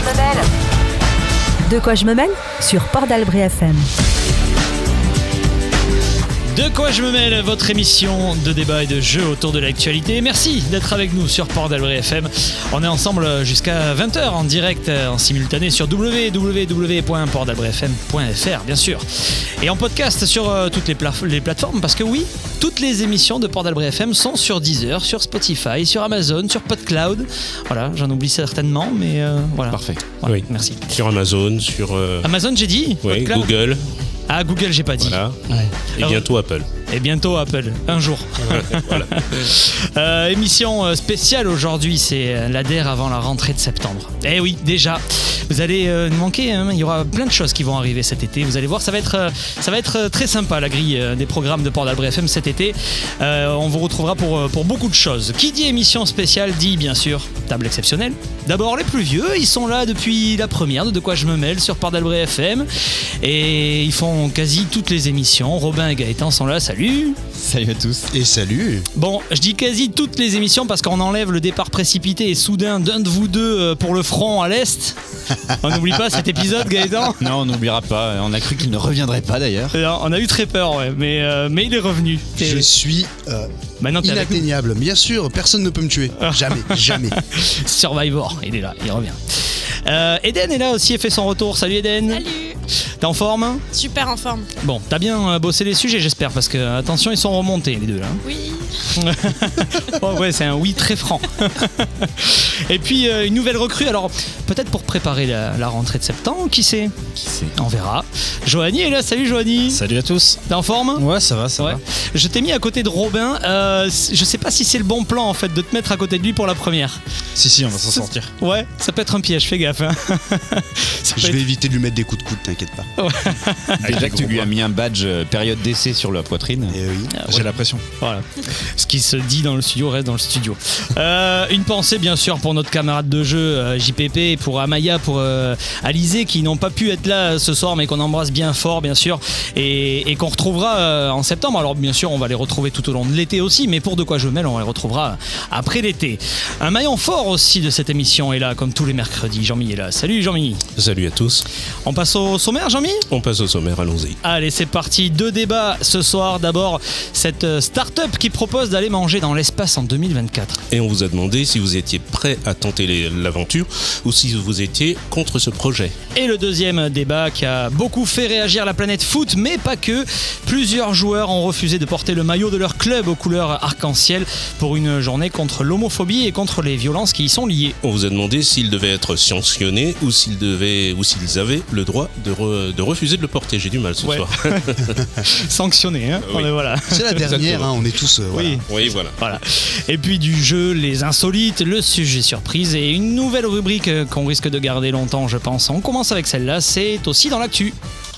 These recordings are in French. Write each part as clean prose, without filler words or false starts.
me mêle. De quoi je me mêle sur Port d'Albret FM. De quoi je me mêle, votre émission de débat et de jeux autour de l'actualité. Merci d'être avec nous sur Port d'Albret FM. On est ensemble jusqu'à 20h en direct, en simultané sur www.portdalbretfm.fr bien sûr. Et en podcast sur toutes les plateformes, parce que oui, toutes les émissions de Port d'Albret FM sont sur Deezer, sur Spotify, sur Amazon, sur PodCloud. Voilà, j'en oublie certainement, mais voilà. Parfait. Voilà, oui. Merci. Sur Amazon, sur... Amazon, j'ai dit. Oui, PodCloud. Google. Ah, Google, j'ai pas dit. Voilà. Ouais. Et bientôt Apple. Et bientôt Apple, un jour. Voilà. Émission spéciale aujourd'hui, c'est l'ADER avant la rentrée de septembre. Eh oui, déjà, vous allez nous manquer, hein, il y aura plein de choses qui vont arriver cet été. Vous allez voir, ça va être très sympa la grille des programmes de Port d'Albret FM cet été. On vous retrouvera pour beaucoup de choses. Qui dit émission spéciale dit bien sûr table exceptionnelle. D'abord les plus vieux, ils sont là depuis la première de quoi je me mêle sur Port d'Albret FM. Et ils font quasi toutes les émissions. Robin et Gaëtan sont là, salut. Salut à tous. Et salut. Bon, je dis quasi toutes les émissions parce qu'on enlève le départ précipité et soudain d'un de vous deux pour le front à l'Est. On n'oublie pas cet épisode, Gaëtan ? Non, on n'oubliera pas. On a cru qu'il ne reviendrait pas d'ailleurs. On a eu très peur, ouais, mais il est revenu. Je suis Maintenant, inatteignable. Bien sûr, personne ne peut me tuer. Jamais, jamais. Survivor, il est là, il revient. Eden est là aussi et fait son retour. Salut Eden. Salut. T'es en forme ? Super en forme. Bon, t'as bien bossé les sujets, j'espère, parce que attention, ils sont remontés les deux là. Oui. Oh, ouais, c'est un oui très franc. Et puis une nouvelle recrue. Alors peut-être pour préparer la rentrée de septembre, qui sait ? On verra. Joanie est là. Salut Joanie. Salut à tous. T'es en forme ? Ouais, ça va, ça va. Je t'ai mis à côté de Robin. Je sais pas si c'est le bon plan en fait de te mettre à côté de lui pour la première. Si, on va s'en sortir. Ouais, ça peut être un piège. Fais gaffe. Hein. Je vais éviter de lui mettre des coups de coude, t'inquiète pas. Ouais. Déjà que tu lui as mis un badge période d'essai sur la poitrine. Et oui. J'ai la pression. Voilà. Ce qui se dit dans le studio reste dans le studio. Une pensée bien sûr pour notre camarade de jeu JPP, pour Amaya, pour Alizé qui n'ont pas pu être là ce soir mais qu'on embrasse bien fort bien sûr et qu'on retrouvera en septembre. Alors bien sûr on va les retrouver tout au long de l'été aussi, mais pour De quoi je me mêle on les retrouvera après l'été. Un maillon fort aussi de cette émission est là comme tous les mercredis. Jean-Mi est là. Salut Jean-Mi. Salut à tous. On passe au sommaire Jean-Mi ? On passe au sommaire, allons-y. Allez, c'est parti. 2 débats ce soir. D'abord, cette start-up qui propose d'aller manger dans l'espace en 2024. Et on vous a demandé si vous étiez prêt à tenter l'aventure ou si vous étiez contre ce projet. Et le deuxième débat qui a beaucoup fait réagir la planète foot, mais pas que. Plusieurs joueurs ont refusé de porter le maillot de leur club aux couleurs arc-en-ciel pour une journée contre l'homophobie et contre les violences qui y sont liées. On vous a demandé s'ils devaient être sanctionnés ou s'ils avaient le droit de refuser de le porter. J'ai du mal ce soir. Sanctionné, hein. Oui. Voilà. C'est la dernière, hein, on est tous... Oui. Oui, voilà. Et puis du jeu, les insolites, le sujet surprise et une nouvelle rubrique qu'on risque de garder longtemps, je pense. On commence avec celle-là, c'est aussi dans l'actu.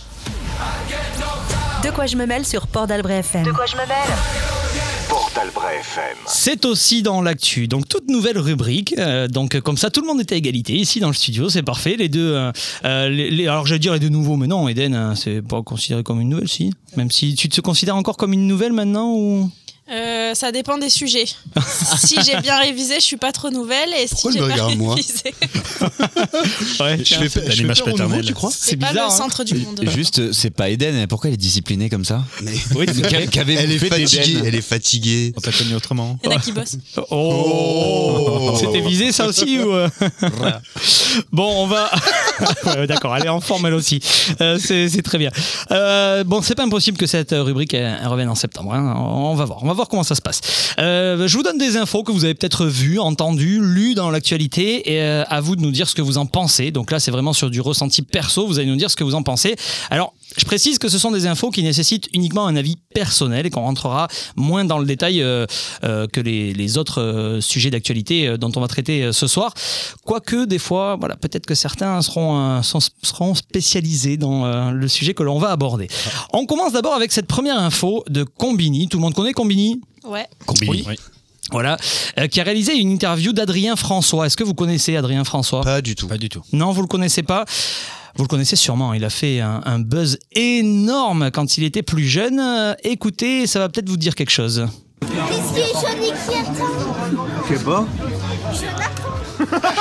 De quoi je me mêle sur Port d'Albret FM. De quoi je me mêle ? Port d'Albret FM. C'est aussi dans l'actu, donc toute nouvelle rubrique, donc comme ça tout le monde est à égalité ici dans le studio, c'est parfait, les deux, alors j'allais dire les deux nouveaux, mais non Eden, c'est pas considéré comme une nouvelle si, même si tu te considères encore comme une nouvelle maintenant ou... Ça dépend des sujets. Si j'ai bien révisé, je suis pas trop nouvelle. Et Pourquoi si il j'ai me pas regarde, moi révisé, Ouais, Je fais l'image peur au nouveau, tu crois ? c'est pas bizarre, le hein. centre du monde. Juste, c'est pas Eden. Pourquoi elle est disciplinée comme ça ? Mais Oui, elle est fatiguée, elle est fatiguée. On t'a connu autrement. Il y en a qui bossent. Oh, c'était visé ça aussi ou Bon, on va. Ouais, d'accord, elle est en forme elle aussi. C'est très bien. Bon, c'est pas impossible que cette rubrique elle revienne en septembre. Hein. On va voir comment ça se passe. Je vous donne des infos que vous avez peut-être vues, entendues, lues dans l'actualité et à vous de nous dire ce que vous en pensez. Donc là, c'est vraiment sur du ressenti perso. Vous allez nous dire ce que vous en pensez. Alors, je précise que ce sont des infos qui nécessitent uniquement un avis personnel et qu'on rentrera moins dans le détail que les autres sujets d'actualité dont on va traiter ce soir. Quoique, des fois, voilà, peut-être que certains seront spécialisés dans le sujet que l'on va aborder. On commence d'abord avec cette première info de Combini. Tout le monde connaît Combini ? Ouais. Oui. Voilà, qui a réalisé une interview d'Adrien François. Est-ce que vous connaissez Adrien François ? Pas du tout. Non, vous le connaissez pas ? Vous le connaissez sûrement, il a fait un buzz énorme quand il était plus jeune. Écoutez, ça va peut-être vous dire quelque chose. Qu'est-ce qui est jaune et qui attend ? Je sais pas.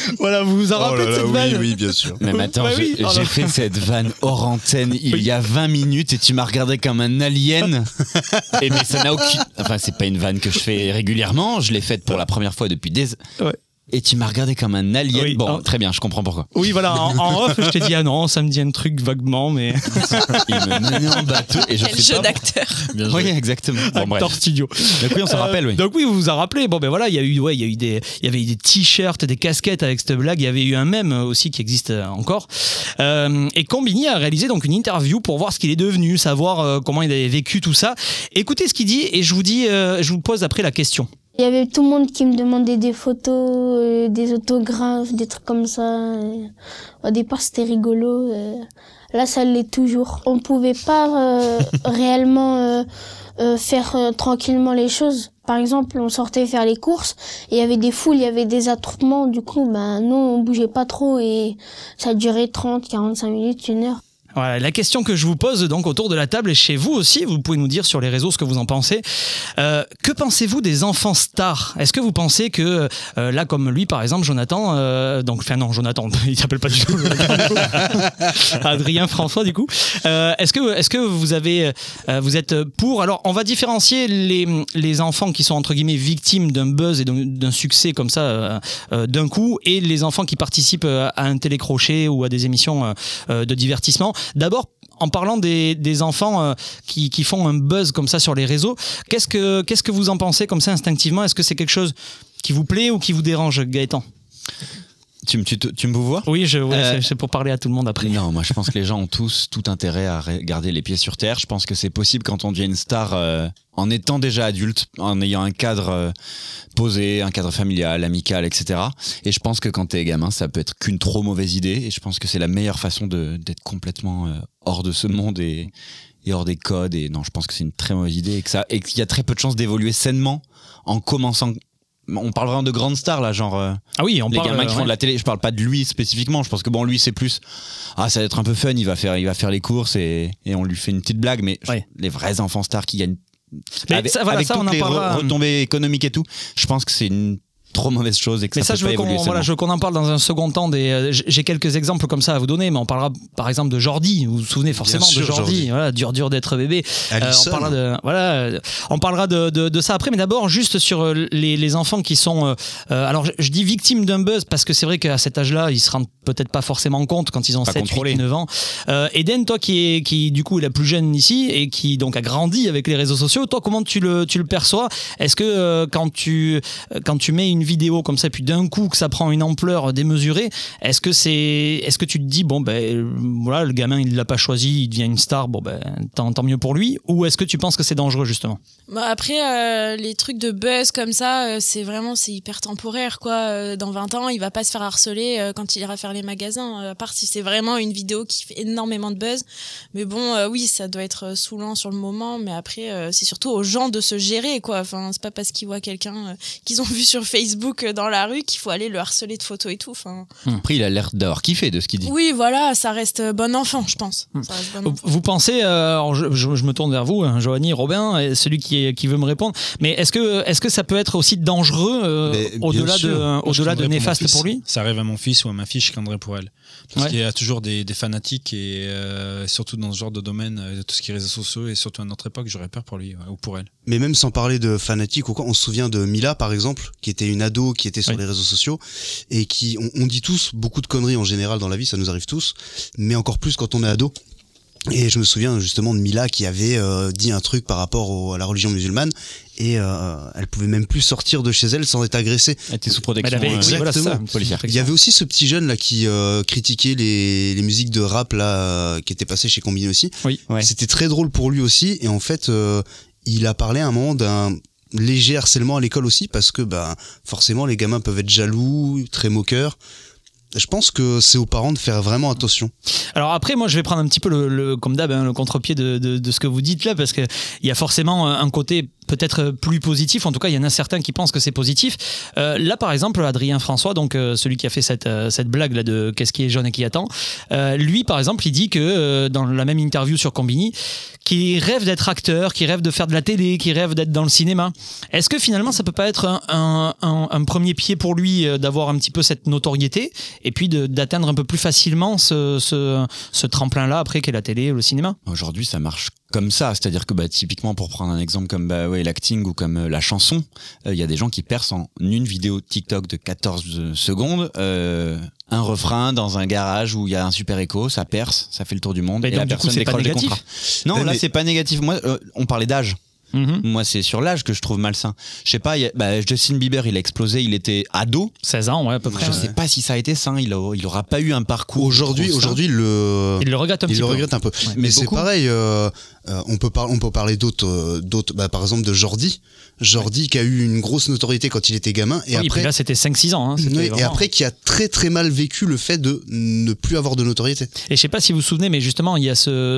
Voilà, vous vous en rappelez de cette vanne? Oui, bien sûr. Mais attends, Bah oui, j'ai fait cette vanne hors antenne il y a 20 minutes et tu m'as regardé comme un alien. Et mais ça n'a aucune... Enfin, c'est pas une vanne que je fais régulièrement, je l'ai faite pour la première fois depuis des... Ouais. Et tu m'as regardé comme un alien. Oui, bon, très bien, je comprends pourquoi. Oui, voilà, en off, je t'ai dit, ah non, ça me dit un truc vaguement, mais. Il me menait en bateau et je Quel sais jeu pas. d'acteur. Oui, exactement. Bon, bref. Acteur studio. Donc oui, on s'en rappelle, oui. Donc oui, vous vous en rappelez. Bon, ben voilà, il y avait eu des t-shirts, des casquettes avec cette blague. Il y avait eu un mème aussi qui existe encore. Et Combini a réalisé donc une interview pour voir ce qu'il est devenu, savoir comment il avait vécu tout ça. Écoutez ce qu'il dit et je vous pose après la question. Il y avait tout le monde qui me demandait des photos, des autographes, des trucs comme ça. Au départ, c'était rigolo. Là, ça l'est toujours. On pouvait pas réellement faire tranquillement les choses. Par exemple, on sortait faire les courses, et il y avait des foules, il y avait des attroupements. Du coup, nous, on bougeait pas trop et ça durait 30, 45 minutes, 1 heure. Voilà, la question que je vous pose donc autour de la table et chez vous aussi, vous pouvez nous dire sur les réseaux ce que vous en pensez. Que pensez-vous des enfants stars? Est-ce que vous pensez que là, comme lui par exemple, Jonathan, Jonathan, il s'appelle pas du tout Adrien François du coup. Est-ce que vous êtes pour? Alors, on va différencier les enfants qui sont entre guillemets victimes d'un buzz et d'un succès comme ça d'un coup, et les enfants qui participent à un télécrochet ou à des émissions de divertissement. D'abord, en parlant des enfants qui font un buzz comme ça sur les réseaux, qu'est-ce que vous en pensez comme ça instinctivement? Est-ce que c'est quelque chose qui vous plaît ou qui vous dérange, Gaëtan? Tu me vois? Oui, c'est pour parler à tout le monde après. Non, moi je pense que les gens ont tous tout intérêt à garder les pieds sur terre. Je pense que c'est possible quand on devient une star en étant déjà adulte, en ayant un cadre posé, un cadre familial, amical, etc. Et je pense que quand t'es gamin, ça peut être qu'une trop mauvaise idée. Et je pense que c'est la meilleure façon d'être complètement hors de ce monde et hors des codes. Et non, je pense que c'est une très mauvaise idée et qu'il y a très peu de chances d'évoluer sainement en commençant. On parle vraiment de grandes stars là, genre ah oui, les gamins qui font de la télé. Je parle pas de lui spécifiquement. Je pense que lui c'est plus ça va être un peu fun. Il va faire les courses et on lui fait une petite blague. Mais les vrais enfants stars qui gagnent avec toutes on en les parlera, retombées économiques et tout, je pense que c'est une trop mauvaise chose et que ça peut pas évoluer. Je veux qu'on en parle dans un second temps. J'ai quelques exemples comme ça à vous donner, mais on parlera par exemple de Jordi. Vous vous souvenez forcément de Jordi. Voilà, dur d'être bébé. On parlera de ça après, mais d'abord juste sur les enfants qui sont. Alors je dis victimes d'un buzz parce que c'est vrai qu'à cet âge-là, ils se rendent peut-être pas forcément compte quand ils ont 7, 8, 9 ans. Eden, toi qui du coup est la plus jeune ici et qui donc a grandi avec les réseaux sociaux, toi comment tu le perçois? Est-ce que quand tu mets une vidéo comme ça puis d'un coup que ça prend une ampleur démesurée, est-ce que tu te dis voilà, le gamin il l'a pas choisi, il devient une star, tant mieux pour lui, ou est-ce que tu penses que c'est dangereux justement? Après les trucs de buzz comme ça, c'est hyper temporaire quoi. Dans 20 ans il va pas se faire harceler quand il ira faire les magasins, à part si c'est vraiment une vidéo qui fait énormément de buzz. Mais oui, ça doit être saoulant sur le moment, mais après c'est surtout aux gens de se gérer quoi. Enfin, c'est pas parce qu'ils voient quelqu'un qu'ils ont vu sur Facebook dans la rue qu'il faut aller le harceler de photos et tout. Enfin. Après, il a l'air d'avoir kiffé de ce qu'il dit. Oui, voilà, ça reste bon enfant, je pense. Ça reste bon enfant. Vous pensez, alors je me tourne vers vous, Joanie, Robin, celui qui veut me répondre, mais est-ce que ça peut être aussi dangereux au-delà de néfaste pour lui? Ça arrive à mon fils ou à ma fille, je craindrais pour elle. Parce qu'il y a toujours des fanatiques et surtout dans ce genre de domaine, tout ce qui est réseaux sociaux et surtout à notre époque, j'aurais peur pour lui ou pour elle. Mais même sans parler de fanatiques ou quoi, on se souvient de Mila par exemple, qui était une ado qui était sur les réseaux sociaux et qui, on dit tous beaucoup de conneries en général dans la vie, ça nous arrive tous, mais encore plus quand on est ado. Et je me souviens justement de Mila qui avait dit un truc par rapport à la religion musulmane et elle pouvait même plus sortir de chez elle sans être agressée. Elle était sous protection. Exactement. Il y avait aussi ce petit jeune là qui critiquait les musiques de rap là qui étaient passées chez Combini aussi. Oui. Ouais. C'était très drôle pour lui aussi et en fait il a parlé à un moment d'un léger harcèlement à l'école aussi parce que forcément les gamins peuvent être jaloux, très moqueurs. Je pense que c'est aux parents de faire vraiment attention. Alors après, moi, je vais prendre un petit peu comme d'hab, le contre-pied de ce que vous dites là, parce que il y a forcément un côté peut-être plus positif. En tout cas, il y en a certains qui pensent que c'est positif. Là, par exemple, Adrien François, donc celui qui a fait cette blague là de qu'est-ce qui est jaune et qui attend, lui, par exemple, il dit que dans la même interview sur Combini, qu'il rêve d'être acteur, qu'il rêve de faire de la télé, qu'il rêve d'être dans le cinéma. Est-ce que finalement, ça peut pas être un premier pied pour lui d'avoir un petit peu cette notoriété et puis d'atteindre un peu plus facilement ce tremplin-là après qu'est la télé ou le cinéma? Aujourd'hui, ça marche comme ça, c'est-à-dire que typiquement pour prendre un exemple comme l'acting ou comme la chanson, il y a des gens qui percent en une vidéo TikTok de 14 secondes, un refrain dans un garage où il y a un super écho, ça perce, ça fait le tour du monde et la personne décroche des contrats. Non, là c'est pas négatif. Moi, on parlait d'âge. Moi, c'est sur l'âge que je trouve malsain. Je sais pas, Justin Bieber, il a explosé, il était ado. 16 ans, ouais, à peu près. Je sais pas si ça a été sain, il aura pas eu un parcours. Aujourd'hui, il le regrette un peu. Ouais. Mais c'est pareil, on peut parler d'autres, par exemple de Jordi. Jordi qui a eu une grosse notoriété quand il était gamin et après là c'était 5-6 ans et après qui a très très mal vécu le fait de ne plus avoir de notoriété. Et je sais pas si vous vous souvenez, mais justement il y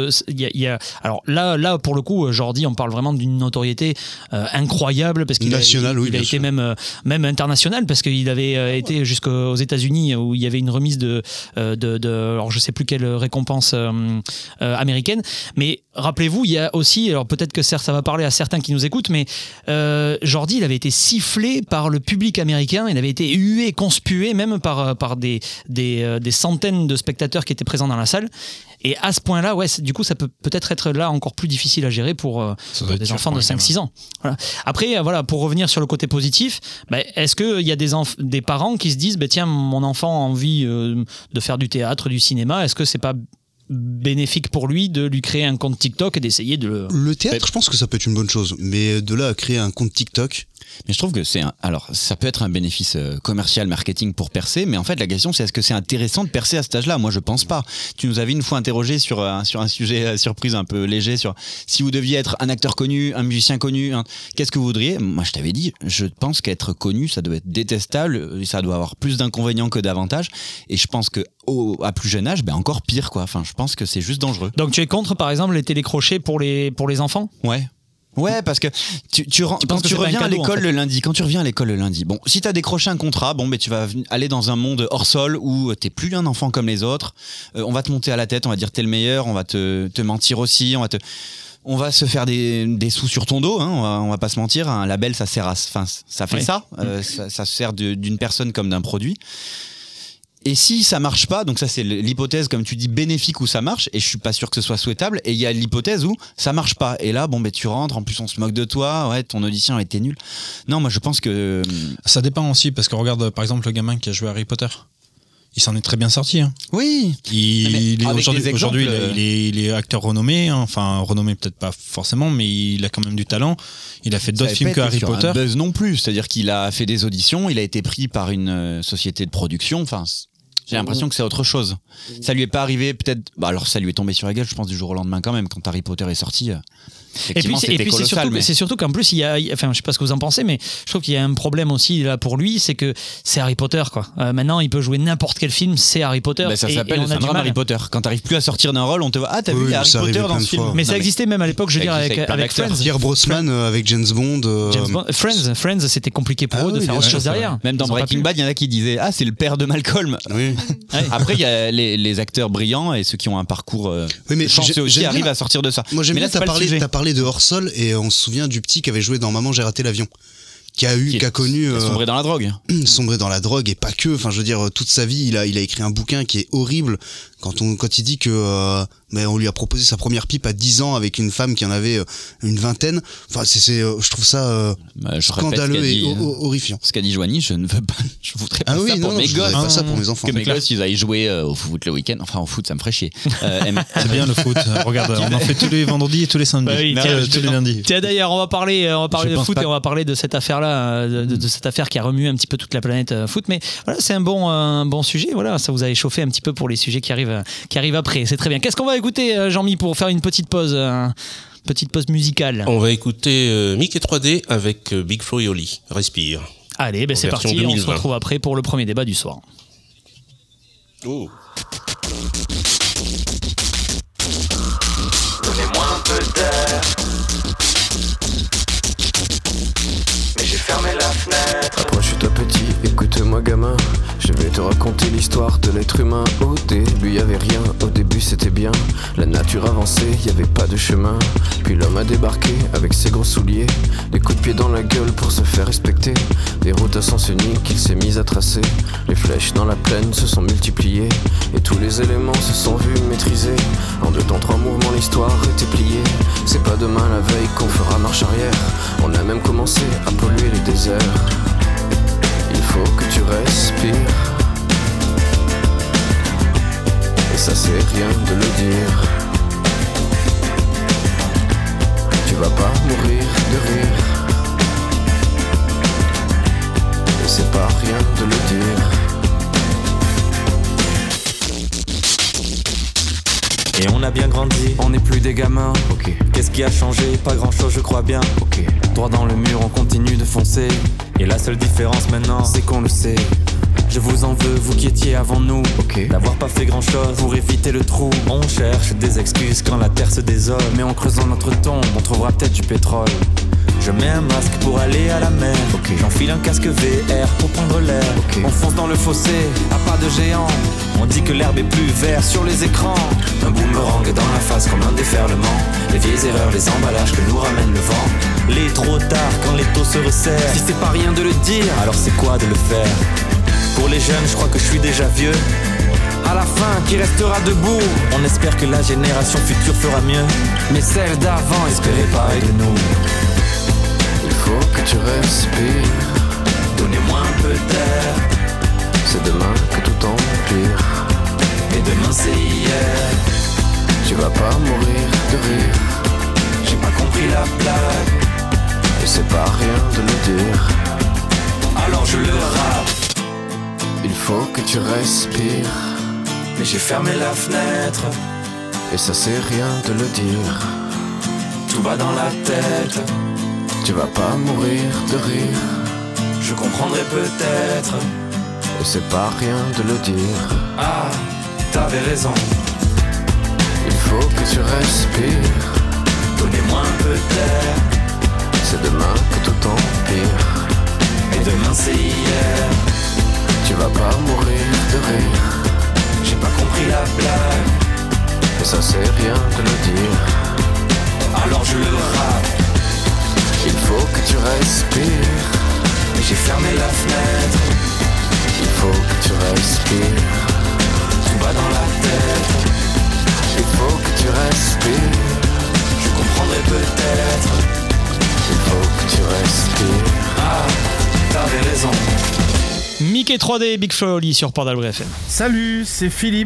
a alors là pour le coup Jordi, on parle vraiment d'une notoriété incroyable parce qu'il a été même international parce qu'il avait été jusqu'aux États-Unis où il y avait une remise de alors je sais plus quelle récompense américaine, mais rappelez-vous, il y a aussi, alors peut-être que ça va parler à certains qui nous écoutent, mais Jordi, il avait été sifflé par le public américain, il avait été hué, conspué même par des centaines de spectateurs qui étaient présents dans la salle. Et à ce point-là, du coup, ça peut peut-être être là encore plus difficile à gérer pour des enfants de 5-6 ans. Voilà. Après, pour revenir sur le côté positif, est-ce qu'il y a des parents qui se disent, tiens, mon enfant a envie de faire du théâtre, du cinéma, est-ce que c'est pas bénéfique pour lui de lui créer un compte TikTok et d'essayer de le théâtre, je pense que ça peut être une bonne chose, mais de là à créer un compte TikTok. Mais je trouve que alors ça peut être un bénéfice commercial, marketing pour percer, mais en fait la question c'est est-ce que c'est intéressant de percer à cet âge-là? Moi je pense pas. Tu nous avais une fois interrogé sur un sujet surprise un peu léger sur si vous deviez être un acteur connu, un musicien connu, qu'est-ce que vous voudriez? Moi je t'avais dit, je pense qu'être connu ça doit être détestable, ça doit avoir plus d'inconvénients que d'avantages, et je pense que à plus jeune âge, encore pire quoi. Enfin je pense que c'est juste dangereux. Donc tu es contre par exemple les télécrochets pour les enfants? Ouais, parce que quand tu reviens à l'école le lundi, bon, si t'as décroché un contrat, tu vas aller dans un monde hors sol où t'es plus un enfant comme les autres, on va te monter à la tête, on va dire t'es le meilleur, on va te mentir aussi, on va se faire des sous sur ton dos, on va pas se mentir, un label ça sert ça fait ça sert d'une personne comme d'un produit. Et si ça marche pas, donc ça c'est l'hypothèse comme tu dis bénéfique où ça marche, et je suis pas sûr que ce soit souhaitable, et il y a l'hypothèse où ça marche pas, et là tu rentres, en plus on se moque de toi, ton audition a été nulle. Non, moi je pense que ça dépend aussi, parce que regarde par exemple le gamin qui a joué à Harry Potter, il s'en est très bien sorti. Oui. Aujourd'hui il est acteur renommé, renommé peut-être pas forcément, mais il a quand même du talent. Il a fait d'autres films que Harry Potter. Un buzz non plus, c'est-à-dire qu'il a fait des auditions, il a été pris par une société de production. J'ai l'impression que c'est autre chose. Ça lui est pas arrivé peut-être. Alors ça lui est tombé sur la gueule, je pense, du jour au lendemain quand même quand Harry Potter est sorti. Et puis c'est surtout qu'en plus je sais pas ce que vous en pensez, mais je trouve qu'il y a un problème aussi là pour lui, c'est que c'est Harry Potter quoi. Maintenant il peut jouer n'importe quel film, c'est Harry Potter. Ça s'appelle le syndrome Harry Potter. Quand t'arrives plus à sortir d'un rôle, on te voit t'as vu Harry Potter dans ce film. Mais ça existait même à l'époque, je veux dire avec Friends. Pierre Brosnan avec James Bond. Friends, c'était compliqué pour eux de faire autre chose derrière. Même dans Breaking Bad, il y en a qui disaient c'est le père de Malcolm. Oui. Après il y a les acteurs brillants et ceux qui ont un parcours chanceux aussi arrivent à sortir de ça. Moi j'aime bien, t'as parlé de hors sol. Et on se souvient du petit qui avait joué dans Maman j'ai raté l'avion, qui a connu sombré dans la drogue. Sombré dans la drogue et pas que. Je veux dire, toute sa vie il a écrit un bouquin qui est horrible. Quand il dit que on lui a proposé sa première pipe à 10 ans avec une femme qui en avait une vingtaine. Je trouve ça scandaleux et horrifiant. Ce qu'a dit Joanie, je voudrais pas ça pour mes gosses. Pas ça pour mes enfants. Que mes gosses ils aillent jouer au foot le week-end. Au foot ça me ferait chier. C'est bien le foot. Regarde, on en fait tous les vendredis et tous les samedis. Tous les lundis. Tiens d'ailleurs, on va parler de foot et on va parler de cette affaire-là, de cette affaire qui a remué un petit peu toute la planète foot. Mais voilà, c'est un bon sujet. Voilà, ça vous a échauffé un petit peu pour les sujets qui arrivent après. C'est très bien. Qu'est-ce qu'on va écouter, Jean-Mi, pour faire une petite pause musicale? On va écouter Mickey 3D avec Big Flo et Oli. Respire. Allez, c'est parti. 2020. On se retrouve après pour le premier débat du soir. Oh. Donnez-moi un peu d'air. Approche-toi petit, écoute-moi gamin. Je vais te raconter l'histoire de l'être humain. Au début y'avait rien, au début c'était bien. La nature avançait, y'avait pas de chemin. Puis l'homme a débarqué avec ses gros souliers. Des coups de pied dans la gueule pour se faire respecter. Des routes à sens unique qu'il s'est mis à tracer. Les flèches dans la plaine se sont multipliées. Et tous les éléments se sont vus maîtrisés. En 2 temps 3 mouvements l'histoire était pliée. C'est pas demain la veille qu'on fera marche arrière. On a même commencé à polluer les déserts. Il faut que tu respires. Et ça c'est rien de le dire. Tu vas pas mourir de rire. Et c'est pas rien de le dire. Et on a bien grandi, on n'est plus des gamins. Ok. Qu'est-ce qui a changé? Pas grand chose je crois bien. Ok. Droit dans le mur, on continue de foncer. Et la seule différence maintenant, c'est qu'on le sait. Je vous en veux, vous qui étiez avant nous. Ok. D'avoir pas fait grand chose pour éviter le trou. On cherche des excuses quand la terre se désole. Mais en creusant notre tombe, on trouvera peut-être du pétrole. Je mets un masque pour aller à la mer. Ok. J'enfile un casque VR pour prendre l'air. Ok. On fonce dans le fossé, à pas de géant. On dit que l'herbe est plus verte sur les écrans. Un boomerang dans la face comme un déferlement. Les vieilles erreurs, les emballages que nous ramène le vent. Les trop tard quand les taux se resserrent. Si c'est pas rien de le dire, alors c'est quoi de le faire? Pour les jeunes, je crois que je suis déjà vieux. À la fin, qui restera debout? On espère que la génération future fera mieux. Mais celle d'avant espérait pareil de nous. Il faut que tu respires. Donnez-moi un peu d'air. C'est demain que tout empire. Et demain c'est hier. Tu vas pas mourir de rire. J'ai pas compris la blague. Et c'est pas rien de le dire. Alors je le rappe. Il faut que tu respires. Mais j'ai fermé la fenêtre. Et ça c'est rien de le dire. Tout va dans la tête. Tu vas pas mourir de rire. Je comprendrai peut-être. Et c'est pas rien de le dire. Ah, t'avais raison. Il faut que tu respires. Donnez-moi un peu d'air. C'est demain que tout empire. Et demain c'est hier. Tu vas pas mourir de rire. J'ai pas compris la blague. Et ça c'est rien de le dire. Alors je le rappe. Il faut que tu respires. Mais j'ai fermé la fenêtre. Il faut que tu respires. Tout va dans la tête. Il faut que tu respires. Je comprendrai peut-être. Il faut que tu respires. Ah, t'avais raison. Mickey 3D, Big Flo et Oli sur Port d'Albret FM. Salut, c'est Philippe.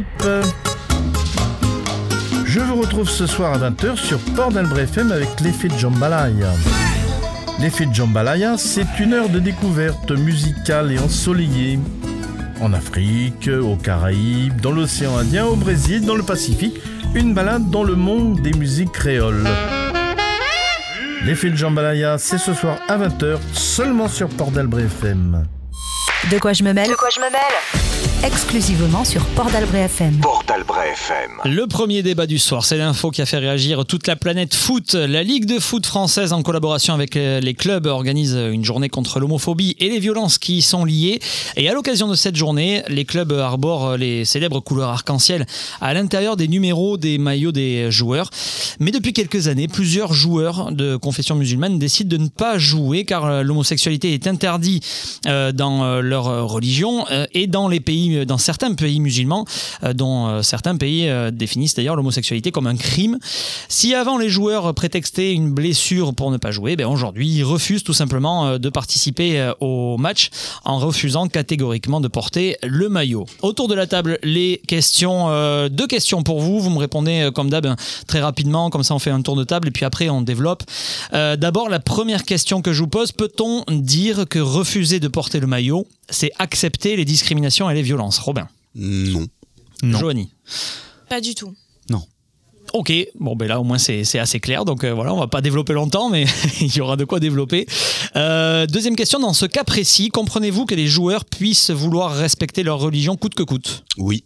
Je vous retrouve ce soir à 20h sur Port d'Albret FM avec l'effet de Jambalaya. L'effet de Jambalaya, c'est une heure de découverte musicale et ensoleillée. En Afrique, aux Caraïbes, dans l'océan Indien, au Brésil, dans le Pacifique, une balade dans le monde des musiques créoles. L'effet de Jambalaya, c'est ce soir à 20h, seulement sur Port d'Albret FM. De quoi je me mêle? Exclusivement sur Port d'Albret FM. Port d'Albret FM. Le premier débat du soir, c'est l'info qui a fait réagir toute la planète foot. La Ligue de foot française, en collaboration avec les clubs, organise une journée contre l'homophobie et les violences qui y sont liées. Et à l'occasion de cette journée, les clubs arborent les célèbres couleurs arc-en-ciel à l'intérieur des numéros des maillots des joueurs. Mais depuis quelques années, plusieurs joueurs de confession musulmane décident de ne pas jouer car l'homosexualité est interdite dans leur religion et dans certains pays musulmans, dont certains pays définissent d'ailleurs l'homosexualité comme un crime. Si avant les joueurs prétextaient une blessure pour ne pas jouer, aujourd'hui ils refusent tout simplement de participer au match en refusant catégoriquement de porter le maillot. Autour de la table, les questions, 2 questions pour vous. Vous me répondez comme d'hab très rapidement, comme ça on fait un tour de table et puis après on développe. D'abord, la première question que je vous pose, peut-on dire que refuser de porter le maillot, c'est accepter les discriminations et les violences? Robin? Non. Joanie? Pas du tout. Non. Ok, là au moins c'est assez clair, donc voilà, on va pas développer longtemps, mais il y aura de quoi développer. Deuxième question, dans ce cas précis, comprenez-vous que les joueurs puissent vouloir respecter leur religion coûte que coûte? Oui.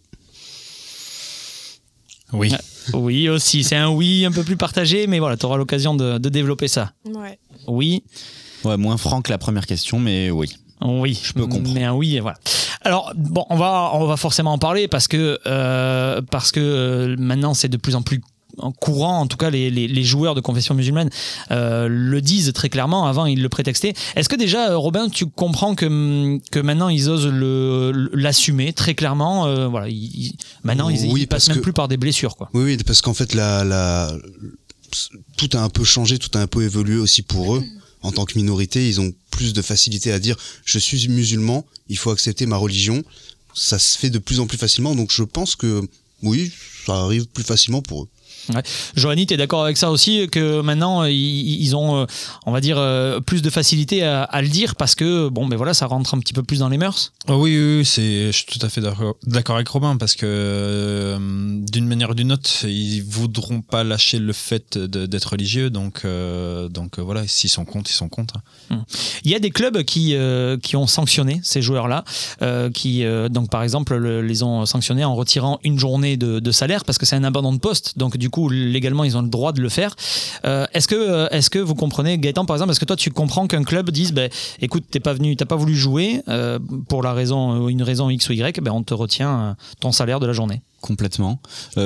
Oui. Oui aussi, c'est un oui un peu plus partagé, mais voilà, tu auras l'occasion de développer ça. Ouais. Oui. Ouais, moins franc que la première question, mais oui. Oui, je peux comprendre. Mais un oui, voilà. Alors bon, on va forcément en parler parce que maintenant c'est de plus en plus courant, en tout cas les joueurs de confession musulmane le disent très clairement. Avant ils le prétextaient. Est-ce que déjà Robin, tu comprends que maintenant ils osent l'assumer très clairement, voilà, maintenant ils passent même plus par des blessures, quoi. Oui, parce qu'en fait tout a un peu changé, tout a un peu évolué aussi pour eux. En tant que minorité, ils ont plus de facilité à dire je suis musulman, il faut accepter ma religion. Ça se fait de plus en plus facilement, donc je pense que oui, ça arrive plus facilement pour eux. Ouais. Johanny, t'es d'accord avec ça aussi, que maintenant ils ont, on va dire, plus de facilité à le dire parce que bon, ben voilà, ça rentre un petit peu plus dans les mœurs. Oh oui, je suis tout à fait d'accord avec Robin parce que d'une manière ou d'une autre, ils voudront pas lâcher le fait d'être religieux, donc voilà, s'ils sont contre, ils sont contre. Il y a des clubs qui ont sanctionné ces joueurs-là, donc par exemple les ont sanctionnés en retirant une journée de salaire parce que c'est un abandon de poste, donc du coup légalement ils ont le droit de le faire. Est-ce que vous comprenez, Gaëtan par exemple, est-ce que toi tu comprends qu'un club dise écoute, t'as pas voulu jouer pour une raison X ou Y, on te retient ton salaire de la journée? Complètement.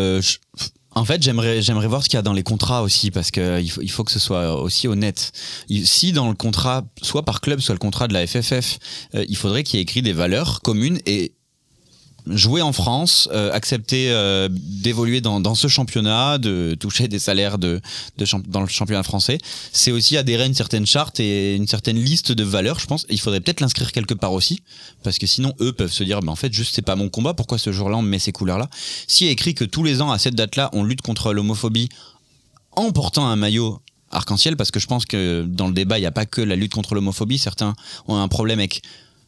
En fait, j'aimerais voir ce qu'il y a dans les contrats aussi, parce que il faut que ce soit aussi honnête. Si dans le contrat, soit par club, soit le contrat de la FFF, il faudrait qu'il y ait écrit des valeurs communes et jouer en France, accepter d'évoluer dans ce championnat, de toucher des salaires dans le championnat français, c'est aussi adhérer à une certaine charte et une certaine liste de valeurs, je pense. Il faudrait peut-être l'inscrire quelque part aussi, parce que sinon eux peuvent se dire en fait juste c'est pas mon combat, pourquoi ce jour-là on me met ces couleurs-là. S'il y a écrit que tous les ans à cette date-là on lutte contre l'homophobie en portant un maillot arc-en-ciel, parce que je pense que dans le débat il n'y a pas que la lutte contre l'homophobie, certains ont un problème avec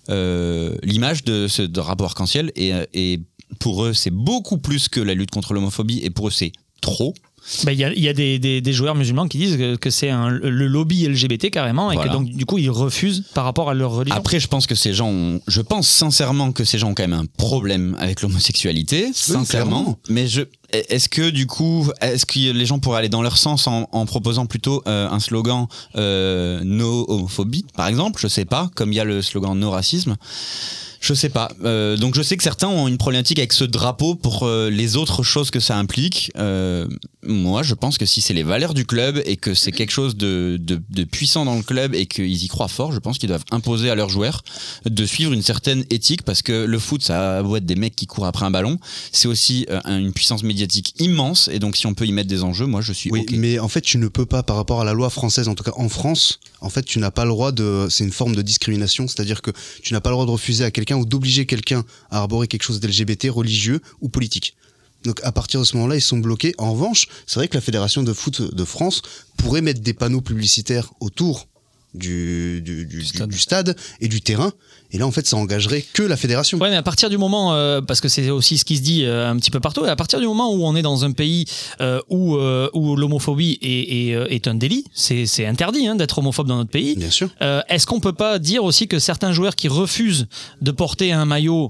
l'image de ce drapeau arc-en-ciel et pour eux c'est beaucoup plus que la lutte contre l'homophobie, et pour eux c'est trop. Il y a des joueurs musulmans qui disent que c'est le lobby LGBT carrément, et que donc du coup ils refusent par rapport à leur religion. Après je pense sincèrement que ces gens ont quand même un problème avec l'homosexualité, sincèrement, mais est-ce que les gens pourraient aller dans leur sens en proposant plutôt un slogan no homophobie par exemple, je sais pas, comme il y a le slogan no racisme. Je sais pas. Donc je sais que certains ont une problématique avec ce drapeau pour les autres choses que ça implique. Moi, je pense que si c'est les valeurs du club et que c'est quelque chose de puissant dans le club et qu'ils y croient fort, je pense qu'ils doivent imposer à leurs joueurs de suivre une certaine éthique, parce que le foot, ça doit être des mecs qui courent après un ballon. C'est aussi une puissance médiatique immense, et donc si on peut y mettre des enjeux, moi je suis OK. Mais en fait, tu ne peux pas, par rapport à la loi française, en tout cas en France, en fait, tu n'as pas le droit c'est une forme de discrimination, c'est-à-dire que tu n'as pas le droit de refuser à quelqu'un ou d'obliger quelqu'un à arborer quelque chose d'LGBT, religieux ou politique. Donc à partir de ce moment-là, ils sont bloqués. En revanche, c'est vrai que la Fédération de foot de France pourrait mettre des panneaux publicitaires autour du stade et du terrain, et là en fait ça engagerait que la fédération. Ouais, mais à partir du moment parce que c'est aussi ce qui se dit un petit peu partout, à partir du moment où on est dans un pays où l'homophobie est un délit, c'est interdit d'être homophobe dans notre pays. Bien sûr. Est-ce qu'on peut pas dire aussi que certains joueurs qui refusent de porter un maillot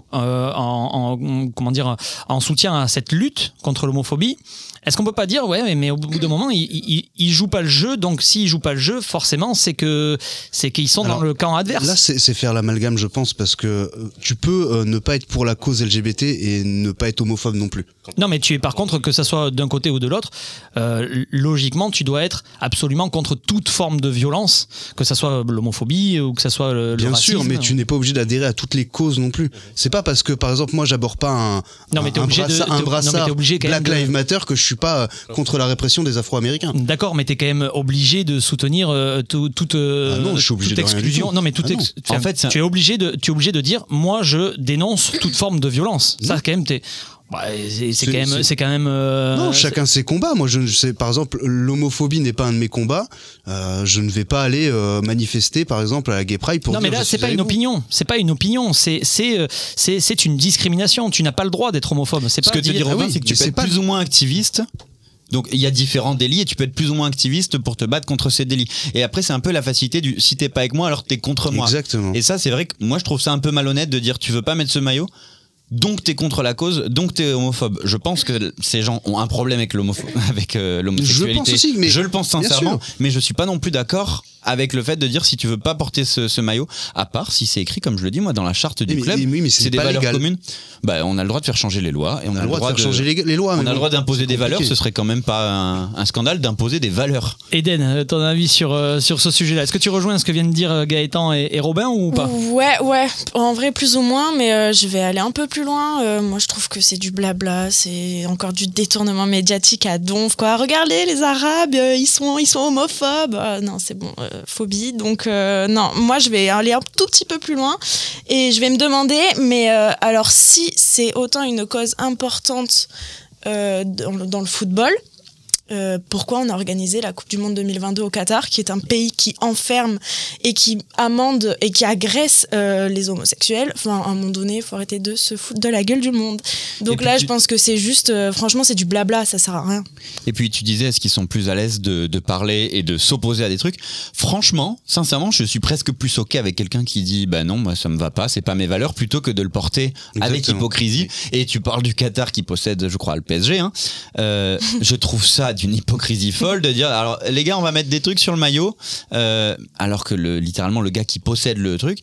en soutien à cette lutte contre l'homophobie, est-ce qu'on peut pas dire mais au bout d'un moment ils jouent pas le jeu, donc s'ils jouent pas le jeu, forcément c'est qu'ils sont dans le camp adverse. Là c'est faire l'amalgame, je pense, parce que tu peux ne pas être pour la cause LGBT et ne pas être homophobe non plus. Non, mais tu es par contre, que ça soit d'un côté ou de l'autre, logiquement tu dois être absolument contre toute forme de violence, que ça soit l'homophobie ou que ça soit le racisme. Bien sûr, mais tu n'es pas obligé d'adhérer à toutes les causes non plus. C'est pas parce que par exemple moi j'aborde pas un brassard Black Lives Matter que je suis pas contre la répression des Afro-Américains. D'accord, mais t'es quand même obligé de soutenir toute exclusion. Non, mais en fait, tu es obligé de dire, moi je dénonce toute forme de violence. Ça quand même c'est quand même non, chacun ses combats. Moi je sais, par exemple, l'homophobie n'est pas un de mes combats. Je ne vais pas aller manifester par exemple à la Gay Pride pour non, mais là c'est pas une opinion, c'est une discrimination. Tu n'as pas le droit d'être homophobe. C'est ce pas que tu dis, Robin, c'est que tu peux être plus ou moins activiste. Donc il y a différents délits et tu peux être plus ou moins activiste pour te battre contre ces délits. Et après c'est un peu la facilité du si t'es pas avec moi alors t'es contre moi. Exactement. Et ça c'est vrai que moi je trouve ça un peu malhonnête de dire tu veux pas mettre ce maillot, donc t'es contre la cause, donc t'es homophobe. Je pense que ces gens ont un problème avec l'homosexualité. Je pense aussi, mais je le pense sincèrement, mais je suis pas non plus d'accord avec le fait de dire si tu veux pas porter ce maillot, à part si c'est écrit, comme je le dis moi, dans la charte du club, mais c'est des pas valeurs légal. communes. Bah, on a le droit de faire changer les lois et on a le droit de faire changer les lois. On mais a le droit d'imposer c'est des valeurs. compliqué. Ce serait quand même pas un scandale d'imposer des valeurs. Eden, ton avis sur ce sujet-là? Est-ce que tu rejoins ce que viennent de dire Gaëtan et Robin ou pas? Ouais, en vrai plus ou moins, mais je vais aller un peu plus loin. Moi je trouve que c'est du blabla, c'est encore du détournement médiatique à donf, quoi. Regardez les Arabes, ils sont homophobes. Non, c'est bon, phobie. Donc non, moi je vais aller un tout petit peu plus loin et je vais me demander, mais alors si c'est autant une cause importante dans le football, pourquoi on a organisé la Coupe du Monde 2022 au Qatar, qui est un pays qui enferme et qui amende et qui agresse les homosexuels. Enfin, à un moment donné, il faut arrêter de se foutre de la gueule du monde. Donc là, je pense que c'est juste, franchement, c'est du blabla, ça sert à rien. Et puis tu disais, est-ce qu'ils sont plus à l'aise de parler et de s'opposer à des trucs? Franchement, sincèrement, je suis presque plus ok avec quelqu'un qui dit bah non, moi ça me va pas, c'est pas mes valeurs, plutôt que de le porter avec hypocrisie. Et tu parles du Qatar qui possède, je crois, le PSG. Je trouve ça d'une hypocrisie folle de dire alors les gars, on va mettre des trucs sur le maillot, alors que littéralement le gars qui possède le truc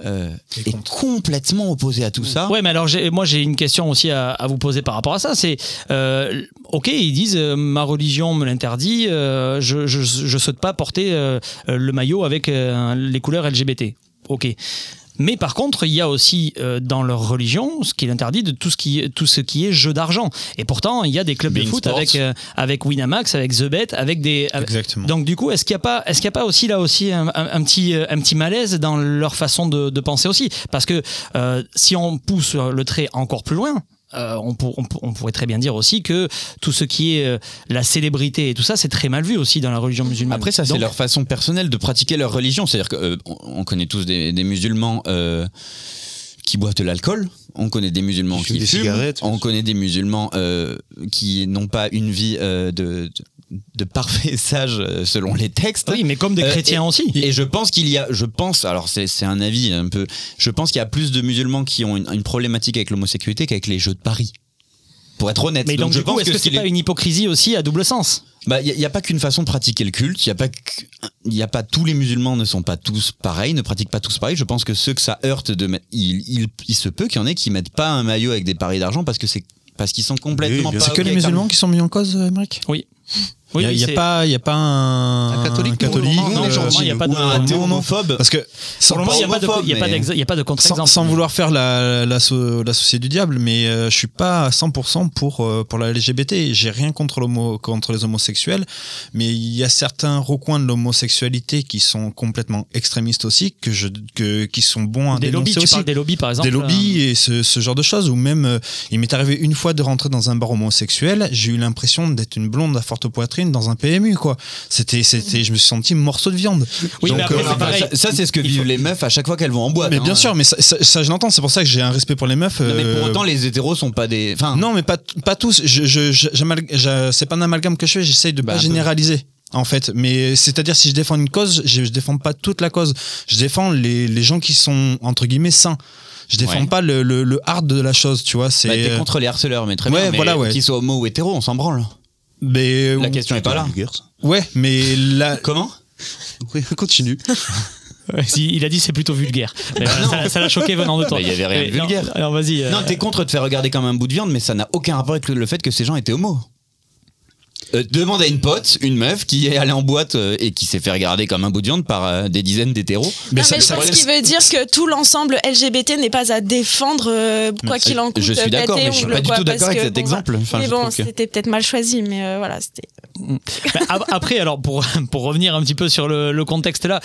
est complètement opposé à tout ça. Ouais, mais alors moi j'ai une question aussi à vous poser par rapport à ça. C'est ok, ils disent ma religion me l'interdit, je souhaite pas porter le maillot avec les couleurs LGBT. Ok. Mais par contre, il y a aussi dans leur religion ce qui est interdit de tout ce qui est jeu d'argent. Et pourtant, il y a des clubs de foot avec Winamax, avec The Bet, avec des. Exactement. Donc du coup, est-ce qu'il y a pas aussi là aussi un petit malaise dans leur façon de penser aussi? Parce que si on pousse le trait encore plus loin. On pourrait très bien dire aussi que tout ce qui est la célébrité et tout ça, c'est très mal vu aussi dans la religion musulmane. Après ça, c'est leur façon personnelle de pratiquer leur religion. C'est-à-dire qu'on connaît tous des musulmans qui boivent de l'alcool, on connaît des musulmans qui fument, on connaît des musulmans qui n'ont pas une vie de parfait sage selon les textes. Oui, mais comme des chrétiens aussi. Et je pense alors c'est un avis un peu, je pense qu'il y a plus de musulmans qui ont une problématique avec l'homosexualité qu'avec les jeux de paris. Pour être honnête. Mais donc je du coup, pense est-ce que c'est pas une hypocrisie aussi à double sens? Bah, il y a pas qu'une façon de pratiquer le culte. Il y a pas tous les musulmans ne sont pas tous pareils, ne pratiquent pas tous pareil. Je pense que ceux que ça heurte il se peut qu'il y en ait qui mettent pas un maillot avec des paris d'argent parce qu'ils sont complètement pas. C'est que les musulmans qui sont mis en cause, Émeric? Oui. Oui, il y a pas un catholique. Non, il n'y a pas de un homophobe. Parce que pour le moment, il n'y a pas de contre-exemple. Sans vouloir faire l'associé du diable, mais je suis pas à 100% pour la LGBT. J'ai rien contre les homosexuels, mais il y a certains recoins de l'homosexualité qui sont complètement extrémistes aussi, qui sont bons à dénoncer aussi. Tu parles des lobbies, par exemple. Des lobbies et ce genre de choses. Ou même, il m'est arrivé une fois de rentrer dans un bar homosexuel. J'ai eu l'impression d'être une blonde à forte poitrine dans un PMU, quoi. Je me suis senti morceau de viande. Oui, donc, mais après, c'est pareil. Ça, c'est ce que vivent les meufs à chaque fois qu'elles vont en boîte. Mais bien sûr, mais ça je l'entends. C'est pour ça que j'ai un respect pour les meufs. Non, mais pour autant, les hétéros sont pas des. Enfin. Non, mais pas tous. C'est pas un amalgame que je fais. J'essaye de pas généraliser. En fait, mais c'est-à-dire si je défends une cause, je défends pas toute la cause. Je défends les gens qui sont entre guillemets sains. Je défends pas le hard de la chose, tu vois. C'est. T'es contre les harceleurs, mais très bien. Mais voilà, qu'ils soient homo ou hétéro, on s'en branle. Mais la question est pas là. Ouais, mais là. Comment? Oui, continue. Il a dit c'est plutôt vulgaire. Ça l'a choqué venant de toi. Il y avait rien de vulgaire. Non, alors vas-y. Non, t'es contre de faire regarder comme un bout de viande, mais ça n'a aucun rapport avec le fait que ces gens étaient homo. Demande à une pote, une meuf qui est allée en boîte et qui s'est fait regarder comme un bout de viande par des dizaines d'hétéros. Mais je pense qu'il veut dire que tout l'ensemble LGBT n'est pas à défendre quoi qu'il en coûte. Je suis d'accord, mais je suis pas du tout d'accord avec cet exemple. Enfin, mais bon, c'était peut-être mal choisi, mais voilà, c'était. Après, alors pour revenir un petit peu sur le contexte là,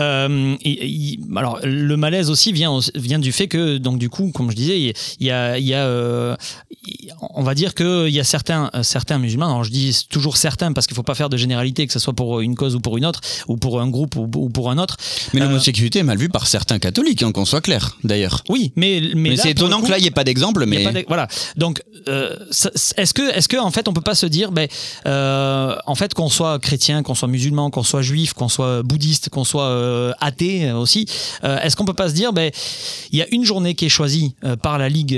alors le malaise aussi vient du fait que donc du coup, comme je disais, il y a on va dire que il y a certains musulmans. Alors je dis toujours certains parce qu'il faut pas faire de généralité, que ce soit pour une cause ou pour une autre, ou pour un groupe ou pour un autre. Mais l'homosexualité est mal vue par certains catholiques, qu'on soit clair, d'ailleurs. Oui, mais là, c'est étonnant que là il n'y ait pas d'exemple. Mais voilà. Donc, est-ce que en fait on peut pas se dire, en fait qu'on soit chrétien, qu'on soit musulman, qu'on soit juif, qu'on soit bouddhiste, qu'on soit athée aussi, est-ce qu'on peut pas se dire, il y a une journée qui est choisie par la ligue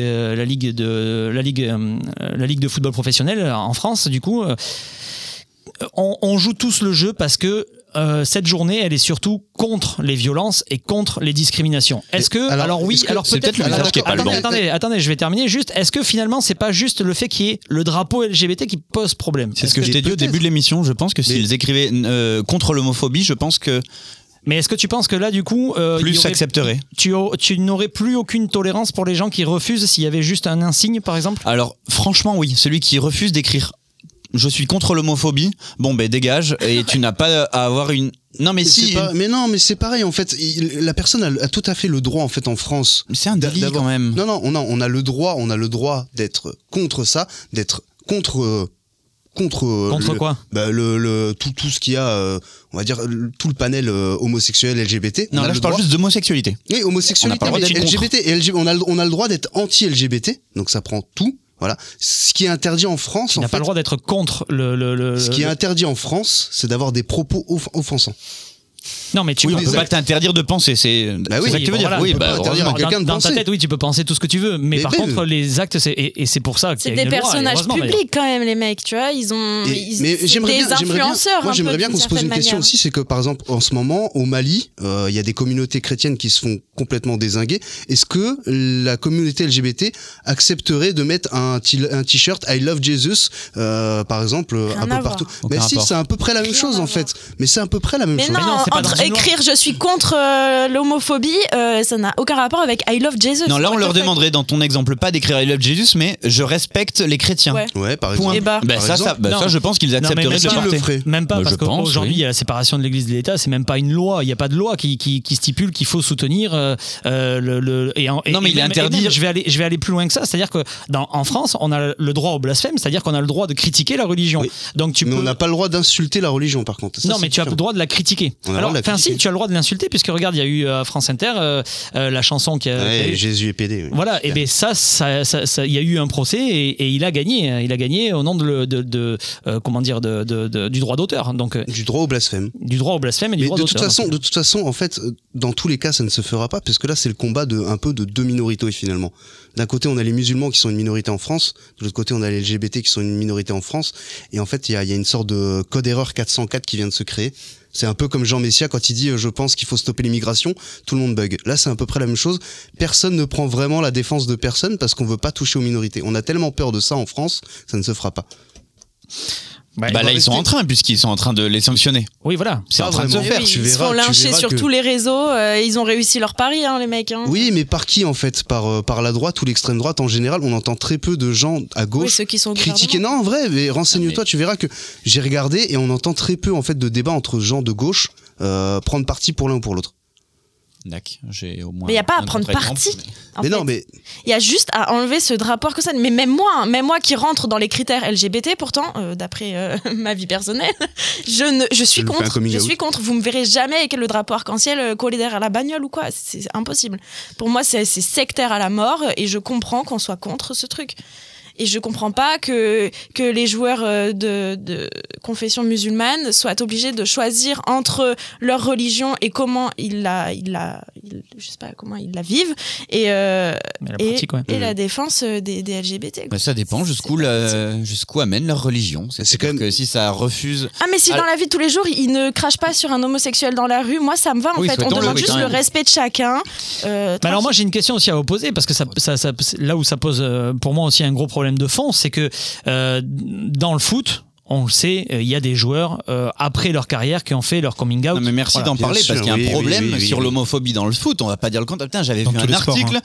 de football professionnel en France, du coup. On joue tous le jeu parce que cette journée, elle est surtout contre les violences et contre les discriminations. Est-ce que c'est peut-être le message qui est pas le bon. Attendez, je vais terminer juste. Est-ce que finalement, c'est pas juste le fait qu'il y ait le drapeau LGBT qui pose problème? C'est ce que je t'ai dit au début de l'émission. Je pense que s'ils écrivaient contre l'homophobie, je pense que. Mais est-ce que tu penses que là, du coup, plus s'accepterait. Tu n'aurais plus aucune tolérance pour les gens qui refusent s'il y avait juste un insigne, par exemple? Alors, franchement, oui. Celui qui refuse d'écrire je suis contre l'homophobie, bon ben dégage, et tu n'as pas à avoir une... Non mais si... Mais c'est pareil en fait, la personne a tout à fait le droit en fait en France. C'est un délit quand même. Non, on a le droit d'être contre ça, d'être contre quoi tout ce qu'il y a, on va dire tout le panel homosexuel LGBT. Non, là je parle juste d'homosexualité. Oui, homosexualité, mais LGBT et on a le droit d'être anti-LGBT, donc ça prend tout. Voilà. Ce qui est interdit en France, tu n'as pas le droit d'être contre le. Ce qui est interdit en France, c'est d'avoir des propos offensants. Non, mais tu peux pas t'interdire de penser, c'est ça que tu veux dire. Oui, interdire à quelqu'un de penser. Dans ta tête, oui, tu peux penser tout ce que tu veux, mais par contre, les actes, c'est pour ça qu'il y a une loi. C'est des personnages publics quand même, les mecs, tu vois, ils des influenceurs. Moi, j'aimerais bien qu'on se pose une question aussi, c'est que par exemple, en ce moment, au Mali, il y a des communautés chrétiennes qui se font complètement dézinguer. Est-ce que la communauté LGBT accepterait de mettre un t-shirt I love Jesus, par exemple, un peu partout? Mais si, c'est à peu près la même chose en fait. Mais c'est à peu près la même chose. Entre écrire je suis contre l'homophobie, ça n'a aucun rapport avec I love Jesus. Non, là on leur demanderait dans ton exemple pas d'écrire I love Jesus, mais je respecte les chrétiens. Ouais, par exemple. Ça, je pense qu'ils accepteraient de le porter. Même pas, parce qu'aujourd'hui il y a la séparation de l'Église et de l'État, c'est même pas une loi. Il n'y a pas de loi qui stipule qu'il faut soutenir non, mais il est interdit. Je vais aller plus loin que ça, c'est-à-dire que en France, on a le droit au blasphème, c'est-à-dire qu'on a le droit de critiquer la religion. Oui. Donc on n'a pas le droit d'insulter la religion, par contre. Non, mais tu as le droit de la critiquer. Alors, si, tu as le droit de l'insulter, puisque regarde, il y a eu à France Inter la chanson qui a. Ouais, Jésus est pédé. Oui. Voilà, et bien ça, il y a eu un procès et il a gagné. Il a gagné au nom comment dire, du droit d'auteur. Donc du droit au blasphème. Du droit au blasphème et du droit d'auteur. De toute façon, en fait, dans tous les cas, ça ne se fera pas, parce que là, c'est le combat un peu de deux minorités finalement. D'un côté, on a les musulmans qui sont une minorité en France, de l'autre côté, on a les LGBT qui sont une minorité en France, et en fait, il y a une sorte de code erreur 404 qui vient de se créer. C'est un peu comme Jean Messia quand il dit je pense qu'il faut stopper l'immigration, tout le monde bug. Là, c'est à peu près la même chose. Personne ne prend vraiment la défense de personne parce qu'on veut pas toucher aux minorités. On a tellement peur de ça en France, ça ne se fera pas. Là, ils sont en train, puisqu'ils sont en train de les sanctionner. Oui, voilà. C'est en train de se faire. Ils se font lyncher sur tous les réseaux. Ils ont réussi leur pari, les mecs. Oui, mais par qui, en fait? Par la droite ou l'extrême droite en général? On entend très peu de gens à gauche ceux qui sont critiquer. Non, en vrai, mais renseigne-toi, tu verras que j'ai regardé et on entend très peu, en fait, de débats entre gens de gauche prendre parti pour l'un ou pour l'autre. D'accord, j'ai au moins. Mais il n'y a pas à prendre parti. Mais il y a juste à enlever ce drapeau que ça. Mais même moi qui rentre dans les critères LGBT, pourtant, d'après ma vie personnelle, je suis contre. Je suis contre. Vous me verrez jamais avec le drapeau arc-en-ciel collé derrière la bagnole ou quoi. C'est impossible. Pour moi, c'est sectaire à la mort et je comprends qu'on soit contre ce truc. Et je comprends pas que les joueurs de confession musulmane soient obligés de choisir entre leur religion et comment ils la vivent et la défense des LGBT. Bah ça dépend jusqu'où amène leur religion. C'est quand même que si ça refuse. Ah mais si dans la vie de tous les jours ils ne crachent pas sur un homosexuel dans la rue, moi ça me va en fait. On demande juste le respect de chacun. Alors moi j'ai une question aussi à vous poser parce que ça là où ça pose pour moi aussi un gros problème de fond, c'est que dans le foot, on le sait, il y a des joueurs après leur carrière qui ont fait leur coming out. Non mais merci d'en parler parce qu'il y a un problème sur l'homophobie dans le foot. On va pas dire le contraire. Putain, j'avais vu un article.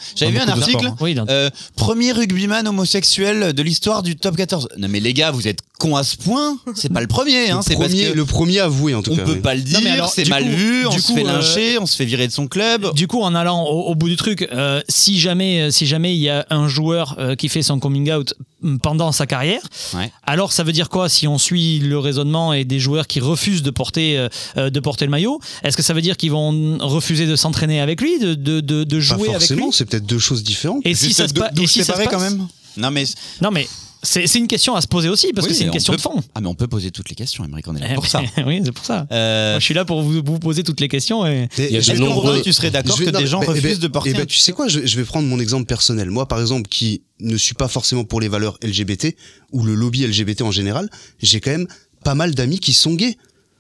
Premier rugbyman homosexuel de l'histoire du top 14. Non mais les gars, vous êtes cons à ce point. C'est pas le premier. Hein. Le premier avoué en tout cas. On peut pas le dire. C'est mal vu. On se fait lyncher. On se fait virer de son club. Du coup, en allant au bout du truc, si jamais il y a un joueur qui fait son coming out pendant sa carrière, alors ça veut dire quoi si on suit le raisonnement et des joueurs qui refusent de porter le maillot? Est-ce que ça veut dire qu'ils vont refuser de s'entraîner avec lui, de jouer avec lui? C'est peut-être deux choses différentes. Et si ça se passe quand même? Non mais c'est une question à se poser aussi parce que c'est une question de fond. Ah mais on peut poser toutes les questions, Aymeric, on est là pour ça. Oui, c'est pour ça. Moi, je suis là pour vous poser toutes les questions. Tu serais d'accord que des gens refusent de porter tu sais quoi, je vais prendre mon exemple personnel. Moi par exemple qui ne suis pas forcément pour les valeurs LGBT ou le lobby LGBT en général, j'ai quand même pas mal d'amis qui sont gays.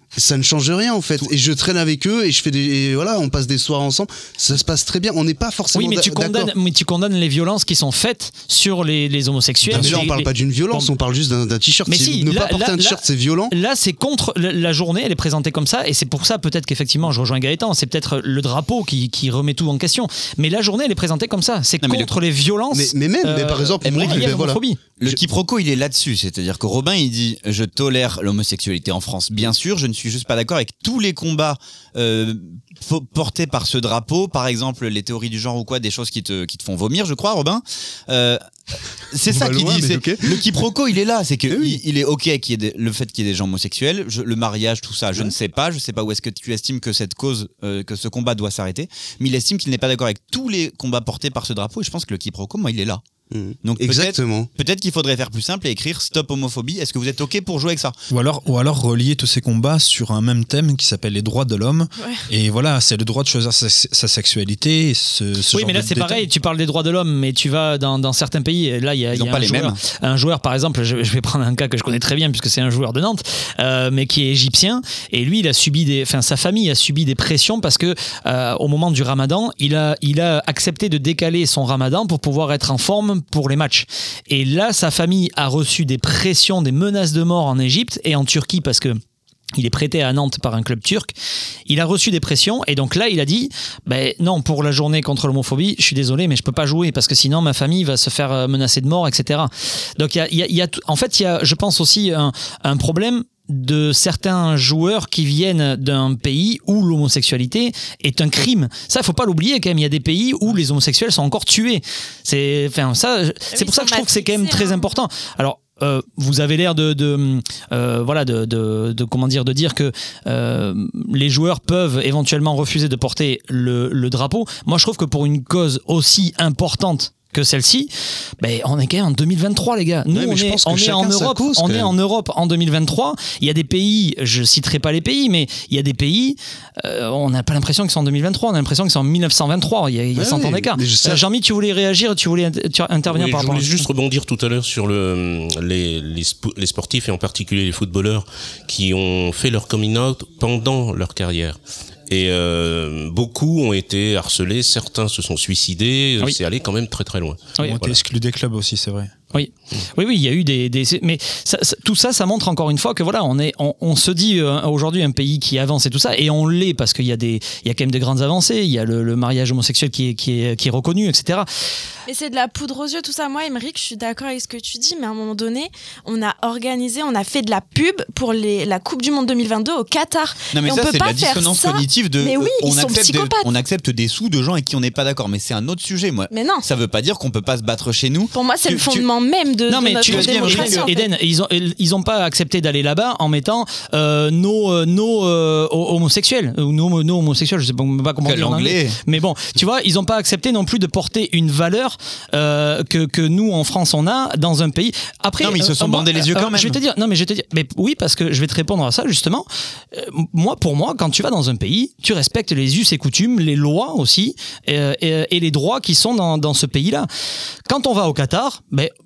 Ça ne change rien en fait. Et je traîne avec eux et je fais et voilà, on passe des soirs ensemble. Ça se passe très bien. On n'est pas forcément. Oui, mais tu condamnes les violences qui sont faites sur les homosexuels. Mais là, on parle pas d'une violence, on parle juste d'un t-shirt. Mais si, ne pas porter un t-shirt, c'est violent. Là, c'est contre la journée. Elle est présentée comme ça, et c'est pour ça peut-être qu'effectivement, je rejoins Gaëtan. C'est peut-être le drapeau qui remet tout en question. Mais la journée, elle est présentée comme ça. C'est contre les violences. Mais par exemple, l'homophobie. Le quiproquo, il est là-dessus. C'est-à-dire que Robin, il dit je tolère l'homosexualité en France. Bien sûr, je ne suis juste pas d'accord avec tous les combats portés par ce drapeau. Par exemple, les théories du genre ou quoi, des choses qui te font vomir, je crois, Robin. C'est ça qu'il dit. Okay. Le quiproquo, il est là. C'est que il est ok qu'il y ait le fait qu'il y ait des gens homosexuels, le mariage, tout ça. Je ne sais pas. Je sais pas où est-ce que tu estimes que cette cause, que ce combat doit s'arrêter. Mais il estime qu'il n'est pas d'accord avec tous les combats portés par ce drapeau. Et je pense que le quiproquo, moi, il est là. Donc peut-être qu'il faudrait faire plus simple et écrire stop homophobie. Est-ce que vous êtes ok pour jouer avec ça? Ou alors relier tous ces combats sur un même thème qui s'appelle les droits de l'homme. Et voilà, c'est le droit de choisir sa sexualité. Oui, mais là c'est pareil. Tu parles des droits de l'homme, mais tu vas dans certains pays. Et là, il y a un joueur, par exemple. Je vais prendre un cas que je connais très bien puisque c'est un joueur de Nantes, mais qui est égyptien. Et lui, sa famille a subi des pressions parce que au moment du Ramadan, il a accepté de décaler son Ramadan pour pouvoir être en forme pour les matchs. Et là, sa famille a reçu des pressions, des menaces de mort en Égypte et en Turquie parce que il est prêté à Nantes par un club turc. Il a reçu des pressions et donc là, il a dit non, pour la journée contre l'homophobie, je suis désolé, mais je peux pas jouer parce que sinon ma famille va se faire menacer de mort, etc. Donc il y a je pense aussi un problème de certains joueurs qui viennent d'un pays où l'homosexualité est un crime. Ça, faut pas l'oublier quand même. Il y a des pays où les homosexuels sont encore tués. C'est pour ça que je trouve que c'est quand même très important. Alors, vous avez l'air de dire que les joueurs peuvent éventuellement refuser de porter le drapeau. Moi, je trouve que pour une cause aussi importante que celle-ci, on est quand même en 2023, les gars. Nous, on est en Europe. On est en Europe en 2023. Il y a des pays, je citerai pas les pays, mais il y a des pays, on n'a pas l'impression qu'ils sont en 2023. On a l'impression qu'ils sont en 1923. Il y a 100 ans d'écart. Jean-Mi, tu voulais réagir, tu voulais intervenir par rapport à ça. Je voulais juste rebondir tout à l'heure sur les sportifs et en particulier les footballeurs qui ont fait leur coming out pendant leur carrière. Et beaucoup ont été harcelés, certains se sont suicidés, c'est allé quand même très très loin. Ils ont été exclus des clubs aussi, c'est vrai. Oui, il y a eu mais tout ça montre encore une fois que voilà, on se dit aujourd'hui un pays qui avance et tout ça, et on l'est parce qu'il y a quand même de grandes avancées. Il y a le mariage homosexuel qui est reconnu, etc. Mais c'est de la poudre aux yeux, tout ça. Moi, Aymeric, je suis d'accord avec ce que tu dis, mais à un moment donné, on a fait de la pub pour la Coupe du Monde 2022 au Qatar. Non, mais et ça, on peut c'est de pas la dissonance cognitive de. Mais oui, on accepte des sous de gens avec qui on n'est pas d'accord, mais c'est un autre sujet, moi. Mais non. Ça veut pas dire qu'on peut pas se battre chez nous. Pour moi, c'est le fondement même de notre démocratie. Eden, ils ont pas accepté d'aller là-bas en mettant nos homosexuels ou nos homosexuels, je sais pas comment dire en anglais. Mais bon, tu vois, ils ont pas accepté non plus de porter une valeur que nous en France on a dans un pays. Après, non mais ils se sont bandés les yeux quand même. Je vais te dire, mais oui, parce que je vais te répondre à ça justement. Pour moi, quand tu vas dans un pays, tu respectes les us et coutumes, les lois aussi, et les droits qui sont dans ce pays-là. Quand on va au Qatar,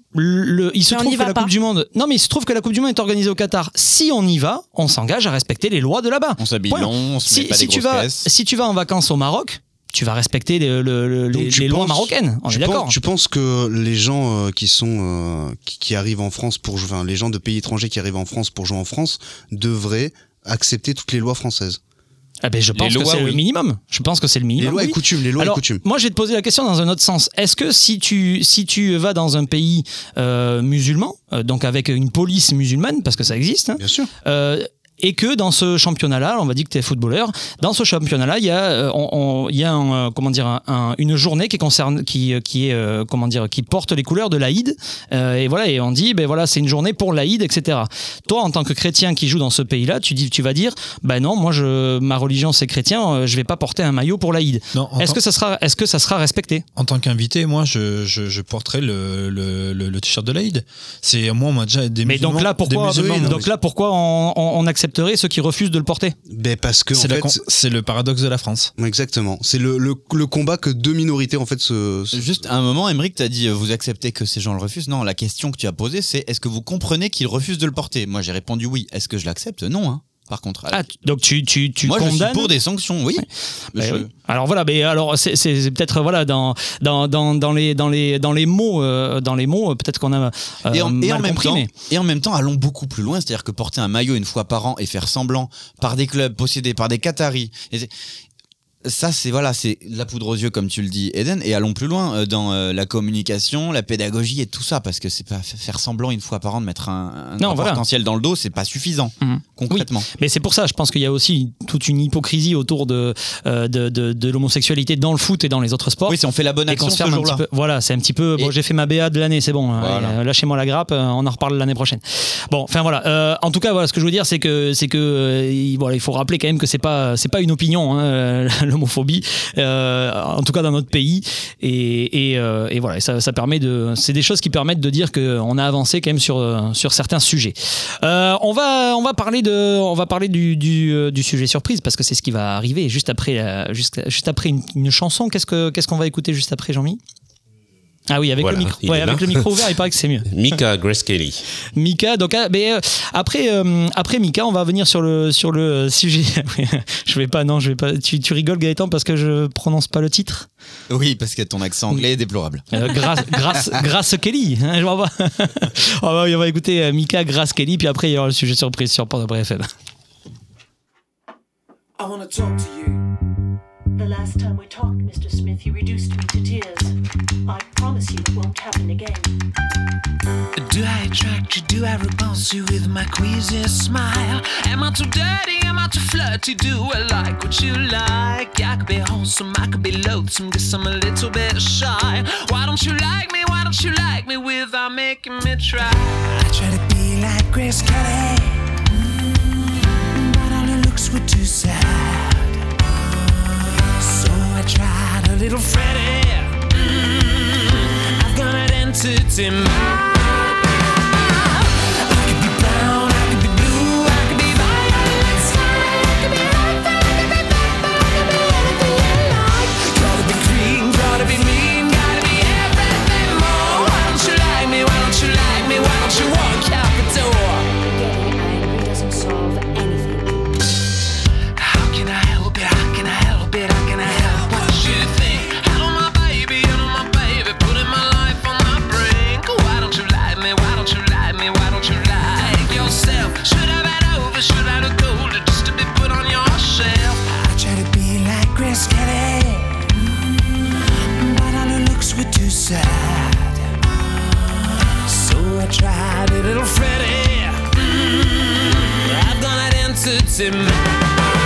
il se trouve que la Coupe du Monde. Non, mais il se trouve que la Coupe du Monde est organisée au Qatar. Si on y va, on s'engage à respecter les lois de là-bas. On s'habille long, on se met pas des grosses caisses. Si tu vas en vacances au Maroc, tu vas respecter les lois marocaines. On est d'accord. Tu penses que les gens qui arrivent en France les gens de pays étrangers qui arrivent en France pour jouer en France devraient accepter toutes les lois françaises? Je pense que c'est le minimum. Je pense que c'est le minimum. Les lois et coutumes. Alors, moi, je vais te poser la question dans un autre sens. Est-ce que si tu vas dans un pays musulman, donc avec une police musulmane, parce que ça existe, hein, bien sûr. Et que dans ce championnat-là, on va dire que tu es footballeur, dans ce championnat-là, il y a une journée qui porte les couleurs de l'Aïd, et voilà, et on dit c'est une journée pour l'Aïd, etc. Toi, en tant que chrétien qui joue dans ce pays-là, tu vas dire non, moi ma religion c'est chrétien, je vais pas porter un maillot pour l'Aïd. Est-ce que ça sera respecté? En tant qu'invité, moi je porterai le t-shirt de l'Aïd. C'est moi on m'a déjà des musulmans. Mais donc là pourquoi on accepterait ceux qui refusent de le porter? Parce que c'est le paradoxe de la France. Exactement. C'est le combat que deux minorités en fait Juste à un moment, Aymeric t'as dit vous acceptez que ces gens le refusent. Non, la question que tu as posée c'est est-ce que vous comprenez qu'ils refusent de le porter? Moi j'ai répondu oui. Est-ce que je l'accepte? Non. par contre. Donc tu Moi, condamnes. je suis pour des sanctions, oui. Oui. Alors voilà, mais alors c'est peut-être voilà dans les mots peut-être qu'on a et en même temps allons beaucoup plus loin, c'est-à-dire que porter un maillot une fois par an et faire semblant par des clubs possédés par des Qataris. Ça, c'est la poudre aux yeux, comme tu le dis, Eden. Et allons plus loin dans la communication, la pédagogie et tout ça, parce que c'est pas faire semblant une fois par an de mettre un potentiel dans le dos, c'est pas suffisant, concrètement. Oui. Mais c'est pour ça, je pense qu'il y a aussi toute une hypocrisie autour de l'homosexualité dans le foot et dans les autres sports. Oui, si on fait la bonne action ce jour-là. Voilà, c'est un petit peu. Bon, j'ai fait ma BA de l'année, c'est bon. Voilà. Lâchez-moi la grappe, on en reparle l'année prochaine. Bon, enfin voilà. En tout cas, voilà, ce que je veux dire, c'est que voilà, il faut rappeler quand même que c'est pas une opinion. L'homophobie, en tout cas dans notre pays, et voilà, ça permet c'est des choses qui permettent de dire qu'on a avancé quand même sur certains sujets. On va parler du sujet surprise, parce que c'est ce qui va arriver juste après une chanson. Qu'est-ce qu'on va écouter juste après, Jean-Mi? Ah oui, avec le micro ouvert, il paraît que c'est mieux. Mika, Grace Kelly. Mika, donc après Mika, on va venir sur le sujet. Je vais pas. Tu rigoles, Gaëtan, parce que je prononce pas le titre. Oui, parce que ton accent anglais est déplorable. Grace Kelly. On va écouter Mika, Grace Kelly, puis après il y aura le sujet surprise sur Port de FM. I wanna talk to you. The last time we talked, Mr. Smith, you reduced me to tears. I promise you it won't happen again. Do I attract you? Do I repulse you with my queasy smile? Am I too dirty? Am I too flirty? Do I like what you like? I could be wholesome, I could be loathsome, guess I'm a little bit shy. Why don't you like me? Why don't you like me without making me try? I try to be like Grace Kelly, but all her looks were too sad. So I tried a little Freddie. I've got an entity mind. I could be brown, I could be blue, I could be violet sky, I could be hot, I could be pop, I could be anything you like. Gotta be green, gotta be mean, gotta be everything more. Why don't you like me? Why don't you like me? Why don't you walk out the door? Getting angry doesn't solve anything. How can I help it? How can I help it? How can I help what you think? Hello my baby, putting my life on the brink. Why don't you like me? Why don't you like me? Why don't you like yourself? Should I been over? Should I look older just to be put on your shelf? I try to be like Grace Kelly, but all her looks were too sad. So I tried a little Freddie. I've gone an entity man.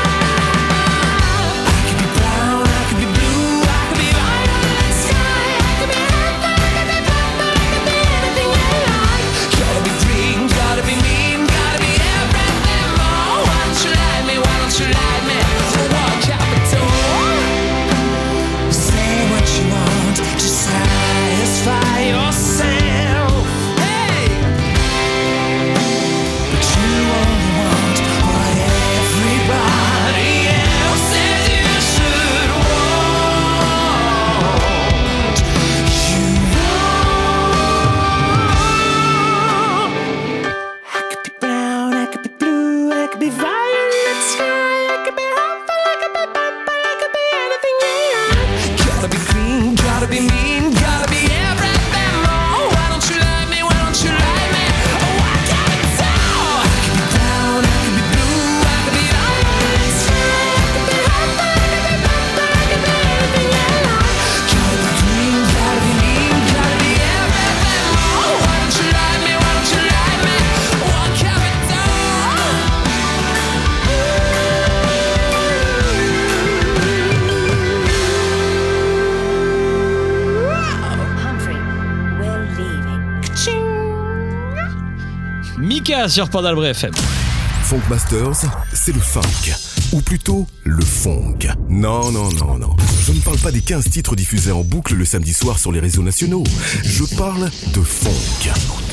Sur Port d'Albret FM. Funk Masters, c'est le funk. Ou plutôt, le funk. Non. Je ne parle pas des 15 titres diffusés en boucle le samedi soir sur les réseaux nationaux. Je parle de funk.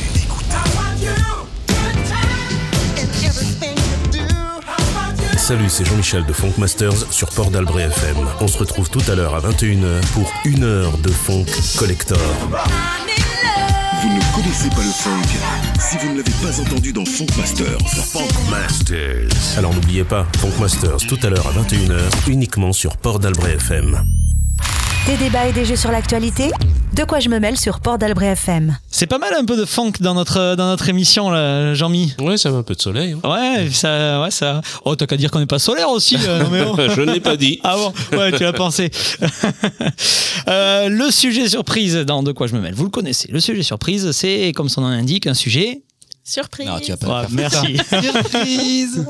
Salut, c'est Jean-Michel de Funk Masters sur Port d'Albret FM. On se retrouve tout à l'heure à 21h pour 1 heure de funk collector. vous ne connaissez pas le funk, si vous ne l'avez pas entendu dans Funk Masters. Funk Masters. Alors n'oubliez pas, Funk Masters tout à l'heure à 21h, uniquement sur Port d'Albret FM. Des débats et des jeux sur l'actualité. De quoi je me mêle sur Port d'Albret FM. C'est pas mal un peu de funk dans notre émission là, Jean-Mi. Ouais, ça met un peu de soleil. Hein. Ouais, ça. Oh, t'as qu'à dire qu'on n'est pas solaire aussi. Non, mais oh. Je ne l'ai pas dit. Ah bon, ouais, tu l'as pensé. Le sujet surprise dans De quoi je me mêle, vous le connaissez. Le sujet surprise, c'est comme son nom l'indique, un sujet. Surprise. Non, tu vas pas merci. Surprise.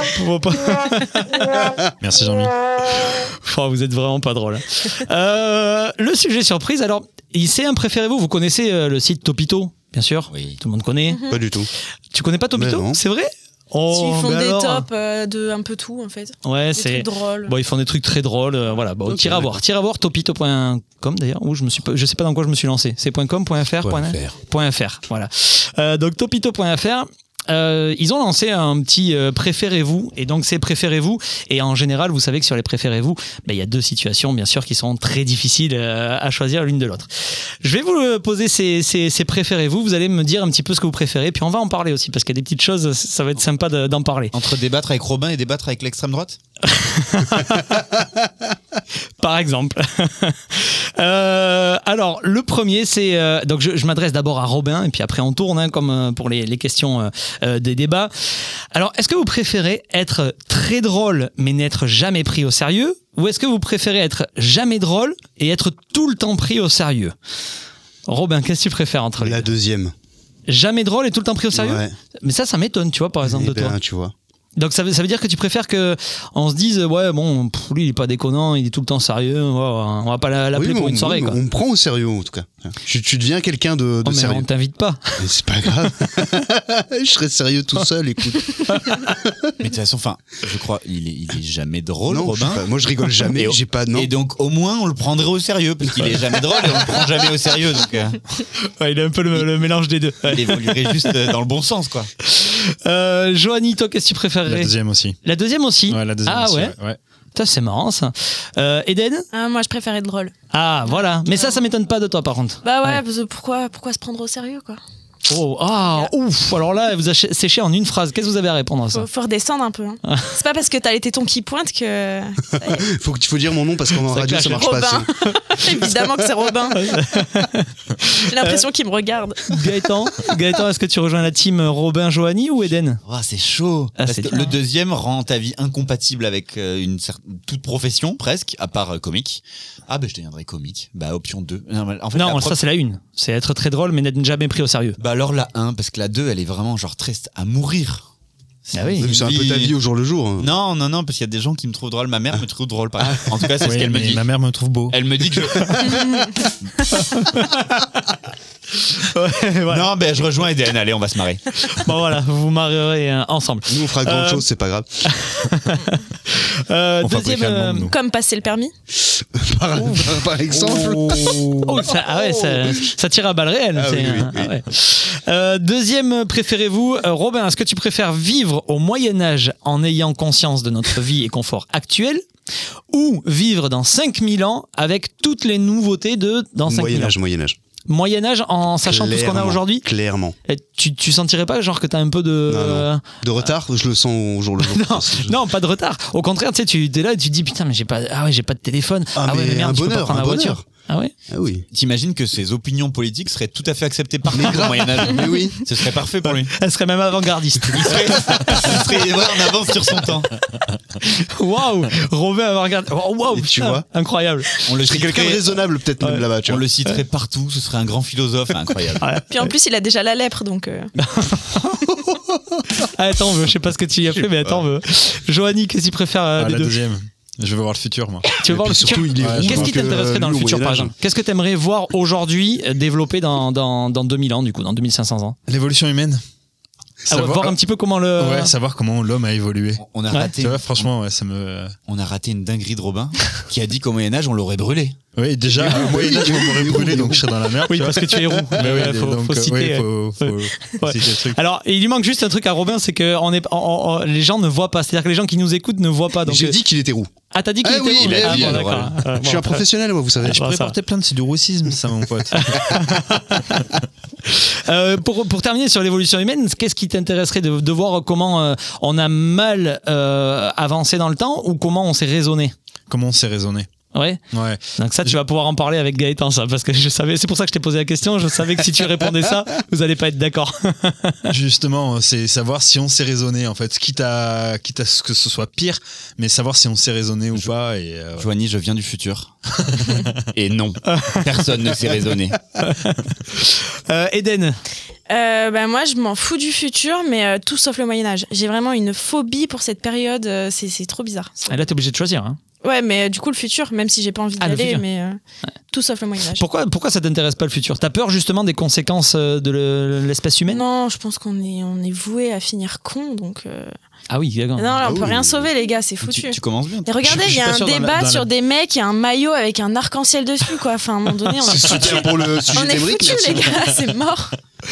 Merci Jean-Mi. Oh, vous êtes vraiment pas drôle. Le sujet surprise, alors, c'est un préférez-vous. Vous connaissez le site Topito, bien sûr. Oui. Tout le monde connaît. Pas du tout. Tu connais pas Topito? C'est vrai? Oh, ils font ben des alors. tops de un peu tout en fait. Ouais, des c'est trucs drôles. Bon, ils font des trucs très drôles. Voilà. Bon, Okay, tire à voir topito.com d'ailleurs. Où je sais pas dans quoi je me suis lancé. C'est .com, .fr, .fr. Voilà. Donc topito.fr. Ils ont lancé un petit préférez-vous, et donc c'est préférez-vous, et en général vous savez que sur les préférez-vous il y a deux situations bien sûr qui sont très difficiles à choisir l'une de l'autre. Je vais vous poser ces préférez-vous, vous allez me dire un petit peu ce que vous préférez, puis on va en parler aussi parce qu'il y a des petites choses, ça va être sympa d'en parler. Entre débattre avec Robin et débattre avec l'extrême droite. Par exemple. Alors le premier c'est donc je m'adresse d'abord à Robin et puis après on tourne comme pour les questions des débats. Alors est-ce que vous préférez être très drôle mais n'être jamais pris au sérieux, ou est-ce que vous préférez être jamais drôle et être tout le temps pris au sérieux? Robin, qu'est-ce que tu préfères entre les deux? La deuxième. Jamais drôle et tout le temps pris au sérieux? Ouais. Mais ça m'étonne, tu vois, par exemple, de toi. Tu vois. Donc ça veut dire que tu préfères que on se dise ouais bon lui il est pas déconnant, il est tout le temps sérieux, on va pas l'appeler pour une soirée quoi. On me prend au sérieux en tout cas. Tu deviens quelqu'un de mais sérieux. On t'invite pas. Mais c'est pas grave. Je serais sérieux tout seul, écoute. Mais de toute façon, je crois il est jamais drôle, non, Robin. Moi je rigole jamais, j'ai pas non. Et donc au moins on le prendrait au sérieux parce qu'il est jamais drôle et on le prend jamais au sérieux donc. Ouais, il a un peu le mélange des deux. Ouais. Il évoluerait juste dans le bon sens quoi. Joanie, toi qu'est-ce que tu préférerais? La deuxième aussi. La deuxième aussi? Ouais, la deuxième aussi. Ouais. Putain, c'est marrant ça. Eden? Moi je préfère être drôle. Ah voilà, mais ça m'étonne pas de toi par contre. Bah ouais. Parce que pourquoi se prendre au sérieux quoi? Ouf, alors là, vous avez séché en une phrase. Qu'est-ce que vous avez à répondre à ça? Faut redescendre un peu. Hein. C'est pas parce que t'as les tétons qui pointent que. faut dire mon nom parce qu'en radio ça marche Robin. pas assez. Évidemment que c'est Robin. J'ai l'impression qu'il me regarde. Gaëtan, est-ce que tu rejoins la team Robin, Joanie ou Eden? C'est chaud. Parce que le deuxième rend ta vie incompatible avec toute profession presque, à part comique. Ah je deviendrai comique. Option 2. Non, ça c'est la une. C'est être très drôle mais n'être jamais pris au sérieux. Alors la 1, parce que la 2 elle est vraiment genre triste à mourir. Ah oui. C'est un peu ta vie au jour le jour. Hein. Non, parce qu'il y a des gens qui me trouvent drôle. Ma mère me trouve drôle, par exemple. En tout cas, c'est ce qu'elle me dit. Ma mère me trouve beau. Elle me dit que voilà. Non, je rejoins Eden. Allez, on va se marrer. Bon voilà, vous vous marrerez ensemble. Nous on fera grande chose, c'est pas grave. Deuxième, comme passer le permis. par exemple. Ça tire à balles réelles. Ouais. Deuxième préférez-vous, Robin, est-ce que tu préfères vivre au Moyen-Âge en ayant conscience de notre vie et confort actuel, ou vivre dans 5000 ans avec toutes les nouveautés dans 5000 ans? Moyen-Âge. Moyen-Âge en sachant tout ce qu'on a aujourd'hui? Clairement. Et tu sentirais pas genre que t'as un peu de... Non. De retard? Je le sens au jour le jour. Non, pas de retard. Au contraire, tu sais, tu es là et tu te dis putain, mais j'ai pas de téléphone. Mais merde, un tu peux pas bonheur, prendre la voiture. Ah ouais? Ah oui. T'imagines que ses opinions politiques seraient tout à fait acceptées par au Moyen-Âge. Mais oui. Ce serait parfait pour lui. Elle serait même avant-gardiste. Il serait en avance sur son temps. Waouh! Robin avant-gardiste. Waouh! Tu vois? Incroyable. On le serait quelqu'un de raisonnable peut-être même là-bas. On le citerait partout. Ce serait un grand philosophe. Incroyable. Puis en plus, il a déjà la lèpre donc. Attends, je sais pas ce que tu y as fait, mais attends. Joanie, qu'est-ce que tu préfères des la deux? deuxième. Je veux voir le futur, moi. Tu veux voir le futur? Qu'est-ce qui t'intéresserait dans le futur, par exemple? Qu'est-ce que tu aimerais voir aujourd'hui développer dans 2000 ans, du coup, dans 2500 ans? L'évolution humaine. Voir un petit peu comment savoir comment l'homme a évolué. On a raté. Tu vois, franchement, ça me. On a raté une dinguerie de Robin qui a dit qu'au Moyen-Âge, on l'aurait brûlé. Oui, déjà, au Moyen-Âge, on m'aurait brûlé, donc je serais dans la merde. Oui, parce que tu es roux. Mais faut citer. Citer le truc. Alors, il lui manque juste un truc à Robin, c'est que les gens ne voient pas. C'est-à-dire que les gens qui nous écoutent ne voient pas. J'ai dit qu'il était roux. Ah, t'as dit qu'il était oui, bon. mais Ah, oui, bon, alors, d'accord. voilà. Je suis un professionnel, moi, vous savez. Je pourrais porter plainte, c'est du roussisme, ça, mon pote. Pour terminer sur l'évolution humaine, qu'est-ce qui t'intéresserait de voir comment on a mal avancé dans le temps ou comment on s'est raisonné? Comment on s'est raisonné? Ouais. Donc ça, tu vas pouvoir en parler avec Gaëtan, ça, parce que je savais, c'est pour ça que je t'ai posé la question. Je savais que si tu répondais ça, vous allez pas être d'accord. Justement, c'est savoir si on s'est raisonné, en fait, quitte à ce que ce soit pire, mais savoir si on s'est raisonné ou pas. Et Joanie, je viens du futur. Et non, personne ne s'est raisonné. Eden. Moi, je m'en fous du futur, mais tout sauf le Moyen-Âge. J'ai vraiment une phobie pour cette période. C'est trop bizarre. Et là, t'es obligé de choisir. Hein. Ouais, mais du coup, le futur, même si j'ai pas envie d'y aller, mais tout sauf le Moyen-Âge. Pourquoi ça t'intéresse pas le futur? T'as peur justement des conséquences de l'espèce humaine? Non, je pense qu'on est voué à finir con, donc. Ah oui, d'accord. Non, là, on peut rien sauver, les gars, c'est foutu. Tu commences bien. Et regardez, il y a un débat sur des mecs et un maillot avec un arc-en-ciel dessus, quoi. Enfin, à un moment donné, on est foutu. Pour le sujet On est foutu, les gars, c'est mort.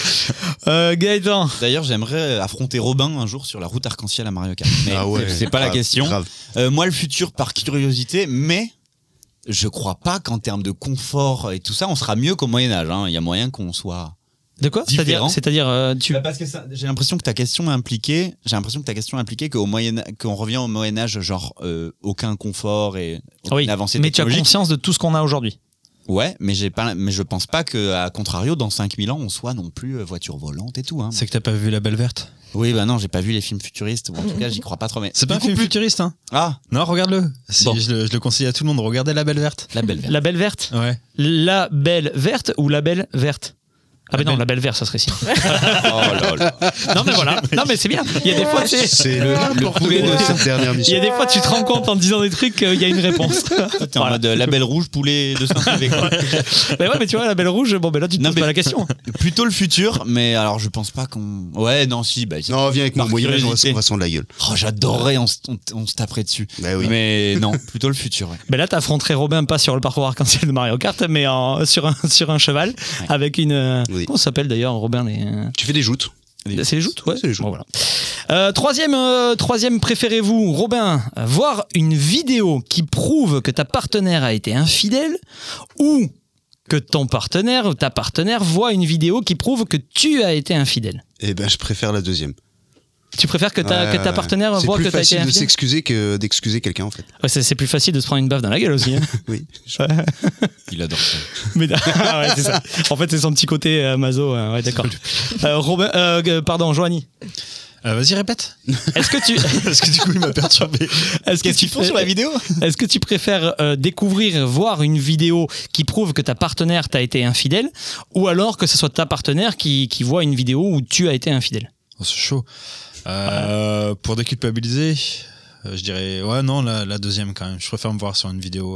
Gaëtan. D'ailleurs, j'aimerais affronter Robin un jour sur la route arc-en-ciel à Mario Kart. Mais c'est pas grave, la question. grave. Moi, le futur par curiosité, mais je crois pas qu'en termes de confort et tout ça, on sera mieux qu'au Moyen-Âge. Hein. Il y a moyen qu'on soit. De quoi? C'est-à-dire parce que j'ai l'impression que ta question impliquait qu'on revient au Moyen-Âge, genre aucun confort et aucune avancée mais tu as technologique. conscience de tout ce qu'on a aujourd'hui. Ouais, mais je pense pas qu'à contrario, dans 5000 ans, on soit non plus voiture volante et tout. Hein. C'est que t'as pas vu La Belle Verte? Oui, bah non, j'ai pas vu les films futuristes, ou en tout cas, j'y crois pas trop. Mais c'est pas un film futuriste, hein? Ah non, regarde-le. Je le conseille à tout le monde. Regardez La Belle Verte. La Belle Verte. La Belle Verte? Ouais. La Belle Verte ou La Belle Verte? Ah mais non, La Belle Verte, ça serait si. Oh là là. Non mais voilà, non mais c'est bien. Il y a des fois, c'est le poulet de cette dernière mission. Il y a des fois, tu te rends compte en disant des trucs, il y a une réponse. T'es en mode La Belle Rouge, poulet de Saint-Privé, quoi. Mais ouais, mais tu vois, La Belle Rouge, bon ben là, tu te poses pas la question. Plutôt le futur, mais alors je pense pas qu'on. Ouais, non, si. Bah, non, viens avec moi, Moyen-Âge, on va s'en de la gueule. Oh, j'adorerais, on se taperait dessus. Bah oui. Mais non, plutôt le futur. Ouais. Ben là, t'affronterais Robin pas sur le parcours arc-en-ciel de Mario Kart, mais sur un cheval, avec une. Comment ça s'appelle d'ailleurs, Robin? Tu fais des joutes. C'est les joutes, ouais. C'est les joutes. Bon, voilà. Troisième préférez-vous, Robin, voir une vidéo qui prouve que ta partenaire a été infidèle ou que ton partenaire ou ta partenaire voit une vidéo qui prouve que tu as été infidèle? Eh ben, je préfère la deuxième. Tu préfères que ta partenaire voit que tu as été infidèle? C'est plus facile de s'excuser que d'excuser quelqu'un, en fait. Ouais, c'est plus facile de se prendre une baffe dans la gueule aussi. Hein. Oui. Il adore ça. Mais, ouais, c'est ça. En fait, c'est son petit côté maso. Ouais, d'accord. Pardon, Joanie. Vas-y, répète. Est-ce que tu... Parce que du coup, il m'a perturbé. Qu'est-ce qu'ils font sur la vidéo? Est-ce que tu préfères voir une vidéo qui prouve que ta partenaire t'a été infidèle ou alors que ce soit ta partenaire qui voit une vidéo où tu as été infidèle? Oh, c'est chaud. Pour déculpabiliser, je dirais la deuxième quand même. Je préfère me voir sur une vidéo.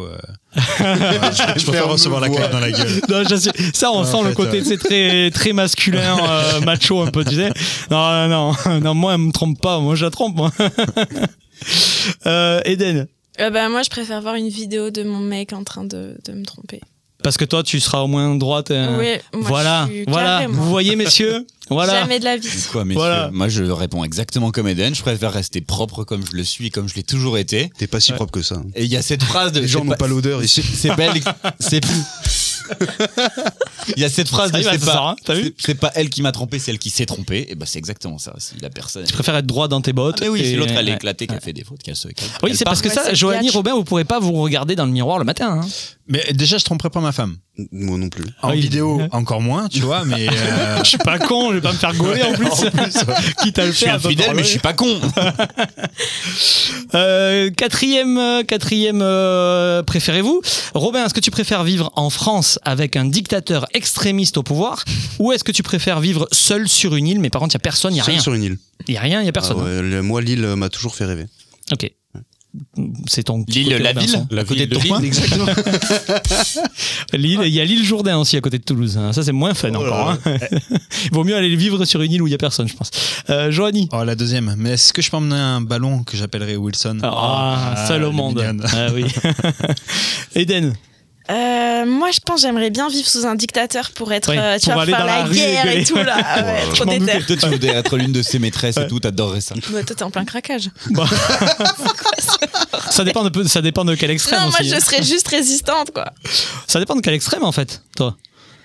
Je préfère recevoir la claque dans la gueule. Non, ça, on sent le côté c'est très très masculin, macho un peu, tu sais. Non, moi elle me trompe pas, moi je la trompe. Moi. Eden. Moi je préfère voir une vidéo de mon mec en train de me tromper. Parce que toi, tu seras au moins droite. Oui, voilà. Vous voyez, messieurs. Voilà. Jamais de la vie. Quoi, messieurs? Voilà. Moi, je réponds exactement comme Eden. Je préfère rester propre comme je le suis, comme je l'ai toujours été. T'es pas si propre que ça. Et il y a cette phrase de. Les gens n'ont pas l'odeur ici. C'est belle. Il y a cette phrase de c'est pas elle qui m'a trompé, c'est elle qui s'est trompée. Et bah c'est exactement ça aussi. La personne. Tu préfères être droit dans tes bottes. Mais oui, c'est l'autre elle est éclatée, qui a fait des fautes, Oui, c'est parce que ça, Joanie, Robin, vous pourrez pas vous regarder dans le miroir le matin. Hein. Mais déjà, je tromperais pas ma femme. Moi non plus. En vidéo, encore moins, tu vois, mais. Je suis pas con, je vais pas me faire gauler en plus. Quitte à le faire. Je suis infidèle, mais je suis pas con. Quatrième préférez-vous? Robin, est-ce que tu préfères vivre en France avec un dictateur extrémiste au pouvoir ou est-ce que tu préfères vivre seul sur une île, mais par contre, il n'y a personne, il n'y a rien? Seul sur une île. Il n'y a rien, il n'y a personne. Moi, l'île m'a toujours fait rêver. Ok. C'est ton l'île, la ville, la côté de Tourcoing. Exactement. Il y a l'île Jourdain aussi à côté de Toulouse. Ça, c'est moins fun encore. Hein. Il vaut mieux aller vivre sur une île où il n'y a personne, je pense. Joanie. Oh, la deuxième. Mais est-ce que je peux emmener un ballon que j'appellerais Wilson? Seul au monde. Ah oui. Eden. Moi, je pense que j'aimerais bien vivre sous un dictateur pour être, Ouais, tu pour vois, aller faire dans la la rue guerre et et tout là. Ouais, trop déter. Toi, tu voudrais être l'une de ses maîtresses et tout, t'adorerais ça. Ouais, toi, t'es en plein craquage. Ça dépend de quel extrême Non, moi, aussi. je serais juste résistante, quoi. Ça dépend de quel extrême en fait, toi. Non ?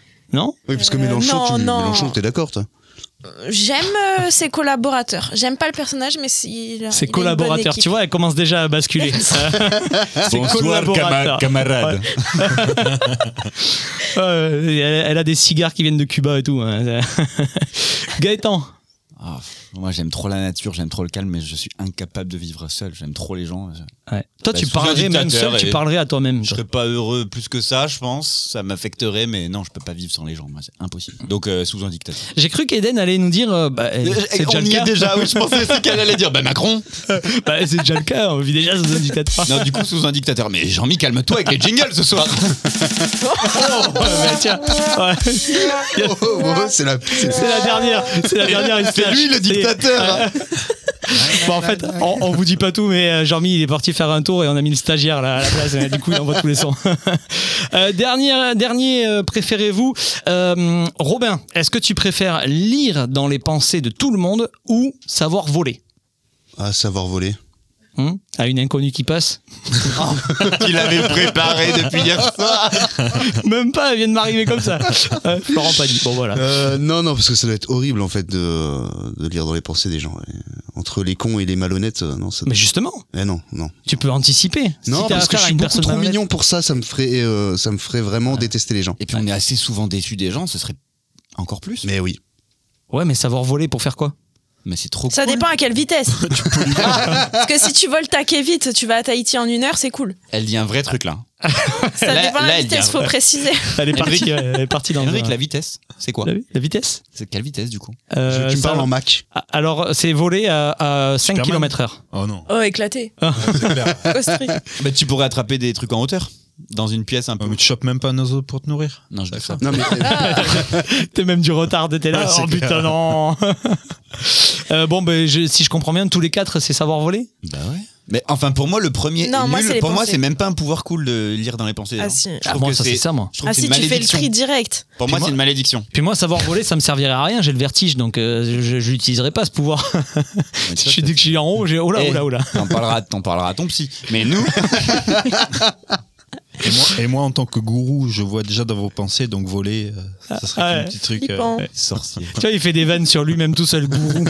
Oui, parce que Mélenchon, non. Mélenchon, t'es d'accord, toi? J'aime ses collaborateurs. J'aime pas le personnage, mais il a Ses une bonne collaborateurs, équipe. tu vois, elle commence déjà à basculer. Ses collaborateurs. camarade. Elle a des cigares qui viennent de Cuba et tout. Hein. Gaëtan. Ah, moi, j'aime trop la nature, j'aime trop le calme, mais je suis incapable de vivre seul. J'aime trop les gens. Ouais. Toi, tu sous un parlerais même dictateur seul, tu et parlerais à toi-même. Je serais pas heureux plus que ça, je pense. Ça m'affecterait, mais non, je peux pas vivre sans les gens. Moi, c'est impossible. Donc, sous un dictateur. J'ai cru qu'Eden allait nous dire. C'est déjà on le y cas. est déjà, oui, je pensais c'est qu'elle allait dire. Macron. C'est déjà le cas, on vit déjà sous un dictateur. Non, du coup, sous un dictateur. Mais Jean-Mi, calme-toi avec les jingles ce soir. Mais tiens. Ouais. C'est la dernière. C'est lui le dictateur. Bon, en fait, on vous dit pas tout, mais Jean-Mi, il est parti faire un tour et on a mis le stagiaire là, à la place. Du coup, il envoie tous les sons. Dernier préférez-vous Robin, est-ce que tu préfères lire dans les pensées de tout le monde ou savoir voler? Ah, savoir voler. À une inconnue qui passe. Qu'il avait préparé depuis hier soir. Même pas, elle vient de m'arriver comme ça. Florent pas dit. Bon, voilà. Non, parce que ça doit être horrible en fait de lire dans les pensées des gens. Et entre les cons et les malhonnêtes, non. Ça doit... Mais justement. Non. Tu peux anticiper. Non, si t'as parce que affaire je à suis une beaucoup personne trop malhonnête. mignon pour ça. Ça me ferait vraiment détester les gens. Et puis on est assez souvent déçus des gens, ce serait encore plus. Mais oui. Ouais, mais savoir voler pour faire quoi? Mais c'est trop Ça cool. dépend à quelle vitesse. Parce que si tu voles taquer vite, tu vas à Tahiti en 1 heure, c'est cool. Elle dit un vrai truc là. Ça dépend de la vitesse, faut préciser. Elle est partie dans Henrik, la vitesse, c'est quoi? La vitesse? C'est quelle vitesse du coup? Tu me parles en Mach. Alors, c'est voler à 5 Superman. km/h. Oh non. Oh, éclaté. C'est clair. Costerie. Bah, tu pourrais attraper des trucs en hauteur dans une pièce un peu. Mais tu chopes même pas un oiseau pour te nourrir. Non, je dis ça. Non, mais T'es même du retard, t'es là. Ouais, Oh c'est putain, clair. non. Si je comprends bien, tous les 4, c'est savoir voler? Bah ouais. Mais enfin, pour moi, le premier Non, est moi, nul. c'est les Pour moi, pensées. c'est même pas un pouvoir cool de lire dans les pensées. des Ah gens. si. Je trouve moi, que ça, c'est ça, moi. je trouve Ah que c'est si, une tu fais le malédiction. tri direct. Pour moi, c'est une malédiction. Puis moi, savoir voler, ça me servirait à rien. J'ai le vertige, donc je l'utiliserai pas, ce pouvoir. Si je dis que je suis en haut, j'ai oh là. T'en parleras à ton psy. Mais nous, Et moi, en tant que gourou, je vois déjà dans vos pensées, donc voler, ça serait ouais. un petit truc. Flippant. sorcier. Tu vois, il fait des vannes sur lui-même tout seul, gourou.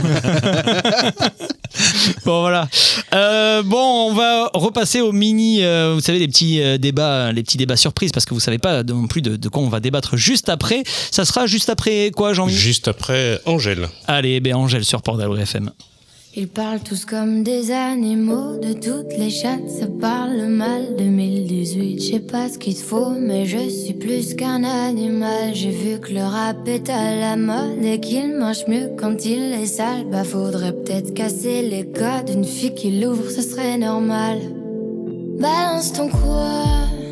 Bon, voilà. On va repasser au mini, vous savez, les petits débats surprises, parce que vous savez pas non plus de quoi on va débattre juste après. Ça sera juste après quoi, Jean-Mi? Juste après Angèle. Allez, Angèle sur Port d'Albret FM. Ils parlent tous comme des animaux, de toutes les chattes, ça parle mal. 2018, je sais pas ce qu'il te faut, mais je suis plus qu'un animal. J'ai vu que le rap est à la mode et qu'il mange mieux quand il est sale. Bah faudrait peut-être casser les codes, une fille qui l'ouvre, ce serait normal. Balance ton quoi.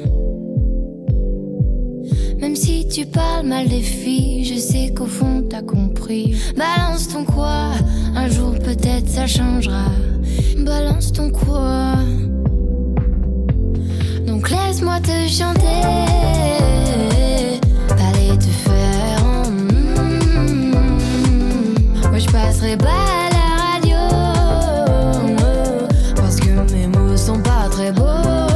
Même si tu parles mal des filles, je sais qu'au fond t'as compris. Balance ton quoi, un jour peut-être ça changera. Balance ton quoi. Donc laisse-moi te chanter, aller te faire en Moi je passerai pas à la radio, parce que mes mots sont pas très beaux.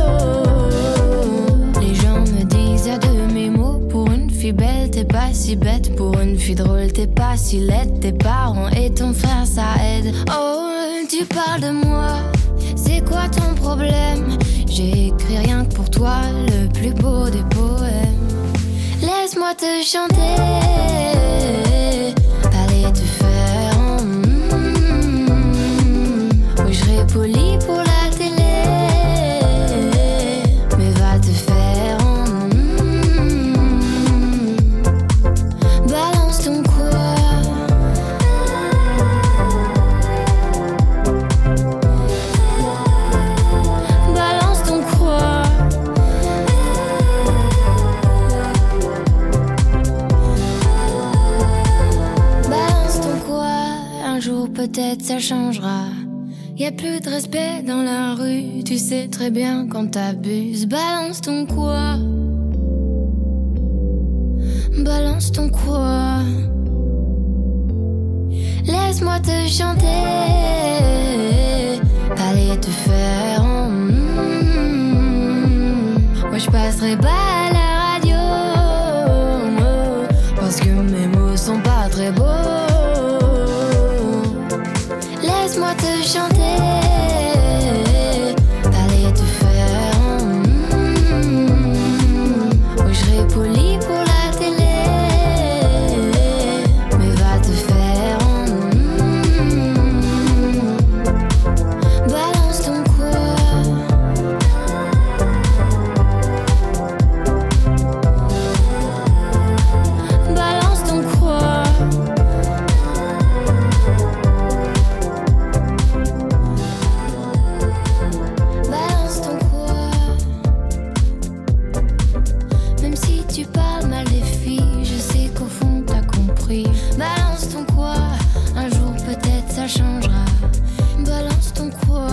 Les gens me disent à de mes mots, pour une fille belle t'es pas si bête, pour une fille drôle t'es pas si laide. Tes parents et ton frère ça aide. Oh, tu parles de moi, c'est quoi ton problème? J'ai écrit rien que pour toi, le plus beau des poèmes. Laisse-moi te chanter, aller te faire en Oui, je serai poli pour la télé, mais va te faire en balance ton quoi. Balance ton quoi. Balance ton quoi. Un jour peut-être ça changera. Y a plus de respect dans la rue, tu sais très bien quand t'abuses. Balance ton quoi. balance ton quoi. Laisse-moi te chanter, allez te faire. Moi je passerai pas à la radio, parce que mes mots sont pas très beaux. Laisse-moi te chanter, allez te faire. Moi je serai poli pour la télé, mais va te faire. Balance ton quoi. Balance ton quoi. Balance ton quoi. Même si tu parles mal des filles, je sais qu'au fond t'as compris. Balance ton quoi. Un jour peut-être ça changera. Balance ton quoi.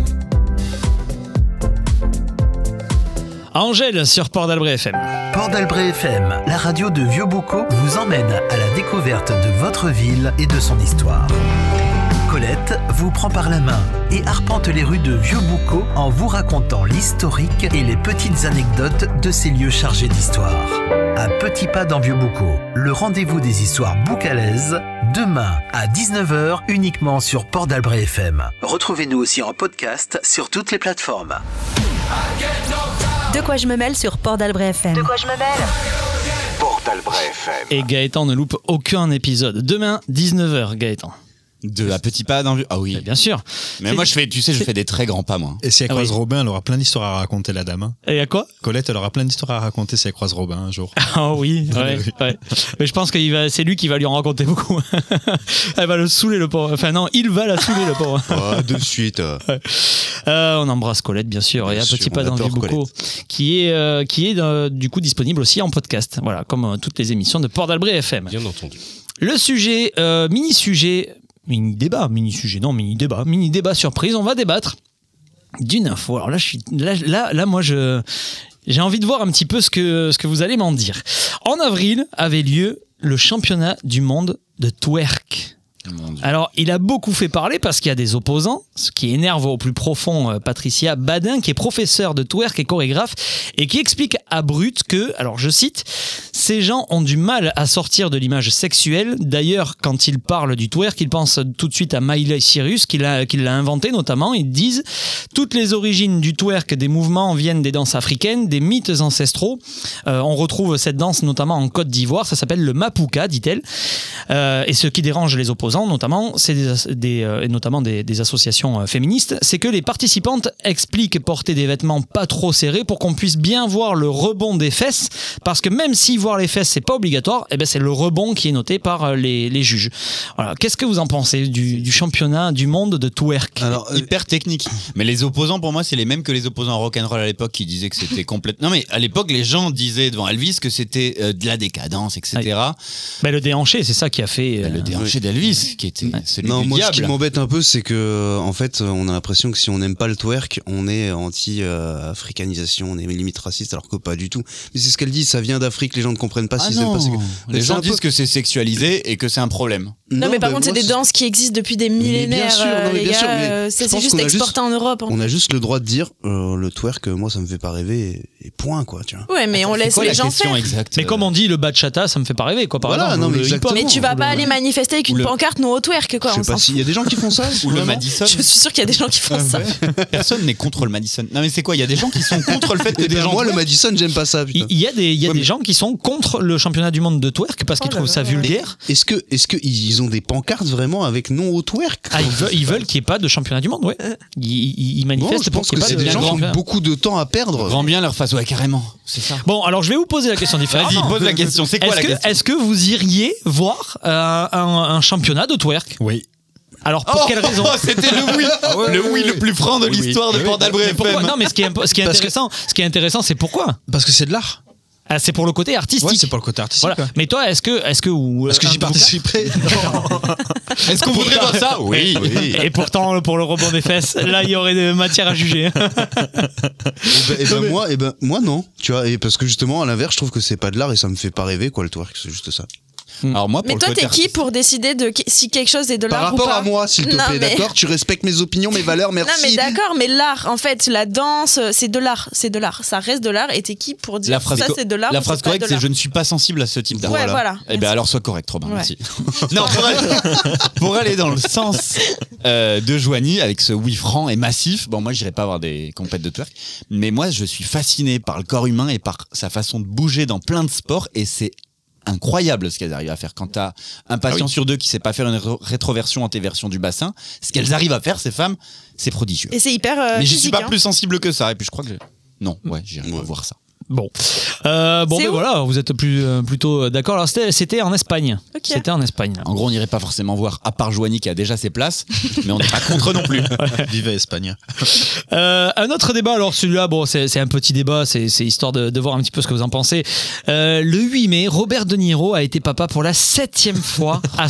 Angèle sur Port d'Albret FM. Port d'Albret FM, la radio de Vieux-Bocaux, vous emmène à la découverte de votre ville et de son histoire. Colette vous prend par la main et arpente les rues de Vieux-Bocaux en vous racontant l'historique et les petites anecdotes de ces lieux chargés d'histoire. À petits pas dans Vieux-Bocaux, le rendez-vous des histoires boucalaises, demain à 19h uniquement sur Port d'Albret FM. Retrouvez-nous aussi en podcast sur toutes les plateformes. De quoi je me mêle sur Port d'Albret FM. De quoi je me mêle? Port d'Albret FM. Et Gaëtan ne loupe aucun épisode. Demain, 19h, Gaëtan. À petits pas dans Ah oui. Mais bien sûr. Mais moi, je fais des très grands pas, moi. Et si elle croise Robin, elle aura plein d'histoires à raconter, la dame. Et à quoi? Colette, elle aura plein d'histoires à raconter si elle croise Robin un jour. Ah oui, ouais. Mais je pense que c'est lui qui va lui en raconter beaucoup. Elle va le saouler, le pauvre. Enfin non, il va la saouler, le pauvre. Oh, de suite. Ouais. On embrasse Colette, bien sûr. Et à Petit Pas dans Vieux-Bocaux, qui est du coup disponible aussi en podcast. Voilà, comme toutes les émissions de Port d'Albret FM. Bien entendu. Le sujet, mini-sujet surprise. On va débattre d'une info. Alors là, moi, j'ai envie de voir un petit peu ce que vous allez m'en dire. En avril avait lieu le championnat du monde de twerk. Alors, il a beaucoup fait parler parce qu'il y a des opposants, ce qui énerve au plus profond Patricia Badin, qui est professeure de twerk et chorégraphe, et qui explique à Brut que, alors je cite, ces gens ont du mal à sortir de l'image sexuelle. D'ailleurs, quand ils parlent du twerk, ils pensent tout de suite à Miley Cyrus, qui l'a inventé notamment. Ils disent toutes les origines du twerk, des mouvements viennent des danses africaines, des mythes ancestraux. On retrouve cette danse notamment en Côte d'Ivoire, ça s'appelle le Mapuka, dit-elle. Et ce qui dérange les opposants, notamment, c'est notamment des associations féministes, c'est que les participantes expliquent porter des vêtements pas trop serrés pour qu'on puisse bien voir le rebond des fesses, parce que même si voir les fesses c'est pas obligatoire, eh ben c'est le rebond qui est noté par les juges. Voilà. Qu'est-ce que vous en pensez du championnat du monde de twerk? Alors, hyper technique. Mais les opposants, pour moi, c'est les mêmes que les opposants rock'n'roll à l'époque qui disaient que c'était complètement. Non, mais à l'époque, les gens disaient devant Elvis que c'était de la décadence, etc. Ben, le déhanché, c'est ça qui a fait. Le déhanché d'Elvis, qui était celui du moi, diable. Ce qui m'embête un peu, c'est que, en fait, on a l'impression que si on n'aime pas le twerk, on est anti-africanisation, on est limite raciste, alors que pas du tout. Mais c'est ce qu'elle dit, ça vient d'Afrique, les gens ne comprennent pas si c'est pas. Les gens disent que c'est sexualisé et que c'est un problème. Non, mais par contre, c'est des danses qui existent depuis des millénaires. Bien sûr, les bien sûr, gars, c'est juste exporté en Europe. On a juste le droit de dire le twerk, moi, ça me fait pas rêver, et point, quoi, tu vois. Ouais, mais on laisse les gens faire. Mais comme on dit, le bachata, ça me fait pas rêver, quoi, par exemple. Non, mais mais tu vas pas aller manifester avec une pancarte non au twerk, quoi. Je sais pas s'il y a des gens qui font ça. Ou le Madison. Je suis sûr qu'il y a des gens qui font ça. Personne n'est contre le Madison. Non, mais c'est quoi? Il y a des gens qui sont contre le fait que des gens. Moi, le Madison, j'aime pas ça. Il y a des gens qui sont contre le championnat du monde de twerk parce qu'ils trouvent ça vulgaire. Est-ce que ils ont des pancartes vraiment avec non au twerk? Ah, ils veulent qu'il n'y ait pas de championnat du monde, ouais. Ils manifestent pour qu'il n'y ait pas de championnat. Je pense que c'est des gens qui ont beaucoup de temps à perdre. Grand bien leur face, ouais, carrément. C'est ça. Bon, alors je vais vous poser la question différente. Vas-y, pose la question. C'est quoi la question? Est-ce que vous iriez voir un championnat de twerk? Oui. Alors pour quelle raison? C'était le oui, le oui le plus franc de l'histoire de Port d'Albret FM. Non, mais ce qui est intéressant, c'est pourquoi? Parce que c'est de l'art. Ah, c'est pour le côté artistique. Ouais, c'est pour le côté artistique. Voilà. Quoi. Mais toi, est-ce que j'y participerai? Est-ce qu'on voudrait voir ça? Oui. Et pourtant, pour le rebond des fesses, là, il y aurait de matière à juger. Moi non, tu vois, et parce que justement à l'inverse, je trouve que c'est pas de l'art et ça me fait pas rêver quoi le twerk, c'est juste ça. Alors moi, mais toi, t'es qui pour décider de si quelque chose est de l'art ou pas? Par rapport à moi, s'il te plaît, d'accord? Tu respectes mes opinions, mes valeurs, merci. Non, mais d'accord, mais l'art, en fait, la danse, c'est de l'art. Ça reste de l'art. Et t'es qui pour dire ça, c'est de l'art? La phrase correcte, c'est je ne suis pas sensible à ce type d'art. Ouais, voilà. Eh bien, alors sois correct, Robin, merci. Non, pour aller dans le sens de Joanie, avec ce oui franc et massif, bon, moi, j'irai pas avoir des compètes de twerk, mais moi, je suis fasciné par le corps humain et par sa façon de bouger dans plein de sports, et c'est incroyable ce qu'elles arrivent à faire. Quand t'as un patient sur deux qui sait pas faire une rétroversion antéversion du bassin, ce qu'elles arrivent à faire, ces femmes, c'est prodigieux. Et c'est hyper mais j'y physique, suis pas plus sensible que ça. Et puis je crois que j'irai voir ça. Bon, mais voilà, vous êtes plutôt d'accord. Alors c'était en Espagne. Okay. C'était en Espagne. En gros, on n'irait pas forcément voir, à part Joanie qui a déjà ses places, mais on n'est pas contre non plus. Vive Espagne. Un autre débat. Alors celui-là, bon, c'est un petit débat. C'est histoire de voir un petit peu ce que vous en pensez. Le 8 mai, Robert De Niro a été papa pour la 7e fois à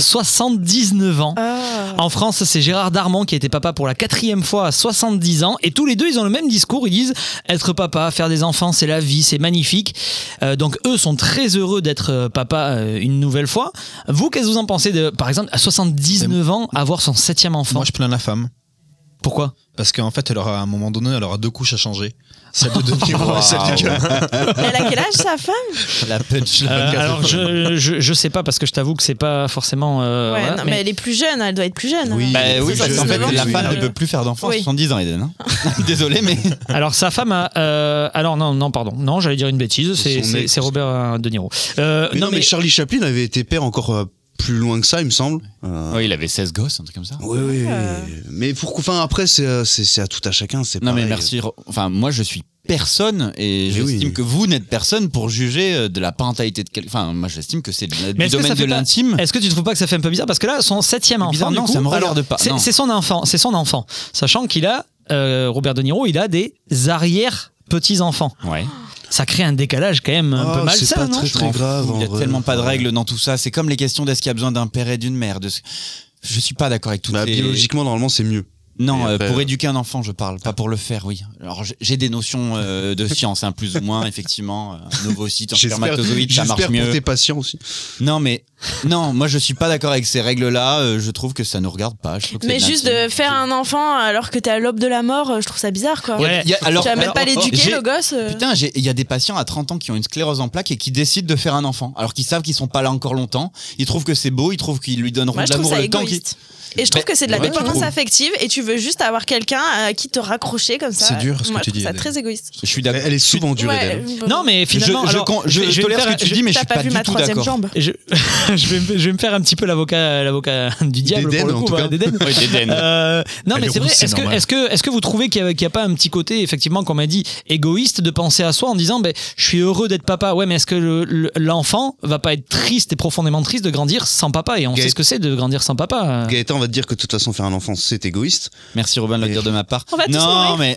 79 ans. En France, c'est Gérard Darmon qui a été papa pour la 4e fois à 70 ans. Et tous les deux, ils ont le même discours. Ils disent être papa, faire des enfants, c'est la vie. C'est magnifique. Donc eux sont très heureux d'être papa une nouvelle fois. Vous, qu'est-ce que vous en pensez de, par exemple, à 79 ans, avoir son 7e enfant? Moi, je plains la femme. Pourquoi? Parce qu'en fait, à un moment donné, elle aura 2 couches à changer. Celle de De Niro et celle du gars. Elle a quel âge, sa femme? La punch. Alors, je sais pas, parce que je t'avoue que c'est pas forcément... voilà, mais elle est plus jeune, elle doit être plus jeune. Oui, parce qu'en fait, la femme ne peut plus faire d'enfant à 70 ans, Eden. Hein. Désolé, mais... Alors, sa femme a... alors, non, pardon. Non, j'allais dire une bêtise. C'est Robert De Niro. Mais Charlie Chaplin avait été père encore... plus loin que ça, il me semble. Oui, il avait 16 gosses, un truc comme ça. Oui. Mais après, c'est à tout à chacun. C'est non, pareil. mais merci. Enfin, moi, je suis personne et j'estime que vous n'êtes personne pour juger de la parentalité de quelqu'un. Enfin, moi, j'estime que c'est du domaine de l'intime. Est-ce que tu trouves pas que ça fait un peu bizarre? Parce que là, son 7e enfant. Non, ça me regarde pas. C'est son enfant. Sachant qu'il a, Robert De Niro, il a des arrière-petits-enfants. Ouais. Ça crée un décalage quand même un peu malsain, c'est pas non? très grave. Il y a tellement pas de règles dans tout ça. C'est comme les questions d'est-ce qu'il y a besoin d'un père et d'une mère. Je suis pas d'accord avec tout ça. Biologiquement, normalement, c'est mieux. Non, pour éduquer un enfant, je parle, pas pour le faire, oui. Alors, j'ai des notions de science, plus ou moins, effectivement. Un ovocyte, un spermatozoïde, ça marche mieux. J'espère pour tes patients aussi. Non, moi, je suis pas d'accord avec ces règles-là. Je trouve que ça nous regarde pas. Mais juste de faire un enfant alors que t'es à l'aube de la mort, je trouve ça bizarre, quoi. Ouais. Tu vas même pas l'éduquer, le gosse. Putain, il y a des patients à 30 ans qui ont une sclérose en plaques et qui décident de faire un enfant. Alors qu'ils savent qu'ils sont pas là encore longtemps. Ils trouvent que c'est beau, ils trouvent qu'ils lui donneront de l'amour le temps qu'ils... Et je trouve que c'est de la dépendance affective et tu veux juste avoir quelqu'un à qui te raccrocher comme ça. C'est dur ce que tu dis. C'est très égoïste. Je suis d'accord. Elle est souvent dure. Non, mais finalement, je tolère ce que tu dis, mais je suis pas du tout d'accord. Je vais me faire un petit peu l'avocat du diable pour le coup, d'Eden. Non, mais c'est vrai. Est-ce que vous trouvez qu'il y a pas un petit côté, effectivement, comme on m'a dit, égoïste de penser à soi en disant, je suis heureux d'être papa. Ouais, mais est-ce que l'enfant va pas être triste et profondément triste de grandir sans papa? Et on sait ce que c'est de grandir sans papa. Gaëtan va te dire que de toute façon faire un enfant c'est égoïste. Merci Robin de le dire de ma part. Non mais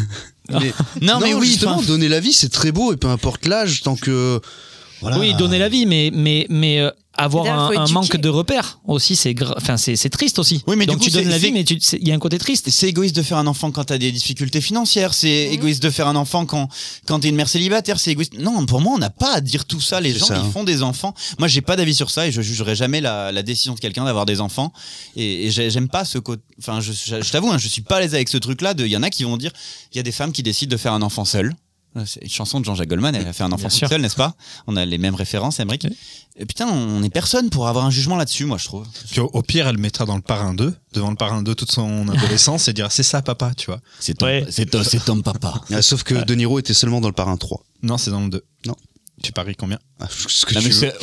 oui, justement, donner la vie c'est très beau et peu importe l'âge tant que voilà. Oui, donner la vie mais avoir un manque de repères aussi, c'est triste aussi. Oui, mais donc du coup, tu donnes la vie, mais il y a un côté triste. C'est égoïste de faire un enfant quand t'as des difficultés financières. C'est égoïste de faire un enfant quand t'es une mère célibataire. C'est égoïste. Non, pour moi, on n'a pas à dire tout ça. Les gens, ils font des enfants. Moi, j'ai pas d'avis sur ça et je jugerai jamais la décision de quelqu'un d'avoir des enfants. Et j'aime pas ce côté. Enfin, je t'avoue, je suis pas à l'aise avec ce truc-là. Il y en a qui vont dire, il y a des femmes qui décident de faire un enfant seul. C'est une chanson de Jean-Jacques Goldman, elle a fait un enfant toute seule, n'est-ce pas? On a les mêmes références, Emmerich. Oui. Et putain, on est personne pour avoir un jugement là-dessus, moi, je trouve. Puis au pire, elle mettra dans le Parrain 2, devant le Parrain 2 toute son adolescence et dira c'est ça, papa, tu vois. C'est ton papa. Sauf que De Niro était seulement dans le Parrain 3. Non, c'est dans le 2. Non. Tu paries combien? Ce que tu veux.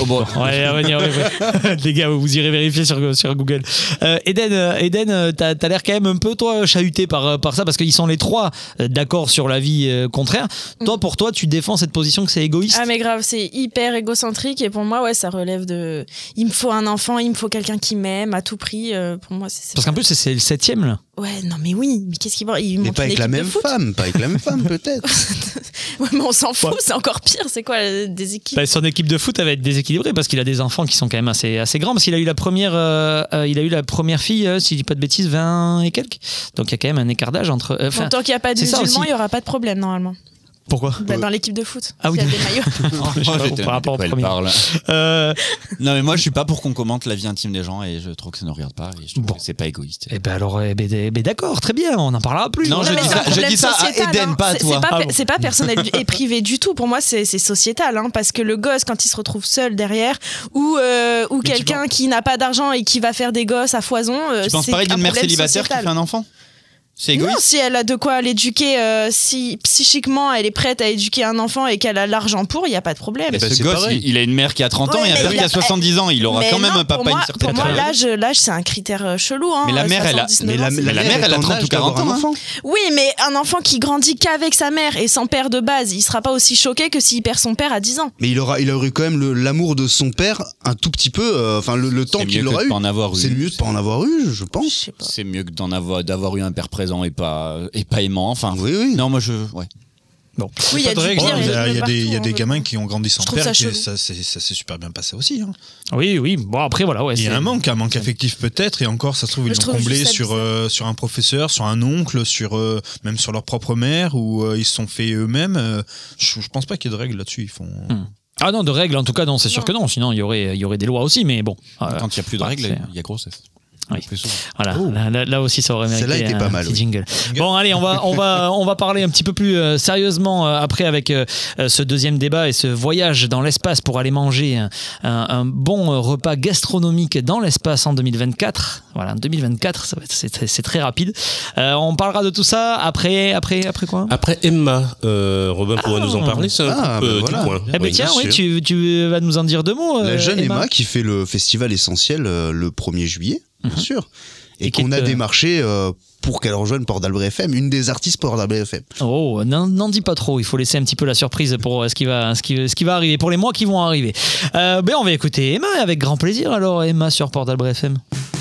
Ouais. Les gars, vous irez vérifier sur Google. Eden, t'as l'air quand même un peu, toi, chahuté par ça, parce qu'ils sont les trois d'accord sur l'avis contraire. Toi, pour toi, tu défends cette position que c'est égoïste? Ah, mais grave, c'est hyper égocentrique et pour moi, ouais, ça relève de. Il me faut un enfant, il me faut quelqu'un qui m'aime à tout prix. Pour moi, c'est. Parce qu'en plus, c'est le 7e, là. Ouais, non, mais oui, mais qu'est-ce qu'il va. Mais pas avec la même femme, peut-être. Ouais, mais on s'en fout, c'est encore pire. C'est quoi? déséquilibré. Son équipe de foot elle va être déséquilibrée parce qu'il a des enfants qui sont quand même assez grands, parce qu'il a eu la première fille, si je dis pas de bêtises, 20 et quelques. Donc il y a quand même un écart d'âge entre. Tant qu'il n'y a pas de musulmans, il n'y aura pas de problème normalement. Pourquoi ? Dans l'équipe de foot. Ah oui. Il y a des maillots. Par rapport au premier. Non mais moi je suis pas pour qu'on commente la vie intime des gens et je trouve que ça ne regarde pas et je trouve que c'est pas égoïste. D'accord, très bien, on n'en parlera plus. Non, je dis ça à Eden, pas à toi. C'est pas personnel et privé du tout. Pour moi, c'est sociétal, parce que le gosse, quand il se retrouve seul derrière, ou quelqu'un qui n'a pas d'argent et qui va faire des gosses à foison, tu penses pareil d'une mère célibataire qui fait un enfant ? C'est égoïste. Non, si elle a de quoi l'éduquer, si psychiquement elle est prête à éduquer un enfant et qu'elle a l'argent pour, il n'y a pas de problème. Mais ce gosse, il a une mère qui a 30 ans et un père qui a 70 ans. Il aura quand même un papa une certaine Pour moi, l'âge, c'est un critère chelou. Mais la mère, elle a 30 ou 40 ans. Oui, mais un enfant qui grandit qu'avec sa mère et sans père de base, il sera pas aussi choqué que s'il perd son père à 10 ans. Mais il aurait quand même l'amour de son père un tout petit peu, le temps qu'il aura eu. C'est mieux de pas en avoir eu, je pense. C'est mieux que d'avoir eu un père présent et pas aimant. Enfin, oui. Non, moi ouais. Bon. Oui, il y a il y a des gamins qui ont grandi sans père et ça s'est super bien passé aussi. Oui. Bon, après, voilà. Ouais, il y a un manque affectif peut-être, et encore, ça se trouve, ils l'ont comblé sur un professeur, sur un oncle, même sur leur propre mère, ou ils se sont fait eux-mêmes. Je pense pas qu'il y ait de règles là-dessus. Ils font. Ah non, de règles, en tout cas, non, c'est sûr que non. Sinon, il y aurait des lois aussi, mais bon. Quand il n'y a plus de règles, il y a grossesse. Oui. Voilà, là aussi ça aurait mérité. Celle-là était pas mal. Petit jingle. Bon, allez, on va parler un petit peu plus sérieusement après avec ce deuxième débat et ce voyage dans l'espace pour aller manger un bon repas gastronomique dans l'espace en 2024. Voilà, en 2024, c'est très rapide. On parlera de tout ça après quoi ? Après Emma, Robin pourra nous en parler. C'est un peu du coin. Eh ben tiens, tu vas nous en dire 2 mots. La jeune Emma qui fait le festival Essentiel le 1er juillet. Bien sûr. Et qu'on a démarché pour qu'elle rejoigne Port d'Albret FM, une des artistes Port d'Albret FM. Oh, n'en dis pas trop, il faut laisser un petit peu la surprise pour ce qui va arriver, pour les mois qui vont arriver. On va écouter Emma avec grand plaisir, alors Emma sur Port d'Albret FM.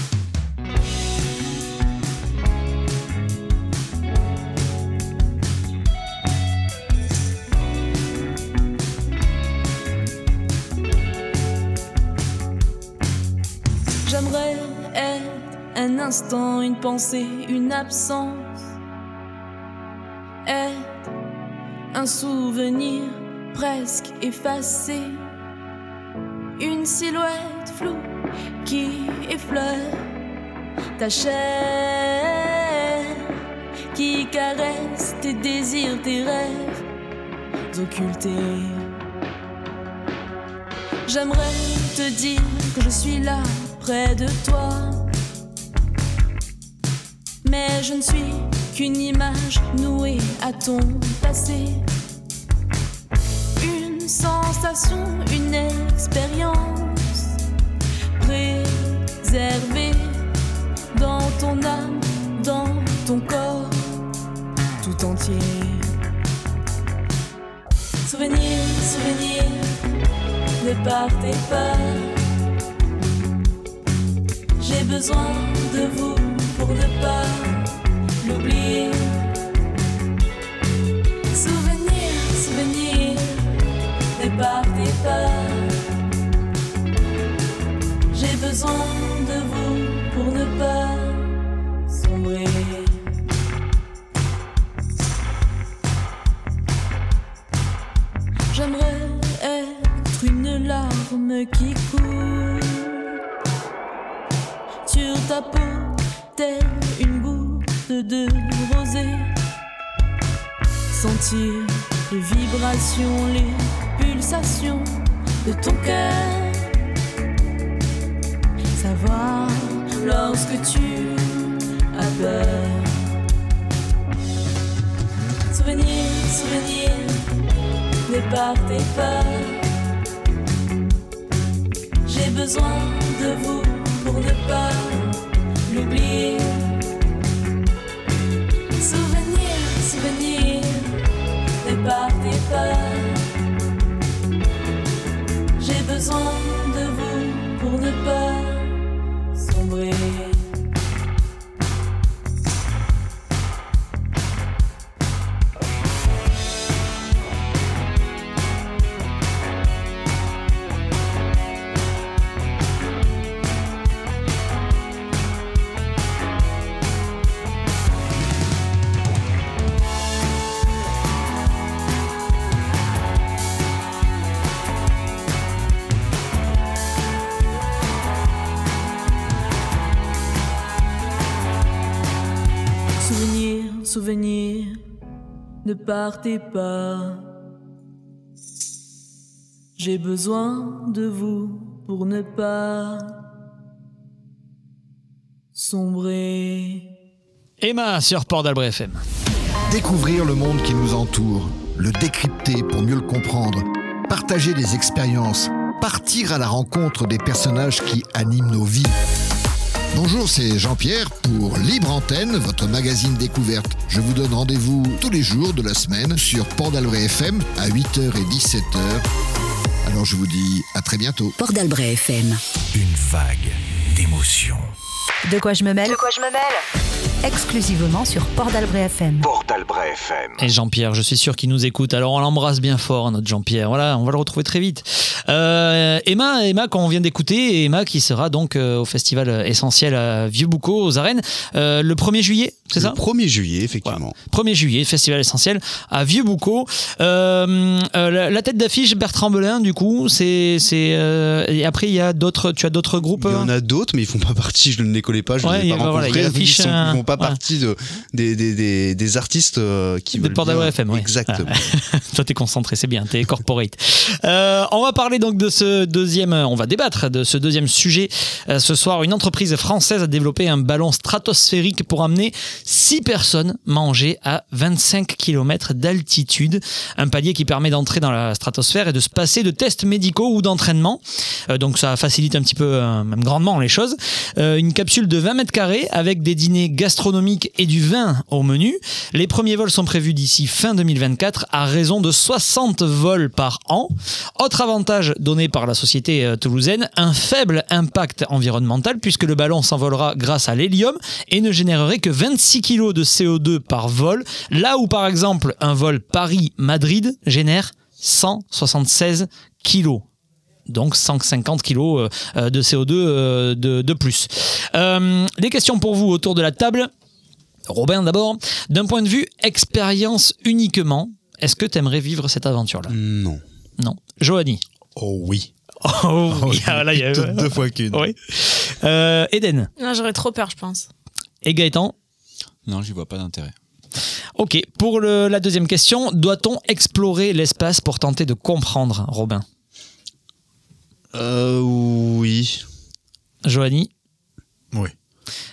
J'aimerais être un instant, une pensée, une absence. Être un souvenir presque effacé. Une silhouette floue qui effleure ta chair, qui caresse tes désirs, tes rêves occultés. J'aimerais te dire que je suis là près de toi, mais je ne suis qu'une image nouée à ton passé. Une sensation, une expérience préservée dans ton âme, dans ton corps tout entier. Souvenir, souvenir, ne partez pas. J'ai besoin de vous pour ne pas l'oublier. Souvenir, souvenir, ne partez pas. J'ai besoin de vous pour ne pas sombrer. J'aimerais être une larme qui coule sur ta peau, telle une goutte de rosée. Sentir les vibrations, les pulsations de ton cœur. Savoir lorsque tu as peur. Souvenir, souvenir, ne partez pas. J'ai besoin de vous pour ne pas l'oublier. Souvenir, souvenir, ne partez pas. J'ai besoin de vous pour ne pas sombrer. Souvenir, souvenir, ne partez pas. J'ai besoin de vous pour ne pas sombrer. Emma sur Port d'Albret FM. Découvrir le monde qui nous entoure, le décrypter pour mieux le comprendre, partager des expériences, partir à la rencontre des personnages qui animent nos vies. Bonjour, c'est Jean-Pierre pour Libre Antenne, votre magazine découverte. Je vous donne rendez-vous tous les jours de la semaine sur Port d'Albret FM à 8h et 17h. Alors je vous dis à très bientôt. Port d'Albret FM. Une vague d'émotions. De quoi je me mêle Exclusivement sur Port d'Albret FM. Port d'Albret FM. Et Jean-Pierre, je suis sûr qu'il nous écoute. Alors on l'embrasse bien fort, notre Jean-Pierre. Voilà, on va le retrouver très vite. Emma, qu'on vient d'écouter, et Emma qui sera donc au festival Essentiel à Vieux-Boucau, aux Arènes, le 1er juillet, c'est ça ? Le 1er juillet, effectivement. Voilà. 1er juillet, festival Essentiel à Vieux-Boucau. La tête d'affiche, Bertrand Belin, du coup, et après il y a d'autres, tu as d'autres groupes ? Il y en a d'autres, mais ils font pas partie, je ne les connais pas, je ne les ai pas rencontrés. Ils font pas partie des artistes qui veulent Port d'Albret FM, exactement. Toi t'es concentré, c'est bien, t'es corporate. On va parler donc de ce deuxième, on va débattre de ce deuxième sujet ce soir. Une entreprise française a développé un ballon stratosphérique pour amener 6 personnes manger à 25 km d'altitude. Un palier qui permet d'entrer dans la stratosphère et de se passer de tests médicaux ou d'entraînement. Donc ça facilite un petit peu, même grandement les choses. Une capsule de 20 mètres carrés avec des dîners gastronomiques et du vin au menu. Les premiers vols sont prévus d'ici fin 2024 à raison de 60 vols par an. Autre avantage donné par la société toulousaine, un faible impact environnemental puisque le ballon s'envolera grâce à l'hélium et ne générerait que 26 kg de CO2 par vol, là où par exemple un vol Paris-Madrid génère 176 kg. Donc 150 kg de CO2 de plus. Les questions pour vous autour de la table. Robin d'abord, d'un point de vue expérience uniquement, est-ce que tu aimerais vivre cette aventure-là ? Non. Non. Joanie ? Oh oui. Oh oui. Là, il y a deux fois qu'une. Oui. Eden ? Non, j'aurais trop peur, je pense. Et Gaëtan ? Non, j'y vois pas d'intérêt. Ok, pour la deuxième question, doit-on explorer l'espace pour tenter de comprendre, Robin ? Oui. Joanie ? Oui. Eden ?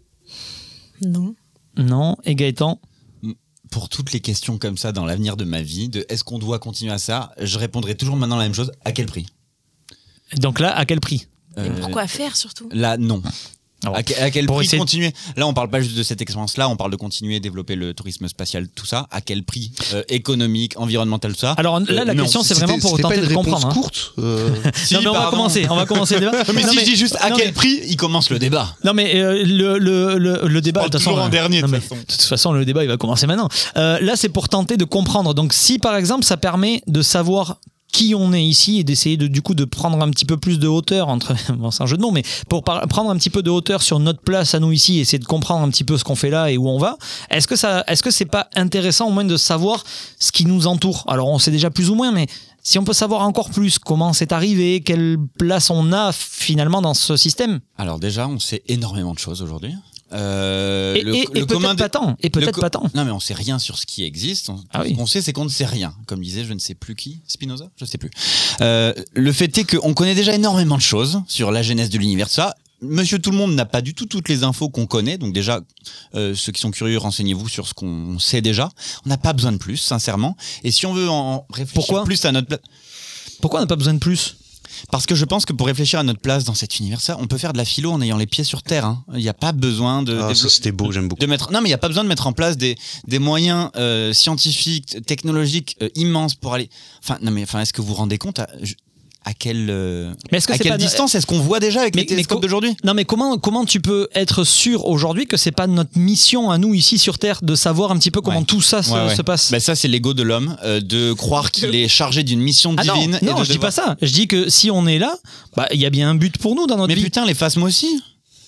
Non. Non. Et Gaëtan ? Pour toutes les questions comme ça dans l'avenir de ma vie, de est-ce qu'on doit continuer à ça, je répondrai toujours maintenant la même chose, à quel prix ? Donc là, à quel prix ? Et pourquoi faire surtout ? Là, non. Alors, à quel pour prix essayer... continuer ? Là, on parle pas juste de cette expérience-là, on parle de continuer à développer le tourisme spatial, tout ça. À quel prix ? Économique, environnemental, tout ça. Alors là, la question, c'est vraiment pour tenter de comprendre. Courte. Si, non, mais on va commencer le débat. Mais si je dis juste à quel prix, il commence le débat. Non, mais le débat, de toute façon, en dernier. De toute façon, le débat, il va commencer maintenant. Là, c'est pour tenter de comprendre. Donc, si par exemple, ça permet de savoir qui on est ici et d'essayer du coup de prendre un petit peu plus de hauteur bon, c'est un jeu de mots, mais pour prendre un petit peu de hauteur sur notre place à nous ici, essayer de comprendre un petit peu ce qu'on fait là et où on va. Est-ce que c'est pas intéressant au moins de savoir ce qui nous entoure ? Alors on sait déjà plus ou moins, mais si on peut savoir encore plus comment c'est arrivé, quelle place on a finalement dans ce système. Alors déjà, on sait énormément de choses aujourd'hui. Et peut-être pas tant. Et peut-être pas tant. Non, mais on sait rien sur ce qui existe. Ce qu'on sait, c'est qu'on ne sait rien. Comme disait, je ne sais plus qui, Spinoza, je sais plus. Le fait est qu'on connaît déjà énormément de choses sur la genèse de l'univers. Ça, Monsieur Tout le Monde n'a pas du tout toutes les infos qu'on connaît. Donc déjà, ceux qui sont curieux, renseignez-vous sur ce qu'on sait déjà. On n'a pas besoin de plus, sincèrement. Et si on veut en réfléchir plus à notre place, pourquoi on n'a pas besoin de plus ? Parce que je pense que pour réfléchir à notre place dans cet univers, on peut faire de la philo en ayant les pieds sur terre. Hein. Il n'y a pas besoin de... ça c'était beau, j'aime beaucoup. Non, mais il n'y a pas besoin de mettre en place des moyens scientifiques, technologiques immenses pour aller... est-ce que vous vous rendez compte à quelle distance est-ce qu'on voit déjà avec les télescopes d'aujourd'hui ? Non, mais comment tu peux être sûr aujourd'hui que c'est pas notre mission à nous ici sur Terre de savoir un petit peu comment tout ça se passe ? Ben ça, c'est l'ego de l'homme, de croire qu'il est chargé d'une mission divine. Non, je dis pas ça. Je dis que si on est là, il y a bien un but pour nous dans notre vie. Mais putain, les Phasmes aussi.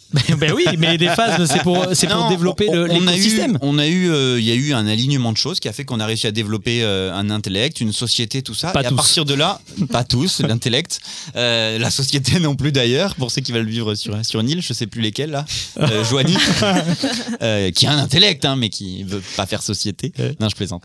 Ben oui, mais des phases, c'est pour développer l'écosystème. Il y a eu un alignement de choses qui a fait qu'on a réussi à développer un intellect, une société, tout ça. Pas et tous. à partir de là, pas tous, l'intellect, la société non plus d'ailleurs, pour ceux qui veulent vivre sur une île, je sais plus lesquels là, Joanie, qui a un intellect, hein, mais qui veut pas faire société. Non, je plaisante.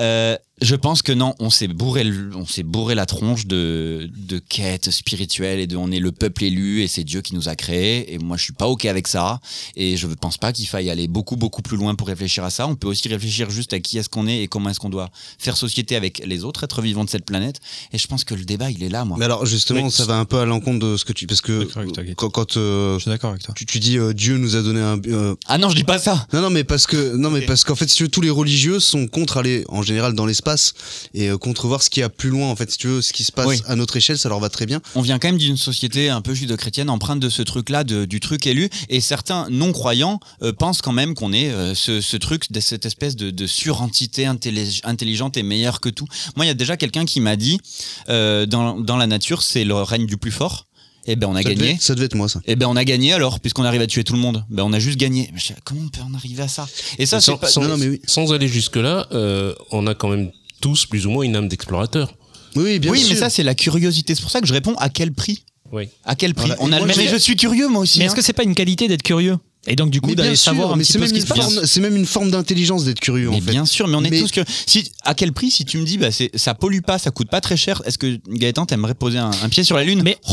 Je pense que non, on s'est bourré la tronche de quêtes spirituelles et on est le peuple élu et c'est Dieu qui nous a créés. Et moi, je suis pas ok avec ça. Et je ne pense pas qu'il faille aller beaucoup plus loin pour réfléchir à ça. On peut aussi réfléchir juste à qui est-ce qu'on est et comment est-ce qu'on doit faire société avec les autres êtres vivants de cette planète. Et je pense que le débat, il est là, moi. Mais alors justement, ça va un peu à l'encontre de ce que tu, parce que quand je suis d'accord avec toi. Tu dis Dieu nous a donné un. Ah non, je dis pas ça. Non, mais parce qu'en fait, si tu veux, tous les religieux sont contre aller en général dans l'espace et contre voir ce qu'il y a plus loin. En fait, si tu veux, ce qui se passe à notre échelle, ça leur va très bien. On vient quand même d'une société un peu judo-chrétienne empreinte de ce truc-là, du truc élu, et certains non-croyants pensent quand même qu'on est ce truc, cette espèce de surentité intelligente et meilleure que tout. Moi, il y a déjà quelqu'un qui m'a dit dans la nature, c'est le règne du plus fort. Eh ben on a gagné. Ça devait être moi ça. Eh ben on a gagné alors, puisqu'on arrive à tuer tout le monde. Ben on a juste gagné. Mais comment on peut en arriver à ça? Et ça, sans aller jusque là, on a quand même tous plus ou moins une âme d'explorateur. Oui, bien sûr. Mais ça c'est la curiosité. C'est pour ça que je réponds à quel prix. Oui. À quel prix? Voilà. Mais je suis curieux moi aussi. Mais est-ce que c'est pas une qualité d'être curieux? Et donc du coup d'aller savoir un petit peu ce qui se passe. C'est même une forme d'intelligence d'être curieux en fait. Bien sûr, mais on est tous que à quel prix? Si tu me dis ça pollue pas, ça coûte pas très cher, est-ce que Gaëtan t'aimerais poser un pied sur la lune? Mais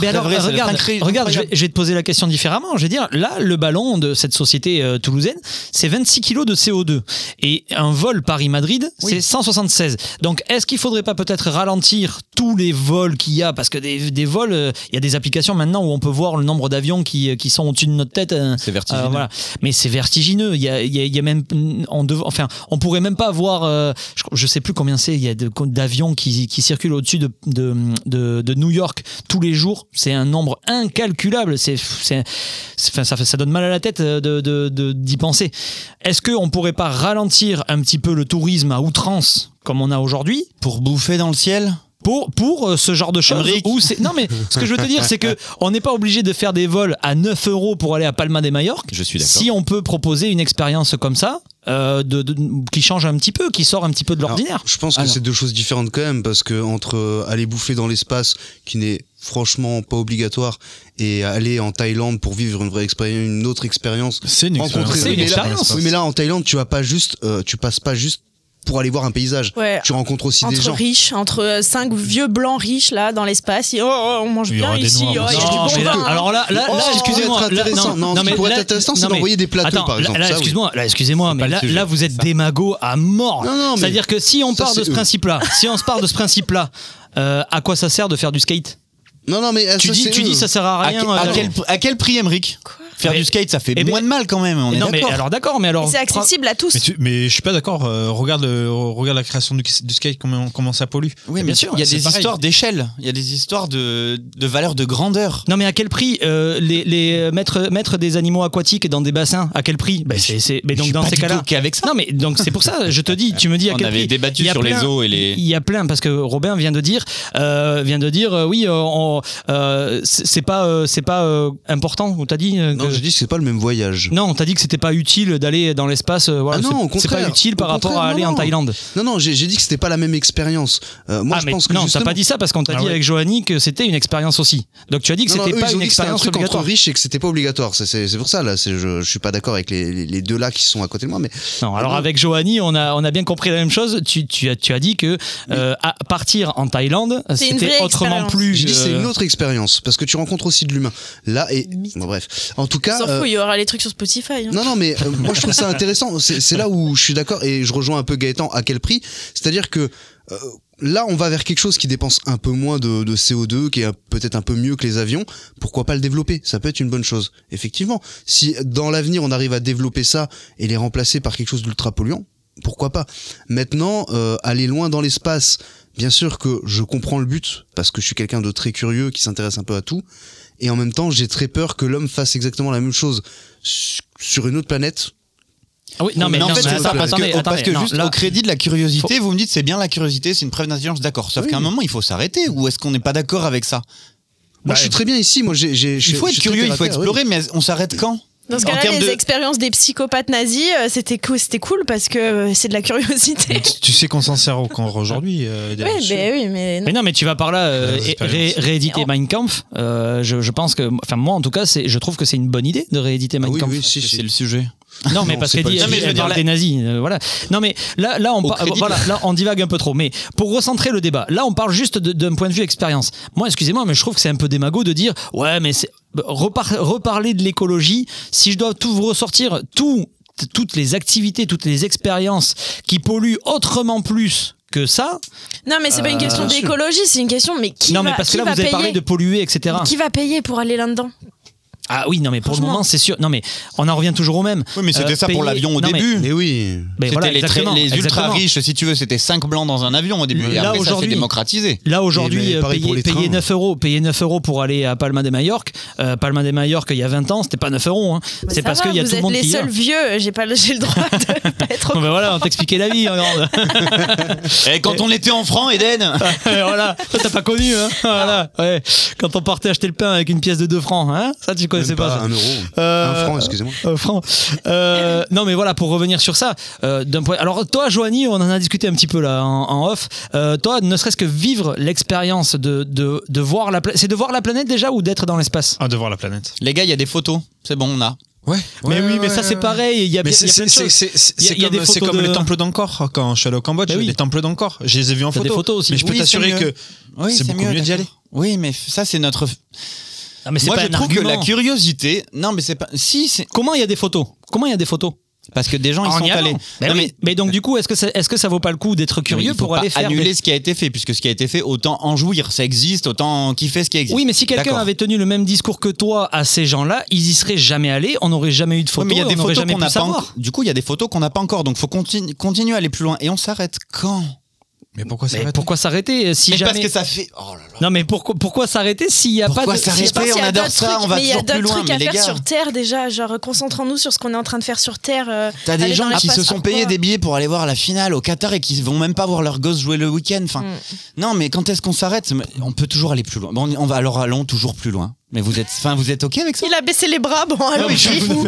regarde, je vais te poser la question différemment. Je vais dire là, le ballon de cette société toulousaine, c'est 26 kilos de CO2 et un vol Paris-Madrid, c'est 176. Donc est-ce qu'il faudrait pas peut-être ralentir tous les vols qu'il y a, parce que des vols, il y a des applications maintenant où on peut voir le nombre d'avions qui sont au-dessus de notre tête. C'est vertigineux. Voilà. Mais c'est vertigineux. Il y a même, on pourrait même pas avoir, je sais plus combien c'est. Il y a d'avions qui circulent au-dessus de New York tous les jours. C'est un nombre incalculable. Ça donne mal à la tête d'y penser. Est-ce qu'on pourrait pas ralentir un petit peu le tourisme à outrance comme on a aujourd'hui pour bouffer dans le ciel? Pour ce genre de choses non mais ce que je veux te dire c'est que on n'est pas obligé de faire des vols à 9 € pour aller à Palma de Majorque. Je suis d'accord. Si on peut proposer une expérience comme ça qui change un petit peu, qui sort un petit peu de l'ordinaire. Alors, je pense que c'est deux choses différentes quand même, parce que entre aller bouffer dans l'espace, qui n'est franchement pas obligatoire, et aller en Thaïlande pour vivre une autre expérience, c'est une expérience. Oui, mais là en Thaïlande tu passes pas juste pour aller voir un paysage. Ouais. Tu rencontres aussi des gens. Entre 5 vieux blancs riches là dans l'espace. On mange bien ici. Il y a du bon vin. Alors là, excusez-moi. Ce qui pourrait être intéressant, c'est d'envoyer des plateaux, par exemple. Excusez-moi, mais là, vous êtes démago à mort. C'est-à-dire que si on part de ce principe-là, à quoi ça sert de faire du skate? Non, mais tu dis ça sert à rien. À quel prix, Emric? Faire du skate, ça fait moins de mal quand même. On est d'accord. Mais c'est accessible à tous. Mais je suis pas d'accord. Regarde la création du skate, comment ça pollue. Oui, bien sûr. Il y a des histoires d'échelle. Il y a des histoires de valeur de grandeur. Non, mais à quel prix mettre des animaux aquatiques dans des bassins? À quel prix? Mais donc dans ces cas-là. Avec ça. Non, mais donc c'est pour ça. Je te dis. Tu me dis à quel prix? On avait débattu sur les eaux et les. Il y a plein parce que Robin vient de dire oui, c'est pas important. On t'a dit. Non, j'ai dit que c'est pas le même voyage. Non, on t'a dit que c'était pas utile d'aller dans l'espace. Voilà, non, au contraire. C'est pas utile par rapport à aller en Thaïlande. Non, j'ai dit que c'était pas la même expérience. Moi, je pense que non, justement... t'as pas dit ça parce qu'on t'a dit avec Joanie que c'était une expérience aussi. Donc tu as dit que c'était pas une expérience obligatoire. Entre riches et que c'était pas obligatoire. C'est pour ça là. Je suis pas d'accord avec les deux là qui sont à côté de moi. Mais non. Alors avec Joanie, on a bien compris la même chose. Tu as dit que à partir en Thaïlande, c'était autrement plus. J'ai dit c'est une autre expérience parce que tu rencontres aussi de l'humain. Là et bon, bref. En tout cas. Il y aura les trucs sur Spotify. Hein. Non, mais moi je trouve ça intéressant. C'est là où je suis d'accord et je rejoins un peu Gaëtan. À quel prix? C'est-à-dire que là, on va vers quelque chose qui dépense un peu moins de CO2, qui est peut-être un peu mieux que les avions. Pourquoi pas le développer? Ça peut être une bonne chose. Effectivement, si dans l'avenir on arrive à développer ça et les remplacer par quelque chose d'ultra polluant, pourquoi pas? Maintenant, aller loin dans l'espace, bien sûr que je comprends le but parce que je suis quelqu'un de très curieux qui s'intéresse un peu à tout. Et en même temps, j'ai très peur que l'homme fasse exactement la même chose sur une autre planète. Ah oui, non, mais en fait, c'est ça, parce que juste là, au crédit de la curiosité, vous me dites c'est bien la curiosité, c'est une preuve d'intelligence, d'accord. Sauf qu'à un moment, il faut s'arrêter. Ou est-ce qu'on n'est pas d'accord avec ça? Moi, je suis très bien ici. Moi, il faut être curieux, il faut explorer, mais on s'arrête quand ? Dans ce cas-là, les expériences des psychopathes nazis, c'était cool parce que c'est de la curiosité. Tu sais qu'on s'en sert encore aujourd'hui. Mais non, mais tu vas par là rééditer Mein Kampf. Je pense que, enfin moi en tout cas, je trouve que c'est une bonne idée de rééditer Mein Kampf. Oui, c'est le sujet. Non, mais parce qu'elle parle des nazis, voilà. Non, mais là, on divague un peu trop. Mais pour recentrer le débat, là, on parle juste d'un point de vue expérience. Moi, excusez-moi, mais je trouve que c'est un peu démago de dire, ouais, mais reparler de l'écologie. Si je dois tout vous ressortir, toutes les activités, toutes les expériences qui polluent autrement plus que ça. Non, mais c'est pas une question d'écologie, c'est une question, mais qui va payer ? Non, mais parce que là, vous avez parlé de polluer, etc. Mais qui va payer pour aller là-dedans ? Ah oui, non mais pour le moment c'est sûr. Non mais on en revient toujours au même. Oui, mais c'était ça pour l'avion au début. Mais oui. C'était les ultra riches, si tu veux, c'était 5 blancs dans un avion au début. Et après, ça s'est démocratisé. Là aujourd'hui, payer 9 € pour aller à Palma de Majorque. Palma de Majorque, il y a 20 ans, c'était pas 9 €. Hein. C'est parce qu'il y a tout le monde qui Vous êtes les seuls vieux. J'ai le droit de pas être. Non mais voilà, on t'expliquait la vie. Et quand on était en francs, Eden. Voilà, ça t'as pas connu. Hein. Voilà. Ouais. Quand on partait acheter le pain avec une pièce de 2 francs, hein. Ça tu connaissais pas ça. 1 €. 1 franc, excusez-moi. 1 franc. Non, mais voilà, pour revenir sur ça, d'un point. Alors, toi, Joanie, on en a discuté un petit peu là en off. Toi, ne serait-ce que vivre l'expérience de voir la planète. C'est de voir la planète déjà ou d'être dans l'espace ? Ah, de voir la planète. Les gars, il y a des photos. C'est bon, on a. Ouais. Mais ça c'est pareil. Il y a plein de choses. C'est comme les temples d'Angkor. Quand je suis allé au Cambodge, les temples d'Angkor, je les ai vus en photo. Des photos aussi. Mais je peux t'assurer que c'est beaucoup mieux d'y aller. Oui, mais ça c'est notre. Ah, mais moi, pas je trouve que la curiosité. Non, mais c'est pas. Si, c'est. Comment il y a des photos ? Parce que des gens ils sont allés. Mais donc du coup, est-ce que ça vaut pas le coup d'être curieux pour aller faire annuler ce qui a été fait, puisque ce qui a été fait, autant en jouir, ça existe, autant kiffer ce qui existe. Oui, mais si quelqu'un avait tenu le même discours que toi à ces gens-là, ils y seraient jamais allés, on n'aurait jamais eu de photos, mais il y a des on n'aurait photos jamais qu'on pu n'a pas savoir. Du coup, il y a des photos qu'on n'a pas encore, donc faut continuer à aller plus loin. Et on s'arrête quand ? Mais pourquoi s'arrêter si jamais... parce que ça fait. Oh là là. Non, mais pourquoi s'arrêter s'il n'y a pas de. Pourquoi s'arrêter ? On adore ça, on va toujours plus loin. Mais il y a d'autres trucs à faire sur Terre déjà. Genre, concentrons-nous sur ce qu'on est en train de faire sur Terre. T'as des gens qui se sont payés des billets pour aller voir la finale au Qatar et qui vont même pas voir leurs gosses jouer le week-end. Enfin, non, mais quand est-ce qu'on s'arrête ? On peut toujours aller plus loin. Bon, allons toujours plus loin. Mais vous êtes ok avec ça ? Il a baissé les bras, bon alors je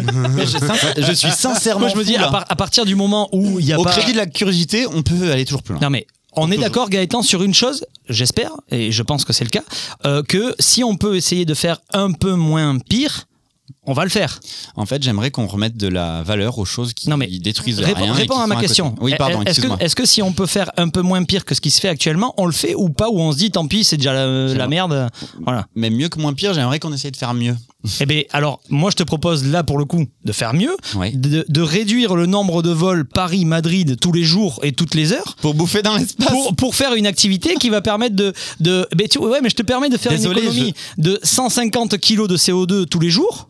suis sincèrement. Moi je me dis à partir du moment où il y a au crédit de la curiosité, on peut aller toujours plus loin. Non mais on est d'accord Gaëtan sur une chose, j'espère et je pense que c'est le cas, que si on peut essayer de faire un peu moins pire, on va le faire. En fait, j'aimerais qu'on remette de la valeur aux choses qui détruisent rien. Réponds à ma question. Oui, pardon, excuse-moi. Est-ce que si on peut faire un peu moins pire que ce qui se fait actuellement, on le fait ou pas, ou on se dit tant pis, c'est déjà la merde. Voilà. Mais mieux que moins pire, j'aimerais qu'on essaye de faire mieux. Eh bien, alors, moi, je te propose là, pour le coup, de faire mieux, de réduire le nombre de vols Paris-Madrid tous les jours et toutes les heures. Pour bouffer dans l'espace. Pour faire une activité qui va permettre mais je te permets de faire une économie de 150 kilos de CO2 tous les jours,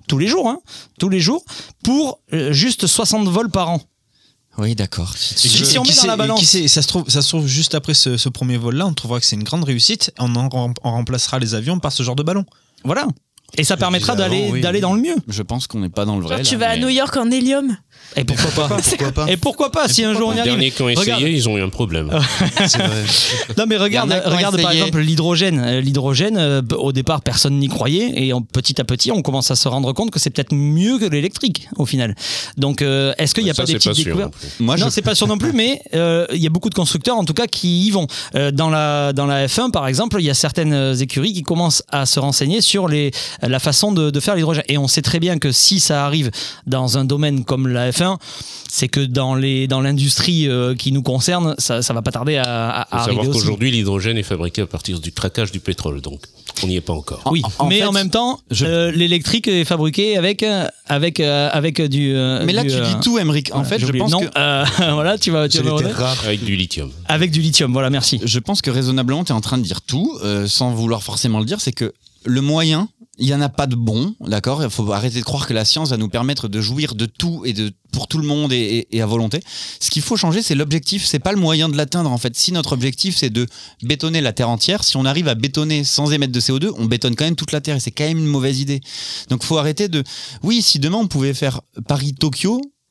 pour juste 60 vols par an. Oui, d'accord. Si on met dans la balance. Ça se trouve juste après ce premier vol-là, on trouvera que c'est une grande réussite. On remplacera les avions par ce genre de ballon. Voilà. Et ça permettra d'aller dans le mieux. Je pense qu'on n'est pas dans le vrai. Tu vas à New York en hélium. Et pourquoi pas Et pourquoi pas si un jour on y arrive. Les derniers qui ont essayé, ils ont eu un problème. C'est vrai. Non mais regarde par exemple l'hydrogène. L'hydrogène, au départ, personne n'y croyait et petit à petit, on commence à se rendre compte que c'est peut-être mieux que l'électrique au final. Donc, est-ce qu'il n'y a pas des petites découvertes ? Non, c'est pas sûr non plus, mais il y a beaucoup de constructeurs en tout cas qui y vont. Dans la F1 par exemple, il y a certaines écuries qui commencent à se renseigner sur la façon de faire l'hydrogène. Et on sait très bien que si ça arrive dans un domaine comme la F1, c'est que dans l'industrie qui nous concerne, ça va pas tarder à arriver. Il faut savoir aussi. qu'aujourd'hui, l'hydrogène est fabriqué à partir du craquage du pétrole, donc on n'y est pas encore. Oui, mais en même temps, l'électrique est fabriqué avec du. Mais là, tu dis tout, Emeric. En fait, je pense que voilà, tu vas avec du lithium. Avec du lithium, voilà, merci. Je pense que raisonnablement, tu es en train de dire tout, sans vouloir forcément le dire, c'est que le moyen, il n'y en a pas de bon, d'accord ? Il faut arrêter de croire que la science va nous permettre de jouir de tout et pour tout le monde et à volonté. Ce qu'il faut changer, c'est l'objectif, c'est pas le moyen de l'atteindre en fait. Si notre objectif c'est de bétonner la Terre entière, si on arrive à bétonner sans émettre de CO2, on bétonne quand même toute la Terre et c'est quand même une mauvaise idée. Donc faut arrêter de... Oui, si demain on pouvait faire Paris-Tokyo,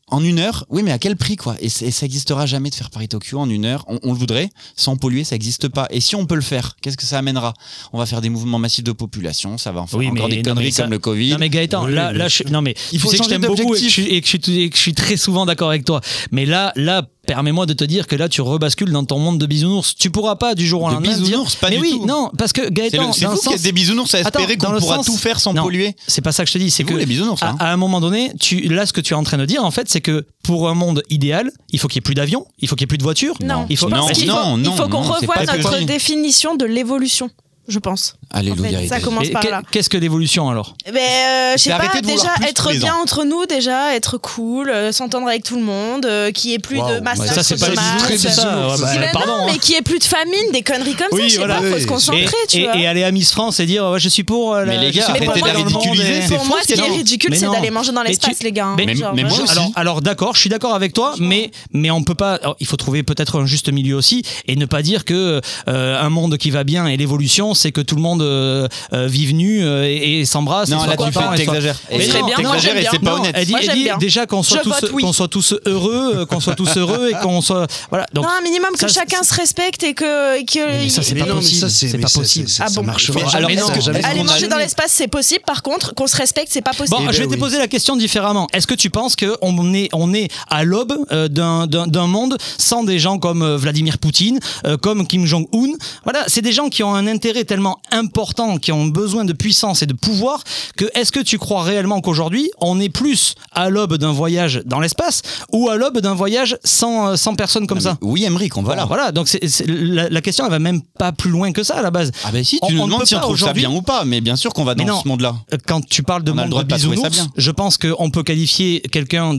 En 1 heure, oui, mais à quel prix, quoi? Et ça existera jamais de faire Paris-Tokyo en 1 heure. On le voudrait, sans polluer, ça existe pas. Et si on peut le faire, qu'est-ce que ça amènera? On va faire des mouvements massifs de population, ça va en faire encore des conneries comme le Covid. Non mais Gaëtan, là, non mais il faut tu sais que je changer t'aime beaucoup d'objectif. et que je suis très souvent d'accord avec toi. Mais là, permets-moi de te dire que là, tu rebascules dans ton monde de bisounours. Tu pourras pas du jour au lendemain bisounours, pas mais du oui, tout. non, parce que Gaëtan, C'est dans le vous qui sens- êtes des bisounours à espérer Attends, qu'on dans le pourra sens- tout faire sans Non, polluer. C'est pas ça que je te dis. C'est vous, que les bisounours, hein. à un moment donné, là, ce que tu es en train de dire, en fait, c'est que pour un monde idéal, il faut qu'il y ait plus d'avions, il faut qu'il y ait plus de voitures. Non, il faut. je pense qu'il faut qu'on c'est revoie pas notre possible. définition de l'évolution, je pense. Alléluia. En fait, ça commence Et par là. qu'est-ce que l'évolution alors? Je sais pas, arrêter de vouloir déjà plus être tous les bien ans. entre nous, déjà être cool, s'entendre avec tout le monde, qu'il y ait plus de masse Ça, c'est pas les bisounours, c'est ça. Ouais, bah, pardon. Non, mais qu'il y ait plus de famine, des conneries comme ça, Oui, je sais voilà. pas, faut se concentrer, tu vois. Et aller à Miss France et dire ouais, je suis pour. Mais les gars, je suis pour arrêtez de dans le monde ridiculiser, et- c'est Pour moi, ce qui est ridicule, Mais c'est non. d'aller manger dans Mais l'espace, les gars. Mais Genre, moi vraiment. aussi. Alors d'accord, je suis d'accord avec toi, mais on peut pas. Alors, il faut trouver peut-être un juste milieu aussi et ne pas dire que un monde qui va bien et l'évolution, c'est que tout le monde vive nu et s'embrasse. Non, et là, soit tu content et soit- t'exagères. Mais Et non, bien, non, moi, j'aime et bien. c'est pas non, honnête. elle dit, Moi, j'aime bien. déjà qu'on soit Je vote oui. tous heureux, qu'on soit tous heureux et qu'on soit voilà. Donc Non, un minimum que ça, chacun se respecte et que. mais ça c'est pas possible. C'est pas possible. Ah Ça bon. marchera Mais jamais. alors, ça, est-ce que- jamais. Aller on a- manger dans l'espace, c'est possible. Par contre, qu'on se respecte, c'est pas possible. Bon, je vais te poser la question différemment. Est-ce que tu penses qu'on est à l'aube d'un monde sans des gens comme Vladimir Poutine, comme Kim Jong-un? Voilà, c'est des gens qui ont un intérêt tellement important, qui ont besoin de puissance et de pouvoir, que est-ce que tu crois réellement qu'aujourd'hui, on est plus à l'aube d'un voyage dans l'espace ou à l'aube d'un voyage sans personnes comme ça? Oui, Emmerich, on va là. Voilà, donc la question, elle va même pas plus loin que ça à la base. Ah ben si, tu On nous ne demandes peut si on pas trouve ça aujourd'hui- bien ou pas, mais bien sûr qu'on va Mais dans non. ce monde-là. Quand tu parles de On a le monde droit de de pas trouver ça bisounours, bien. je pense qu'on peut qualifier quelqu'un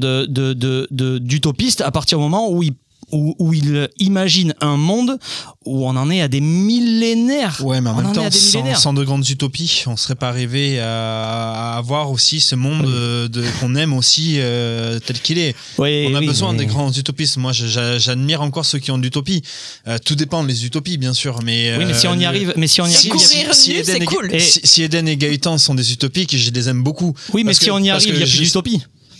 d'utopiste à partir du moment où il imagine un monde où on en est à des millénaires. Ouais, mais en On même en est temps, à des millénaires. sans de grandes utopies, on serait pas arrivé à avoir aussi ce monde qu'on aime aussi tel qu'il est. Oui, On a oui, besoin mais- des grands utopistes. Moi, j'admire encore ceux qui ont de l'utopie. Tout dépend des utopies, bien sûr, mais Oui, mais si on y arrive, Courir nu, c'est cool. si Eden et Gaëtan sont des utopiques, je les aime beaucoup. Oui, mais Parce si que- on y parce arrive, il que n'y a plus juste- d'utopie.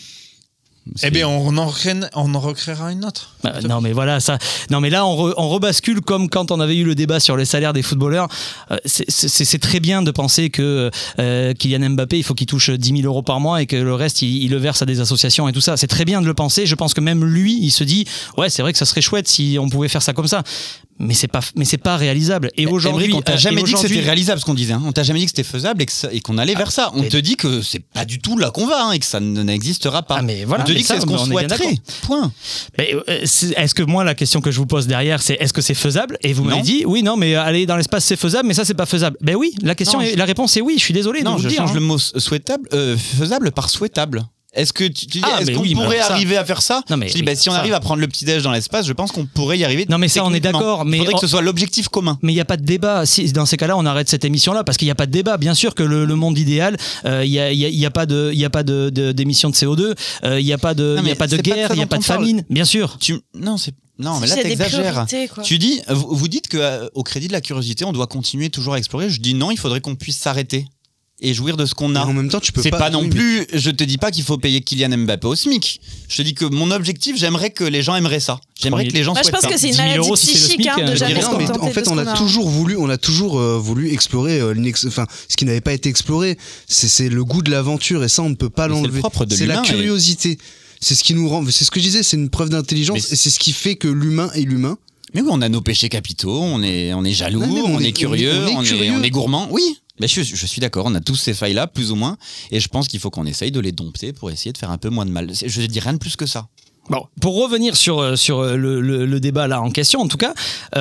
Eh bien, on en recréera une autre. Non mais voilà ça. Non mais là on rebascule comme quand on avait eu le débat sur les salaires des footballeurs. C'est très bien de penser que Kylian Mbappé il faut qu'il touche 10 000 euros par mois et que le reste il le verse à des associations et tout ça. C'est très bien de le penser. Je pense que même lui il se dit ouais c'est vrai que ça serait chouette si on pouvait faire ça comme ça. Mais c'est pas réalisable. Et aujourd'hui, Emmerich, on t'a jamais dit que c'était aujourd'hui- réalisable ce qu'on disait. Hein. On t'a jamais dit que c'était faisable et qu'on allait vers ça. On te dit que c'est pas du tout là qu'on va hein, et que ça n'existera pas. mais voilà, on te mais dit que ça, c'est ce qu'on on est bien souhaiterait. d'accord. Point. Mais, est-ce que moi la question que je vous pose derrière c'est est-ce que c'est faisable? Et vous m'avez Non. dit oui non mais aller dans l'espace c'est faisable mais ça c'est pas faisable. Ben oui la question Non, la réponse est oui. Je suis désolé de Non, vous je le dire. change hein. le mot souhaitable, faisable par souhaitable. Est-ce que tu dis, Ah, est-ce mais qu'on oui, mais pourrait alors ça- arriver à faire ça? Non, mais Je dis, bah, si on ça- arrive à prendre le petit déj dans l'espace, je pense qu'on pourrait y arriver. Non mais ça on est techniquement. d'accord. Mais Il faudrait que ce soit l'objectif commun. Mais il n'y a pas de débat. Si, dans ces cas-là, on arrête cette émission-là parce qu'il n'y a pas de débat. Bien sûr que le monde idéal, il y a pas d'émission de CO2, il n'y a pas de, Non, il y a mais pas de c'est pas de guerre, ça il n'y a dont pas on de parle. famine. Bien sûr. Non, mais là, Il y a des t'exagères. priorités, quoi. Tu dis, vous dites que au crédit de la curiosité, on doit continuer toujours à explorer. Je dis non, il faudrait qu'on puisse s'arrêter et jouir de ce qu'on a. Et en même temps, tu peux C'est pas- pas non oui, plus. Je te dis pas qu'il faut payer Kylian Mbappé au SMIC. Je te dis que mon objectif, j'aimerais que les gens aimeraient ça. J'aimerais que les gens Moi, je souhaitent pense ça. que c'est une 10 000 maladie euros, si c'est le psychique SMIC, de je jamais dirais se non, mais contenter En fait, de ce on qu'on a toujours voulu explorer ce qui n'avait pas été exploré. C'est le goût de l'aventure et ça, on ne peut pas Mais c'est le l'enlever. propre de C'est la l'humain, curiosité. C'est ce qui nous rend. C'est ce que je disais. C'est une preuve d'intelligence Mais et c'est ce qui fait que l'humain est l'humain. Mais oui, on a nos péchés capitaux, on est jaloux, Ouais, mais on est curieux, curieux. on est gourmand. Oui, mais je suis d'accord, on a tous ces failles-là, plus ou moins, et je pense qu'il faut qu'on essaye de les dompter pour essayer de faire un peu moins de mal. Je dis rien de plus que ça. Bon, pour revenir sur le débat là en question, en tout cas,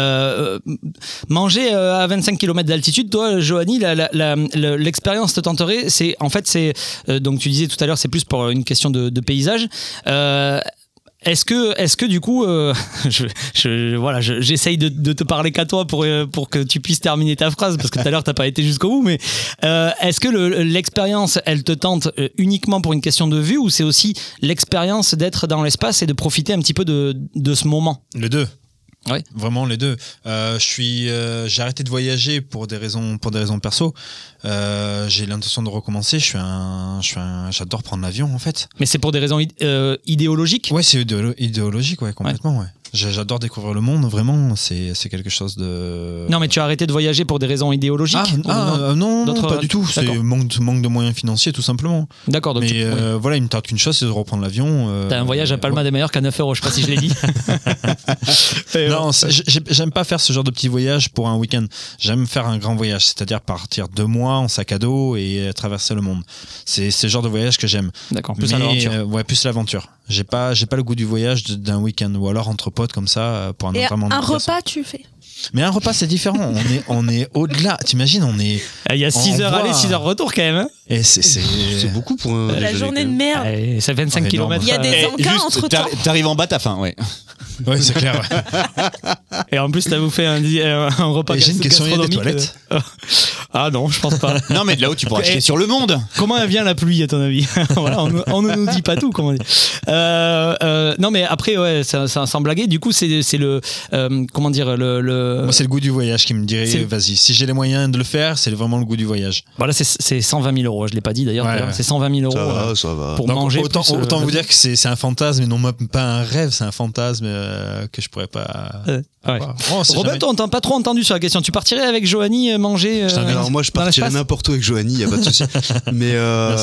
manger à 25 km d'altitude, toi, Johanny, l'expérience te tenterait. Donc tu disais tout à l'heure, c'est plus pour une question de paysage. Est-ce que du coup, j'essaye de te parler qu'à toi pour que tu puisses terminer ta phrase parce que tout à l'heure t'as pas été jusqu'au bout, mais est-ce que l'expérience elle te tente uniquement pour une question de vue ou c'est aussi l'expérience d'être dans l'espace et de profiter un petit peu de ce moment? Les deux. Ouais. Vraiment les deux. J'ai arrêté de voyager pour des raisons perso. J'ai l'intention de recommencer. J'adore prendre l'avion en fait. Mais c'est pour des raisons idéologiques. Ouais, c'est idéologique, ouais, complètement, ouais. J'adore découvrir le monde, vraiment, c'est quelque chose de... Non, mais tu as arrêté de voyager pour des raisons idéologiques non, pas du tout, c'est manque de moyens financiers, tout simplement. D'accord, donc mais voilà, il me tarde qu'une chose, c'est de reprendre l'avion. T'as un voyage à Palma des Mallorca qu'à 9 €, je sais pas si je l'ai dit. Non, j'aime pas faire ce genre de petits voyages pour un week-end. J'aime faire un grand voyage, c'est-à-dire partir 2 mois en sac à dos et traverser le monde. C'est ce genre de voyage que j'aime. D'accord, plus l'aventure. Ouais, plus l'aventure. J'ai pas le goût du voyage d'un week-end, ou alors entre potes comme ça pour un entraînement. Un repas, tu fais. Mais un repas, c'est différent. On est au-delà. T'imagines, on est. Il y a 6 heures aller, 6 heures retour quand même. Hein. Et c'est beaucoup pour un. La journée de merde. Et ça fait 25 km. Il y a des encas entre temps. T'arrives en bas, t'as faim, ouais. Ouais, c'est clair. Et en plus, t'as vous fait un repas gastronomique. J'ai une question, il y a des toilettes. Ah non, je pense pas. Non, mais de là-haut, tu pourras acheter sur le monde. Comment elle vient la pluie, à ton avis? Voilà, on ne nous dit pas tout, comment on dit. Non, mais après, ouais, sans blaguer, du coup, c'est le. Comment dire, Moi, c'est le goût du voyage qui me dirait, vas-y, si j'ai les moyens de le faire, c'est vraiment le goût du voyage. Voilà, c'est 120 000 €. Je l'ai pas dit d'ailleurs. Ouais. C'est 120 000 € ça va. pour donc, manger. Autant vous dire que c'est un fantasme, et non pas un rêve, c'est un fantasme que je pourrais pas. Ouais. Oh, Robin, on t'a pas trop entendu sur la question. Tu partirais avec Joanie manger Alors moi je partirais n'importe où avec Joanie, y a pas de souci. Mais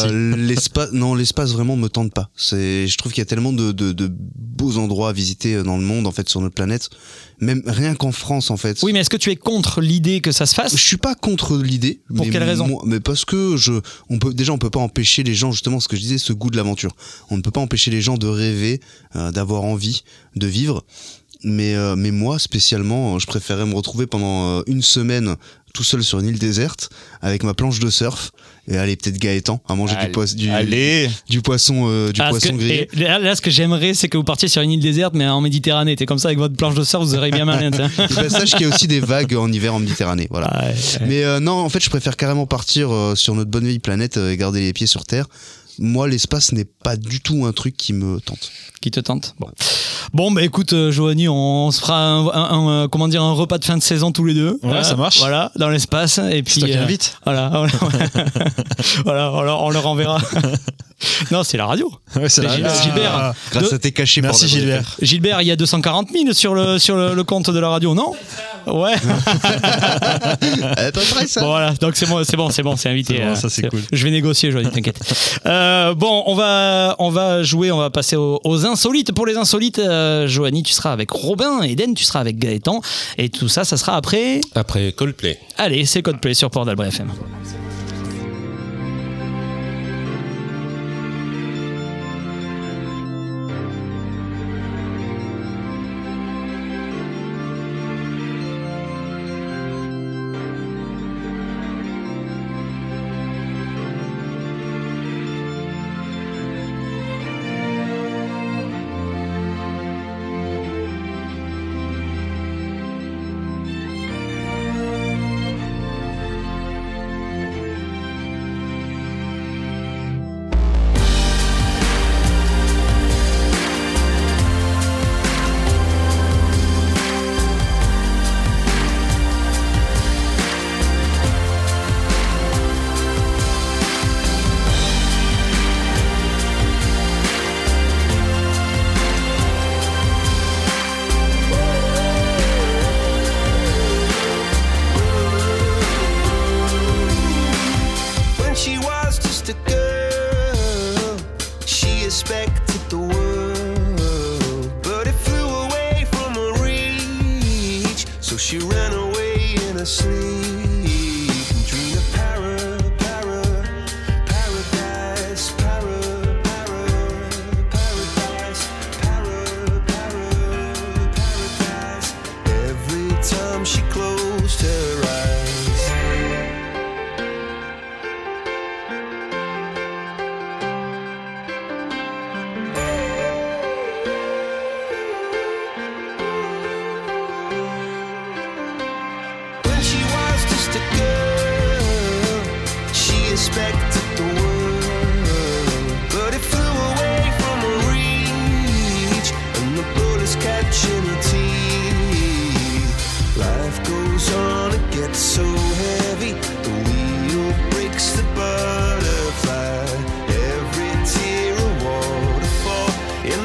l'espace vraiment me tente pas. Je trouve qu'il y a tellement de beaux endroits à visiter dans le monde en fait, sur notre planète. Même rien qu'en France en fait. Oui, mais est-ce que tu es contre l'idée que ça se fasse? Je suis pas contre l'idée. Pour quelle raison? Mais parce que on peut pas empêcher les gens, justement ce que je disais, ce goût de l'aventure. On ne peut pas empêcher les gens de rêver, d'avoir envie de vivre. Mais moi spécialement, je préférais me retrouver pendant une semaine tout seul sur une île déserte avec ma planche de surf et aller peut-être Gaëtan à manger du poisson grillé. Là, ce que j'aimerais, c'est que vous partiez sur une île déserte, mais en Méditerranée. T'es comme ça avec votre planche de surf, vous aurez bien malin. Sache qu'il y a aussi des vagues en hiver en Méditerranée. Voilà. Ouais. Mais non, en fait, je préfère carrément partir sur notre bonne vieille planète et garder les pieds sur terre. Moi, l'espace n'est pas du tout un truc qui me tente. Qui te tente? Bon, bah écoute, Joanie, on se fera un repas de fin de saison tous les deux. Ouais, ça marche. Voilà, dans l'espace. Et puis. C'est toi qui invites. Voilà, on leur enverra. Non, c'est la radio. Ouais, c'est la radio. Gilbert. Grâce à tes cachets. Merci Gilbert. Gilbert, il y a 240 000 sur le compte de la radio, non? Ouais. Pas vrai, ça. Bon, voilà, donc c'est bon, c'est invité. Bon, ça c'est cool. Je vais négocier, Joanie, t'inquiète. Bon, on va jouer, on va passer aux insolites. Pour les insolites, Joanie, tu seras avec Robin, Eden, tu seras avec Gaëtan, et tout ça, ça sera après Coldplay. Allez, c'est Coldplay sur Port d'Albret FM.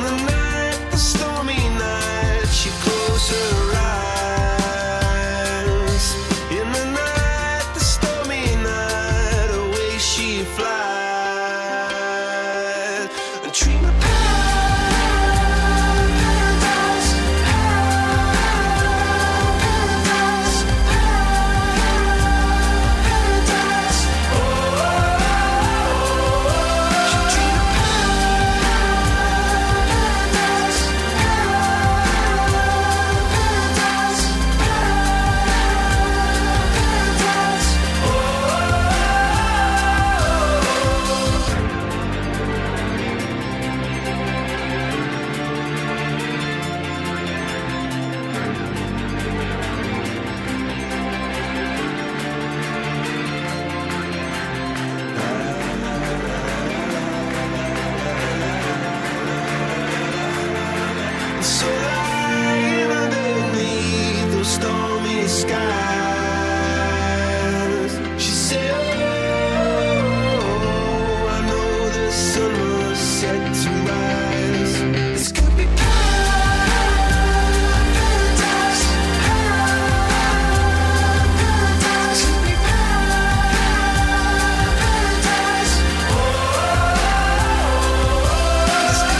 the night, the stormy night, she closed her eyes. In the night, the stormy night, away she flies. A dream of paradise, paradise, paradise. Oh, she dreamed of paradise, so lying underneath those stormy skies, she said, oh, I know the sun was set to rise. This could be paradise, paradise, could be paradise. Oh, this could be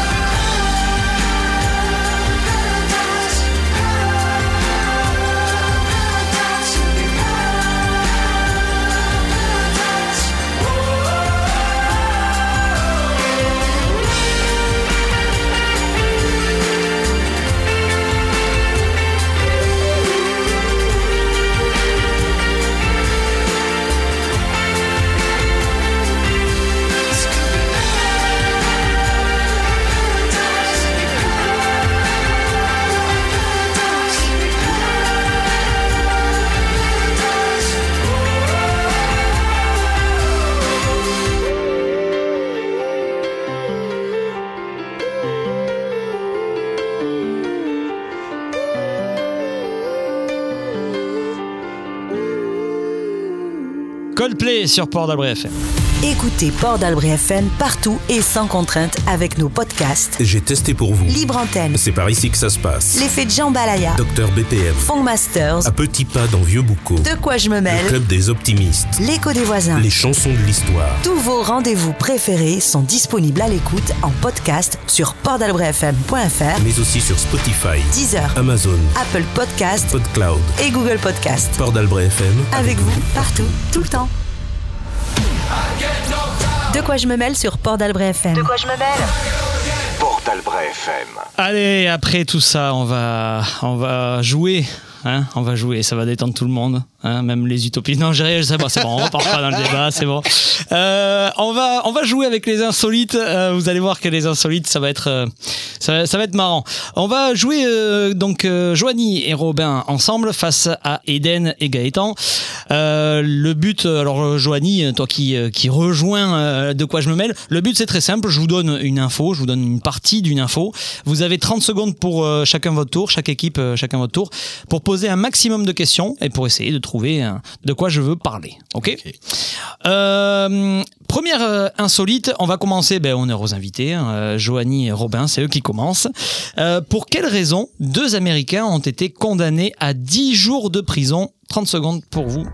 Coldplay sur Port d'Albret FM. Écoutez Port d'Albret FM partout et sans contrainte avec nos podcasts. J'ai testé pour vous. Libre Antenne. C'est par ici que ça se passe. L'effet de Jambalaya. Docteur BPM. Fong Masters. À petits pas dans Vieux Boucau. De quoi je me mêle. Le club des optimistes. L'écho des voisins. Les chansons de l'histoire. Tous vos rendez-vous préférés sont disponibles à l'écoute en podcast sur portdalbretfm.fr, mais aussi sur Spotify, Deezer, Amazon, Apple Podcast, PodCloud et Google Podcast. Port d'Albret FM. Avec vous, partout, tout le temps. De quoi je me mêle sur Port d'Albret FM. De quoi je me mêle? Port d'Albret FM. Allez, après tout ça, on va jouer. Hein, on va jouer, ça va détendre tout le monde, hein, même les utopistes. Non, c'est bon, on repart pas dans le débat, c'est bon. On va jouer avec les insolites. Vous allez voir que les insolites, ça va être marrant. On va jouer donc Joanie et Robin ensemble face à Eden et Gaëtan. Le but, alors Joanie, toi qui rejoins De quoi je me mêle, le but c'est très simple. Je vous donne une info, je vous donne une partie d'une info. Vous avez 30 secondes pour chacun votre tour, chaque équipe chacun votre tour, pour poser un maximum de questions et pour essayer de trouver de quoi je veux parler. Ok. Première insolite, on va commencer, honneur aux invités, Joanie et Robin, c'est eux qui commencent. Pour quelle raison 2 Américains ont été condamnés à 10 jours de prison? 30 secondes pour vous.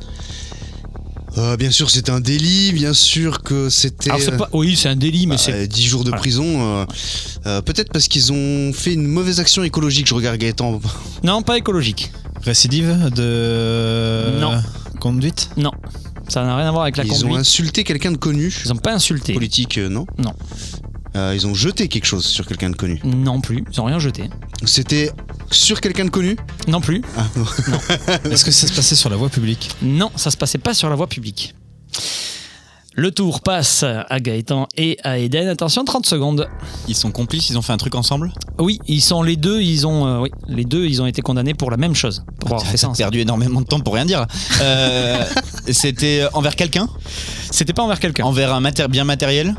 Bien sûr, c'est un délit. Bien sûr que c'était. Oui, c'est un délit, mais c'est 10 jours de prison. Peut-être parce qu'ils ont fait une mauvaise action écologique. Je regarde Gaëtan. Non, pas écologique. Récidive de conduite? Non, ça n'a rien à voir avec la conduite. Ils ont insulté quelqu'un de connu. Ils n'ont pas insulté. Politique, non. Non. Ils ont jeté quelque chose sur quelqu'un de connu. Non plus, ils n'ont rien jeté. C'était sur quelqu'un de connu? Non plus. Ah, non. Est-ce que ça se passait sur la voie publique? Non, ça se passait pas sur la voie publique. Le tour passe à Gaëtan et à Eden. Attention, 30 secondes. Ils sont complices, ils ont fait un truc ensemble? Oui, ils sont les deux, ils ont été condamnés pour la même chose. Pour avoir fait ça. Perdu énormément de temps pour rien dire. C'était envers quelqu'un? C'était pas envers quelqu'un. Envers un bien matériel?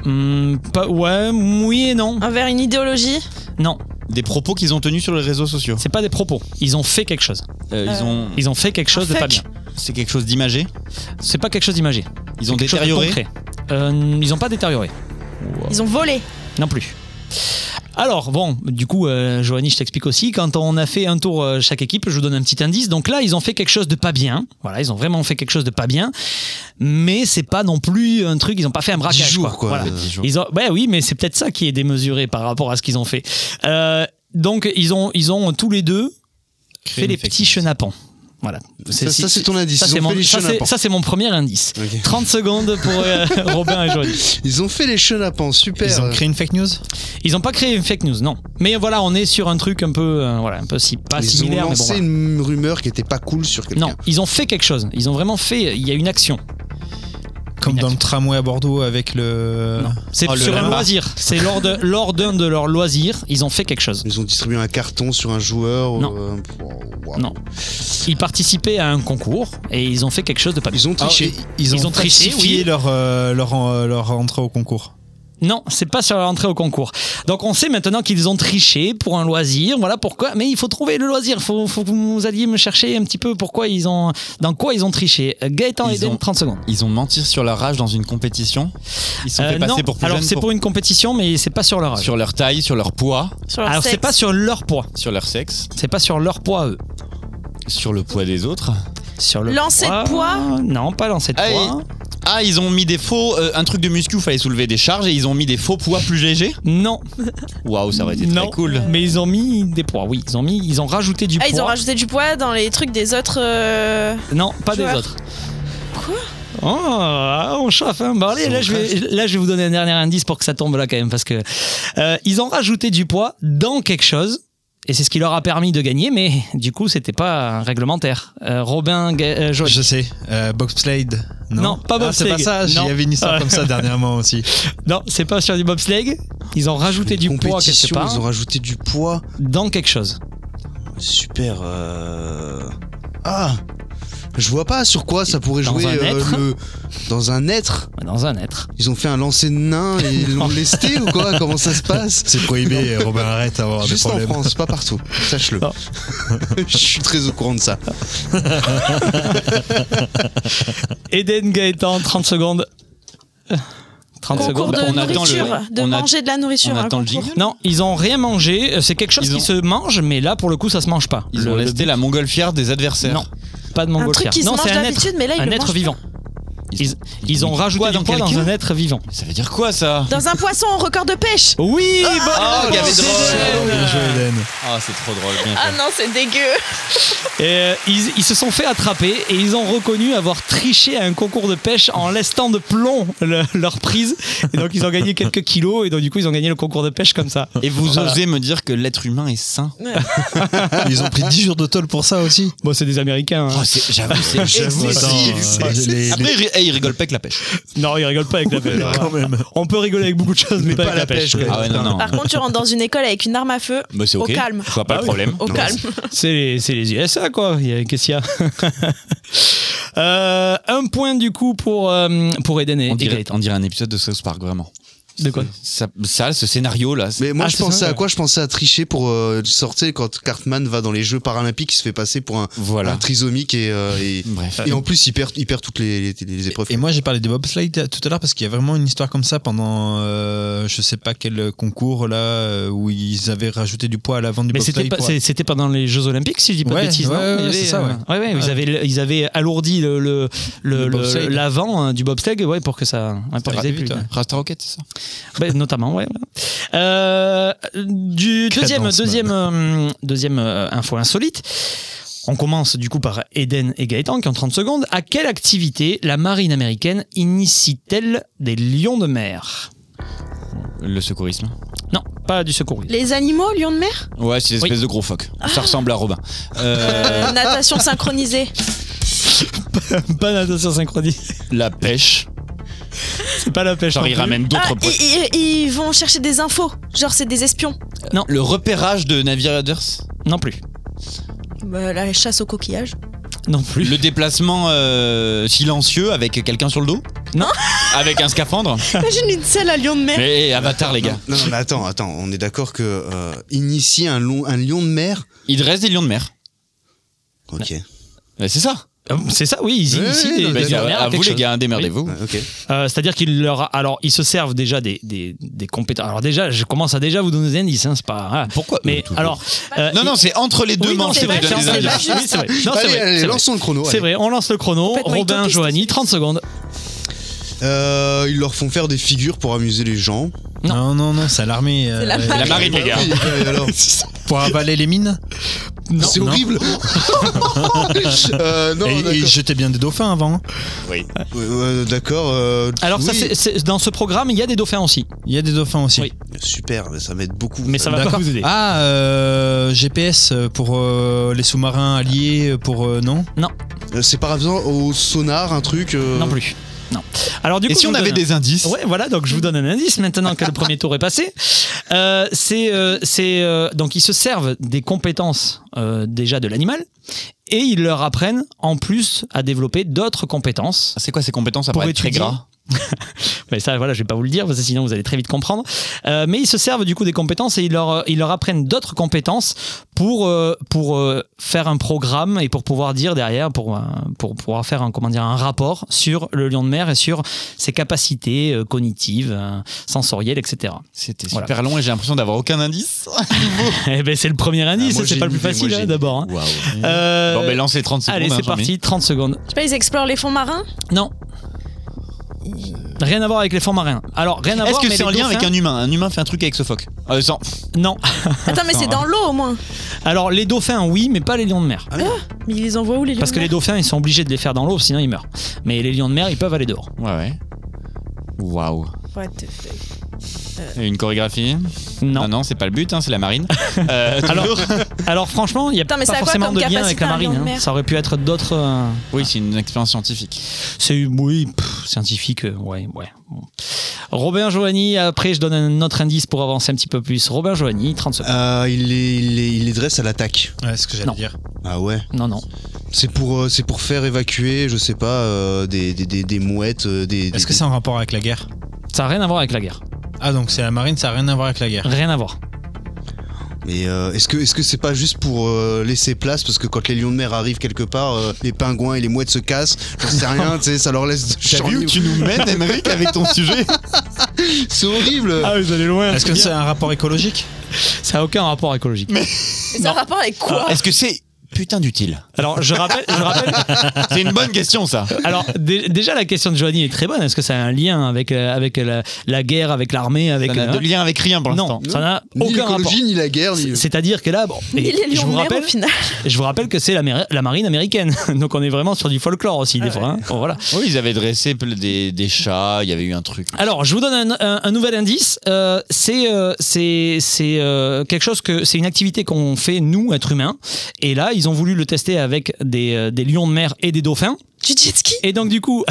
Oui et non. Envers une idéologie? Non. Des propos qu'ils ont tenus sur les réseaux sociaux? C'est pas des propos. Ils ont fait quelque chose. Ils ont fait quelque chose de pas bien. C'est quelque chose d'imagé? C'est pas quelque chose d'imagé. Ils ont détérioré? Ils ont pas détérioré. Ils ont volé? Non plus. Alors, bon, du coup, Joanie, je t'explique aussi. Quand on a fait un tour chaque équipe, je vous donne un petit indice. Donc là, ils ont fait quelque chose de pas bien. Voilà, ils ont vraiment fait quelque chose de pas bien. Mais c'est pas non plus un truc, ils ont pas fait un braquage. 10 jours, quoi. Voilà. 10 jours. Oui, mais c'est peut-être ça qui est démesuré par rapport à ce qu'ils ont fait. Donc, ils ont tous les deux fait les petits chenapans. Voilà. Ça, c'est ton indice. Ça, c'est mon premier indice. Okay. 30 secondes pour Robin et Joanie. Ils ont fait les chenapans, super. Ils ont créé une fake news ? Ils n'ont pas créé une fake news, non. Mais voilà, on est sur un truc un peu, pas similaire. Ils ont lancé mais bon, une rumeur qui était pas cool sur quelqu'un. Non, ils ont fait quelque chose. Ils ont vraiment fait. Il y a une action. Comme dans le tramway à Bordeaux avec le. Non. C'est sur un loisir. C'est lors d'un de leurs loisirs, ils ont fait quelque chose. Ils ont distribué un carton sur un joueur. Non. Non. Ils participaient à un concours et ils ont fait quelque chose de pas bien. Ils ont triché. Ils ont triché, oui. leur entrée au concours. Non, c'est pas sur leur entrée au concours. Donc on sait maintenant qu'ils ont triché pour un loisir. Voilà pourquoi. Mais il faut trouver le loisir. Faut que vous alliez me chercher un petit peu dans quoi ils ont triché. Gaëtan et Eden, 30 secondes. Ils ont menti sur leur âge dans une compétition. Ils sont fait passer pour plus alors jeunes. C'est pour une compétition, mais c'est pas sur leur âge. Sur leur taille, sur leur poids. Alors c'est pas sur leur poids. Sur leur sexe. C'est pas sur leur poids eux. Sur le poids des autres. Sur le lancer de poids. Non, pas lancer de poids. Ah, ils ont mis des faux. Un truc de muscu où il fallait soulever des charges et ils ont mis des faux poids plus légers ? Non. Waouh, ça aurait été très cool. Mais ils ont mis des poids, oui. Ils ont rajouté du poids. Ils ont rajouté du poids dans les trucs des autres. Non, pas joueurs. des autres. Quoi ? Oh, on chauffe, hein. Bon, allez, là, je vais vous donner un dernier indice pour que ça tombe là quand même. Parce que ils ont rajouté du poids dans quelque chose. Et c'est ce qui leur a permis de gagner, mais du coup, c'était pas réglementaire. Robin, Joël. Je sais. Bobsleigh. Non, pas bobsleigh. C'est pas ça. Il y avait une histoire comme ça dernièrement aussi. Non, c'est pas sur du bobsleigh. Ils ont rajouté du poids quelque part. Ils ont rajouté du poids dans quelque chose. Super. Ah. Je vois pas sur quoi ça pourrait jouer dans un être. Dans un être. Ils ont fait un lancer de nain et ils l'ont lesté ou quoi ? Comment ça se passe ? C'est prohibé, Robin, arrête d'avoir des problèmes. Juste en France, pas partout, sache-le. Je suis très au courant de ça. Eden, Gaëtan, 30 secondes. 30 concours secondes. De nourriture, de manger de la nourriture. On attend le jingle. Non, ils ont rien mangé. C'est quelque chose qui se mange, mais là, pour le coup, ça se mange pas. Ils ont lesté la montgolfière des adversaires. Non, pas de montgolfière. Un truc qui se mange d'habitude, mais là, ils un le être mangent vivant. Ils ont rajouté du poids dans un être vivant. Ça veut dire quoi ça ? Dans un poisson au record de pêche. Oui, il y avait drôle. Ah, c'est trop drôle. Bien ah non, c'est dégueu. Et ils se sont fait attraper et ils ont reconnu avoir triché à un concours de pêche en lestant de plomb leur prise. Et donc ils ont gagné quelques kilos et donc du coup ils ont gagné le concours de pêche comme ça. Et vous osez me dire que l'être humain est sain ? Ils ont pris 10 jours de tôle pour ça aussi. Bon, c'est des Américains. Hein. Oh, j'avoue. Après, ils rigolent pas avec la pêche. Non, ils rigolent pas avec la pêche. Quand même. On peut rigoler avec beaucoup de choses, mais pas avec la pêche. Ah ouais, non. Par contre, tu rentres dans une école avec une arme à feu. Bah, c'est au calme. Je vois pas le problème. Au calme. C'est les USA, quoi. Qu'est-ce qu'il y a un point du coup pour Eden et Gaëtan. On dirait un épisode de South Park, vraiment. De quoi ? Ça, ce scénario-là. Mais moi, je pensais à quoi ? Je pensais à tricher pour sortir quand Cartman va dans les Jeux Paralympiques, il se fait passer pour un trisomique et en plus, il perd toutes les épreuves. Et moi, j'ai parlé de bobsleigh tout à l'heure parce qu'il y a vraiment une histoire comme ça pendant je sais pas quel concours là où ils avaient rajouté du poids à l'avant du bobsleigh. Mais c'était pendant les Jeux Olympiques, si je dis pas de bêtises. C'est ça. Ils avaient alourdi l'avant du bobsleigh, pour que ça. Rasta Rocket, c'est ça. Notamment, ouais. Deuxième info insolite. On commence du coup par Eden et Gaëtan qui ont 30 secondes. À quelle activité la marine américaine initie-t-elle des lions de mer ? Le secourisme ? Non, pas du secourisme. Les animaux, lions de mer ? Ouais, c'est une espèce de gros phoque. Ça ressemble à Robin. Natation synchronisée. Pas natation synchronisée. La pêche. C'est pas la pêche. Genre ils ramènent d'autres points. Ils vont chercher des infos. Genre c'est des espions. Non. Le repérage de navires. Non plus. La chasse aux coquillages. Non plus. Le déplacement silencieux avec quelqu'un sur le dos. Non. Avec un scaphandre. Imagine une selle à lion de mer. Mais Avatar, les gars. Non, mais attends. On est d'accord que initier un lion de mer. Il dresse des lions de mer. Ok. C'est ça. C'est ça, oui, ils initient des lions de mer. À vous les gars, démerdez-vous. C'est-à-dire qu'ils ils se servent déjà des compétences. Alors déjà, je commence à déjà vous donner des indices, hein, c'est pas. Voilà. Pourquoi? Mais alors, non, c'est entre les deux manches. C'est vrai. Oui, c'est vrai. Non, c'est vrai. Allez, lançons le chrono. C'est vrai, on lance le chrono. Robin, Joanie, 30 secondes. Ils leur font faire des figures pour amuser les gens. Non, c'est l'armée. C'est la marine, les gars. Alors. Pour avaler les mines. Non, c'est horrible. Non, et ils jetaient bien des dauphins avant. Oui. D'accord. Alors oui. ça, dans ce programme, il y a des dauphins aussi. Il y a des dauphins aussi. Oui. Super, ça m'aide beaucoup. Mais ça va pas vous aider. GPS pour les sous-marins alliés pour non. Non. C'est par exemple au sonar un truc. Non plus. Non. Alors du coup, et si on avait des indices? Ouais, voilà. Donc je vous donne un indice maintenant que le premier tour est passé. Donc ils se servent des compétences déjà de l'animal et ils leur apprennent en plus à développer d'autres compétences. C'est quoi ces compétences? Ça pourrait être très gras. Mais ça, voilà, je vais pas vous le dire parce que sinon vous allez très vite comprendre. Mais ils se servent du coup des compétences et ils leur apprennent d'autres compétences pour faire un programme et pour pouvoir dire derrière, pour pouvoir faire un rapport sur le lion de mer et sur ses capacités cognitives, sensorielles, etc. C'était super long et j'ai l'impression d'avoir aucun indice. Eh ben c'est le premier indice, c'est pas le plus facile d'abord. Hein. Wow. Bon, ben lancez 30 secondes. Allez, c'est parti, 30 secondes. Je sais pas, ils explorent les fonds marins? Non. Rien à voir avec les fonds marins. Alors, rien à voir. Est-ce que c'est en lien avec un humain? Un humain fait un truc avec ce phoque? Non. Attends, mais c'est dans l'eau au moins. Alors, les dauphins, oui, mais pas les lions de mer. Mais ils les envoient où les lions? Parce que les dauphins, ils sont obligés de les faire dans l'eau, sinon ils meurent. Mais les lions de mer, ils peuvent aller dehors. Ouais. Waouh. What the fuck. Une chorégraphie? Non, c'est pas le but, hein, c'est la marine. Alors franchement, il n'y a pas forcément de lien avec la marine. Hein. Ça aurait pu être d'autres. Oui, c'est une expérience scientifique. C'est scientifique, ouais. Bon. Robin, Joanie, après je donne un autre indice pour avancer un petit peu plus. Robin, Joanie, 30 secondes. Il les dresse à l'attaque. Ouais, c'est ce que j'allais dire. Ah ouais. Non. C'est pour faire évacuer, je sais pas, des mouettes. Est-ce que c'est en rapport avec la guerre? Ça n'a rien à voir avec la guerre. Ah, donc c'est la marine, ça n'a rien à voir avec la guerre? Rien à voir. Mais est-ce que c'est pas juste pour laisser place, parce que quand les lions de mer arrivent quelque part, les pingouins et les mouettes se cassent, j'en sais rien, tu sais, ça leur laisse. T'as vu où tu nous mènes, Émeric, avec ton sujet? C'est horrible. Ah, vous allez loin. Est-ce que c'est un rapport écologique? Ça n'a aucun rapport écologique. Mais c'est un rapport avec quoi? Est-ce que c'est putain d'utile? Alors je rappelle. C'est une bonne question, ça. Alors déjà la question de Joanie est très bonne. Est-ce que ça a un lien avec la guerre, avec l'armée, avec ça n'a de lien avec rien pour l'instant. Non, ça n'a aucun rapport. Ni la guerre, ni. C'est-à-dire que là, je vous rappelle que c'est la marine américaine. Donc on est vraiment sur du folklore aussi des fois. Hein. Bon, voilà. Oui, ils avaient dressé des chats. Il y avait eu un truc. Alors je vous donne un nouvel indice. C'est quelque chose c'est une activité qu'on fait nous, êtres humains. Et là ils ont voulu le tester avec des lions de mer et des dauphins. Du jet ski. Et donc du coup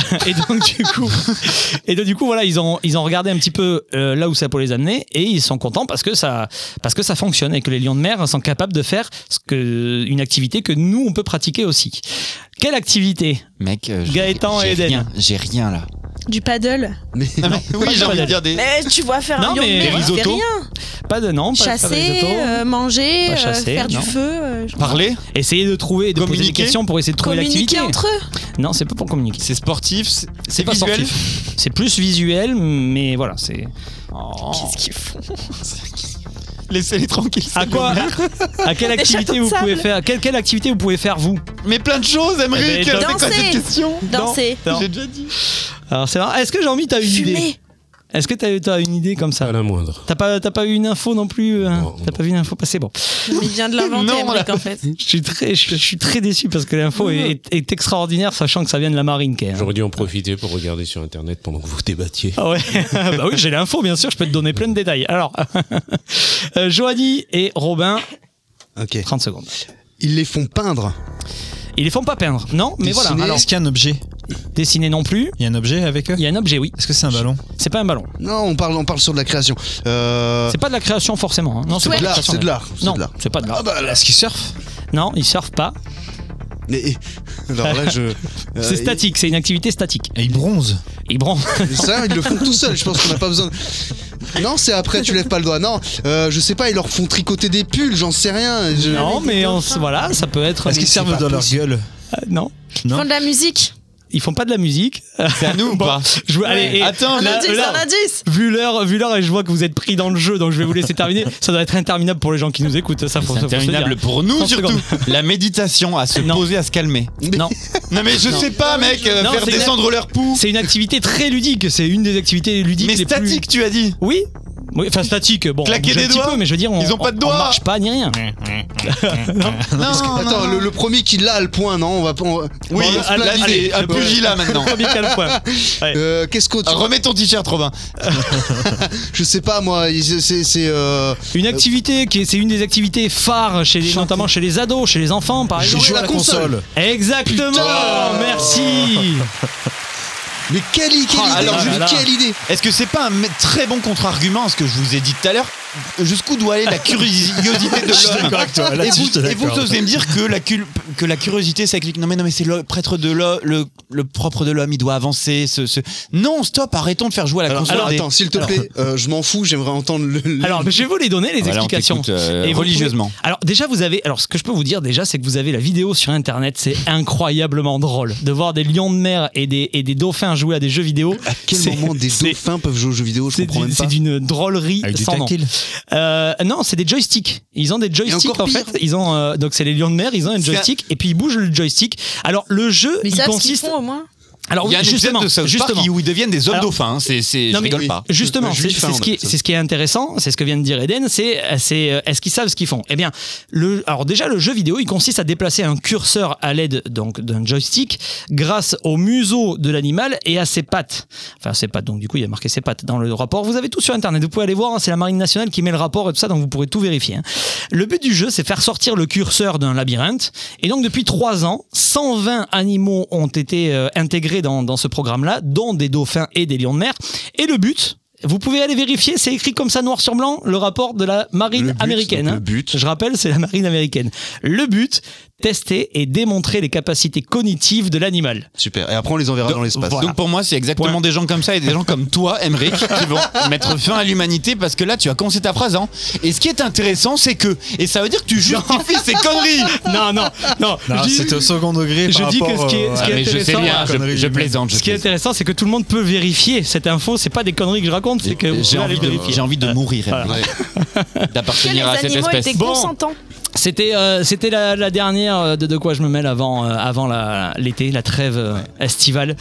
voilà, ils ont regardé un petit peu là où ça peut les amener et ils sont contents parce que ça fonctionne et que les lions de mer sont capables de faire une activité que nous on peut pratiquer aussi. Quelle activité? Mec, Gaëtan et Eden. J'ai rien là. Du paddle. Mais oui, j'ai envie de dire des. Mais tu vois faire un lion de mer, il fait rien. Chasser, manger, faire du feu. Parler. Essayer de trouver, de poser des questions pour essayer de trouver l'activité. Communiquer entre eux. Non, c'est pas pour communiquer. C'est sportif, c'est pas visuel. Sportif. C'est plus visuel, mais voilà, c'est. Qu'est-ce qu'ils font? Laissez-les tranquilles. À quelle activité vous pouvez faire? Quelle activité vous pouvez faire vous? Mais plein de choses, Émeric. Danser. C'est quoi cette question? Danser. J'ai déjà dit. Alors c'est vrai. Est-ce que Jean-Mi t'as une idée? Est-ce que t'as une idée comme ça? Pas la moindre. T'as pas eu une info non plus? T'as pas vu une info passer? Bon. Il vient de l'inventer, Émeric, en fait. Je suis très déçu parce que l'info est extraordinaire, sachant que ça vient de la marine. J'aurais dû en profiter pour regarder sur internet pendant que vous débattiez. Ah ouais. Bah oui, j'ai l'info, bien sûr, je peux te donner plein de détails. Alors, Joanie et Robin, 30 secondes. Ils les font peindre. Ils les font pas peindre, non, mais Dessiner. voilà. Alors, est-ce qu'il y a un objet? Dessiner non plus. Il y a un objet avec eux? Il y a un objet, oui. Est-ce que c'est un ballon? C'est pas un ballon. Non, on parle sur de la création. C'est pas de la création forcément. Hein. Non, c'est de l'art. C'est de l'art. Non, c'est pas de l'art. Ah bah, est-ce qu'ils surfent? Non, ils surfent pas. Mais alors là, c'est statique, c'est une activité statique. Et ils bronzent. Ils bronzent. Ça, ils le font tout seuls. Je pense qu'on n'a pas besoin. Non, c'est après, tu lèves pas le doigt. Non, je sais pas, ils leur font tricoter des pulls, j'en sais rien. Non, mais voilà, ça peut être. Est-ce qu'ils servent dans leur gueule? Non. Ils font de la musique. Ils font pas de la musique. C'est à nous ou pas? Allez, attends, un indice. Vu l'heure, et je vois que vous êtes pris dans le jeu, donc je vais vous laisser terminer. Ça doit être interminable pour les gens qui nous écoutent. Ça, faut, c'est interminable pour nous surtout. La méditation, à se poser, à se calmer. Non. Non mais je sais pas, mec. Faire descendre leur pouls. C'est une activité très ludique. C'est une des activités ludiques. Mais statique, tu as dit. Oui. Oui, enfin statique, bon. Claquer des doigts. Peu, mais je veux dire, ils ont pas de doigts. On marche pas ni rien. Attends, le premier qui l'a le point, non? On va pas. Oui, là c'est un pugilat maintenant. Le premier qui a le point. Ouais. Qu'est-ce que remets ton t-shirt, Robin. Je sais pas moi. C'est une activité c'est une des activités phares notamment chez les ados, chez les enfants, par exemple. Jouer à la console. Exactement. Putain. Merci. Mais quelle idée! Quelle idée! Est-ce que c'est pas un très bon contre-argument à ce que je vous ai dit tout à l'heure? Jusqu'où doit aller la curiosité de l'homme? Et vous osez me dire que la curiosité, c'est non mais c'est le prêtre de l'homme, le propre de l'homme, il doit avancer. Non, stop, arrêtons de faire jouer à la console. Alors attends, s'il te plaît, je m'en fous, j'aimerais entendre Alors, je vais vous les donner, les explications. Et religieusement. Alors déjà, ce que je peux vous dire déjà, c'est que vous avez la vidéo sur Internet. C'est incroyablement drôle de voir des lions de mer et des dauphins jouer à des jeux vidéo. À quel moment des dauphins peuvent jouer aux jeux vidéo? Je comprends même pas. C'est d'une drôlerie sans nom. Non, c'est des joysticks. Ils ont des joysticks en fait. Ils ont donc c'est les lions de mer. Ils ont un joystick et puis ils bougent le joystick. Alors le jeu, mais il consiste. Font, au moins. Alors il y a justement où ils deviennent des hommes dauphins. Je rigole pas. Justement, c'est ce qui est intéressant. C'est ce que vient de dire Eden. C'est est-ce qu'ils savent ce qu'ils font? Eh bien, alors déjà le jeu vidéo, il consiste à déplacer un curseur à l'aide donc d'un joystick grâce au museau de l'animal et à ses pattes. Enfin ses pattes. Donc du coup, il y a marqué ses pattes dans le rapport. Vous avez tout sur Internet. Vous pouvez aller voir. C'est la Marine nationale qui met le rapport et tout ça. Donc vous pourrez tout vérifier. Le but du jeu, c'est faire sortir le curseur d'un labyrinthe. Et donc depuis 3 ans, 120 animaux ont été intégrés dans ce programme-là, dont des dauphins et des lions de mer. Et le but, vous pouvez aller vérifier, c'est écrit comme ça noir sur blanc, le rapport de la marine américaine. Le but. Je rappelle, c'est la marine américaine. Le but, tester et démontrer les capacités cognitives de l'animal. Super. Et après, on les enverra dans l'espace. Voilà. Donc pour moi, c'est exactement des gens comme ça et des gens comme toi, Emmerich, qui vont mettre fin à l'humanité parce que là, tu as commencé ta phrase. Et ce qui est intéressant, c'est que... Et ça veut dire que tu justifies ces conneries. Non, c'était au second degré. Je dis que ce qui est intéressant... Je sais bien, je plaisante. Ce qui est intéressant, c'est que tout le monde peut vérifier cette info. C'est pas des conneries que je raconte, c'est que j'ai envie de mourir, d'appartenir à cette espèce. Étaient consentants. C'était la dernière de quoi je me mêle avant l'été, la trêve estivale.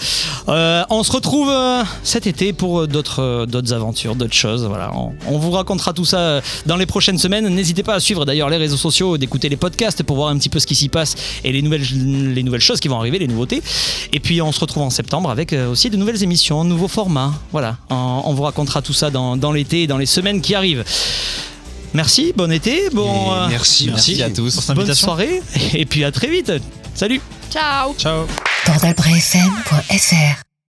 On se retrouve cet été pour d'autres aventures, d'autres choses. Voilà, on vous racontera tout ça dans les prochaines semaines. N'hésitez pas à suivre d'ailleurs les réseaux sociaux, d'écouter les podcasts pour voir un petit peu ce qui s'y passe et les nouvelles choses qui vont arriver, les nouveautés. Et puis on se retrouve en septembre avec aussi de nouvelles émissions, de nouveaux formats. Voilà, on vous racontera tout ça dans l'été et dans les semaines qui arrivent. Merci, bon été, merci à tous. Bonne soirée et puis à très vite. Salut. Ciao. Ciao. Bordelbrefm.fr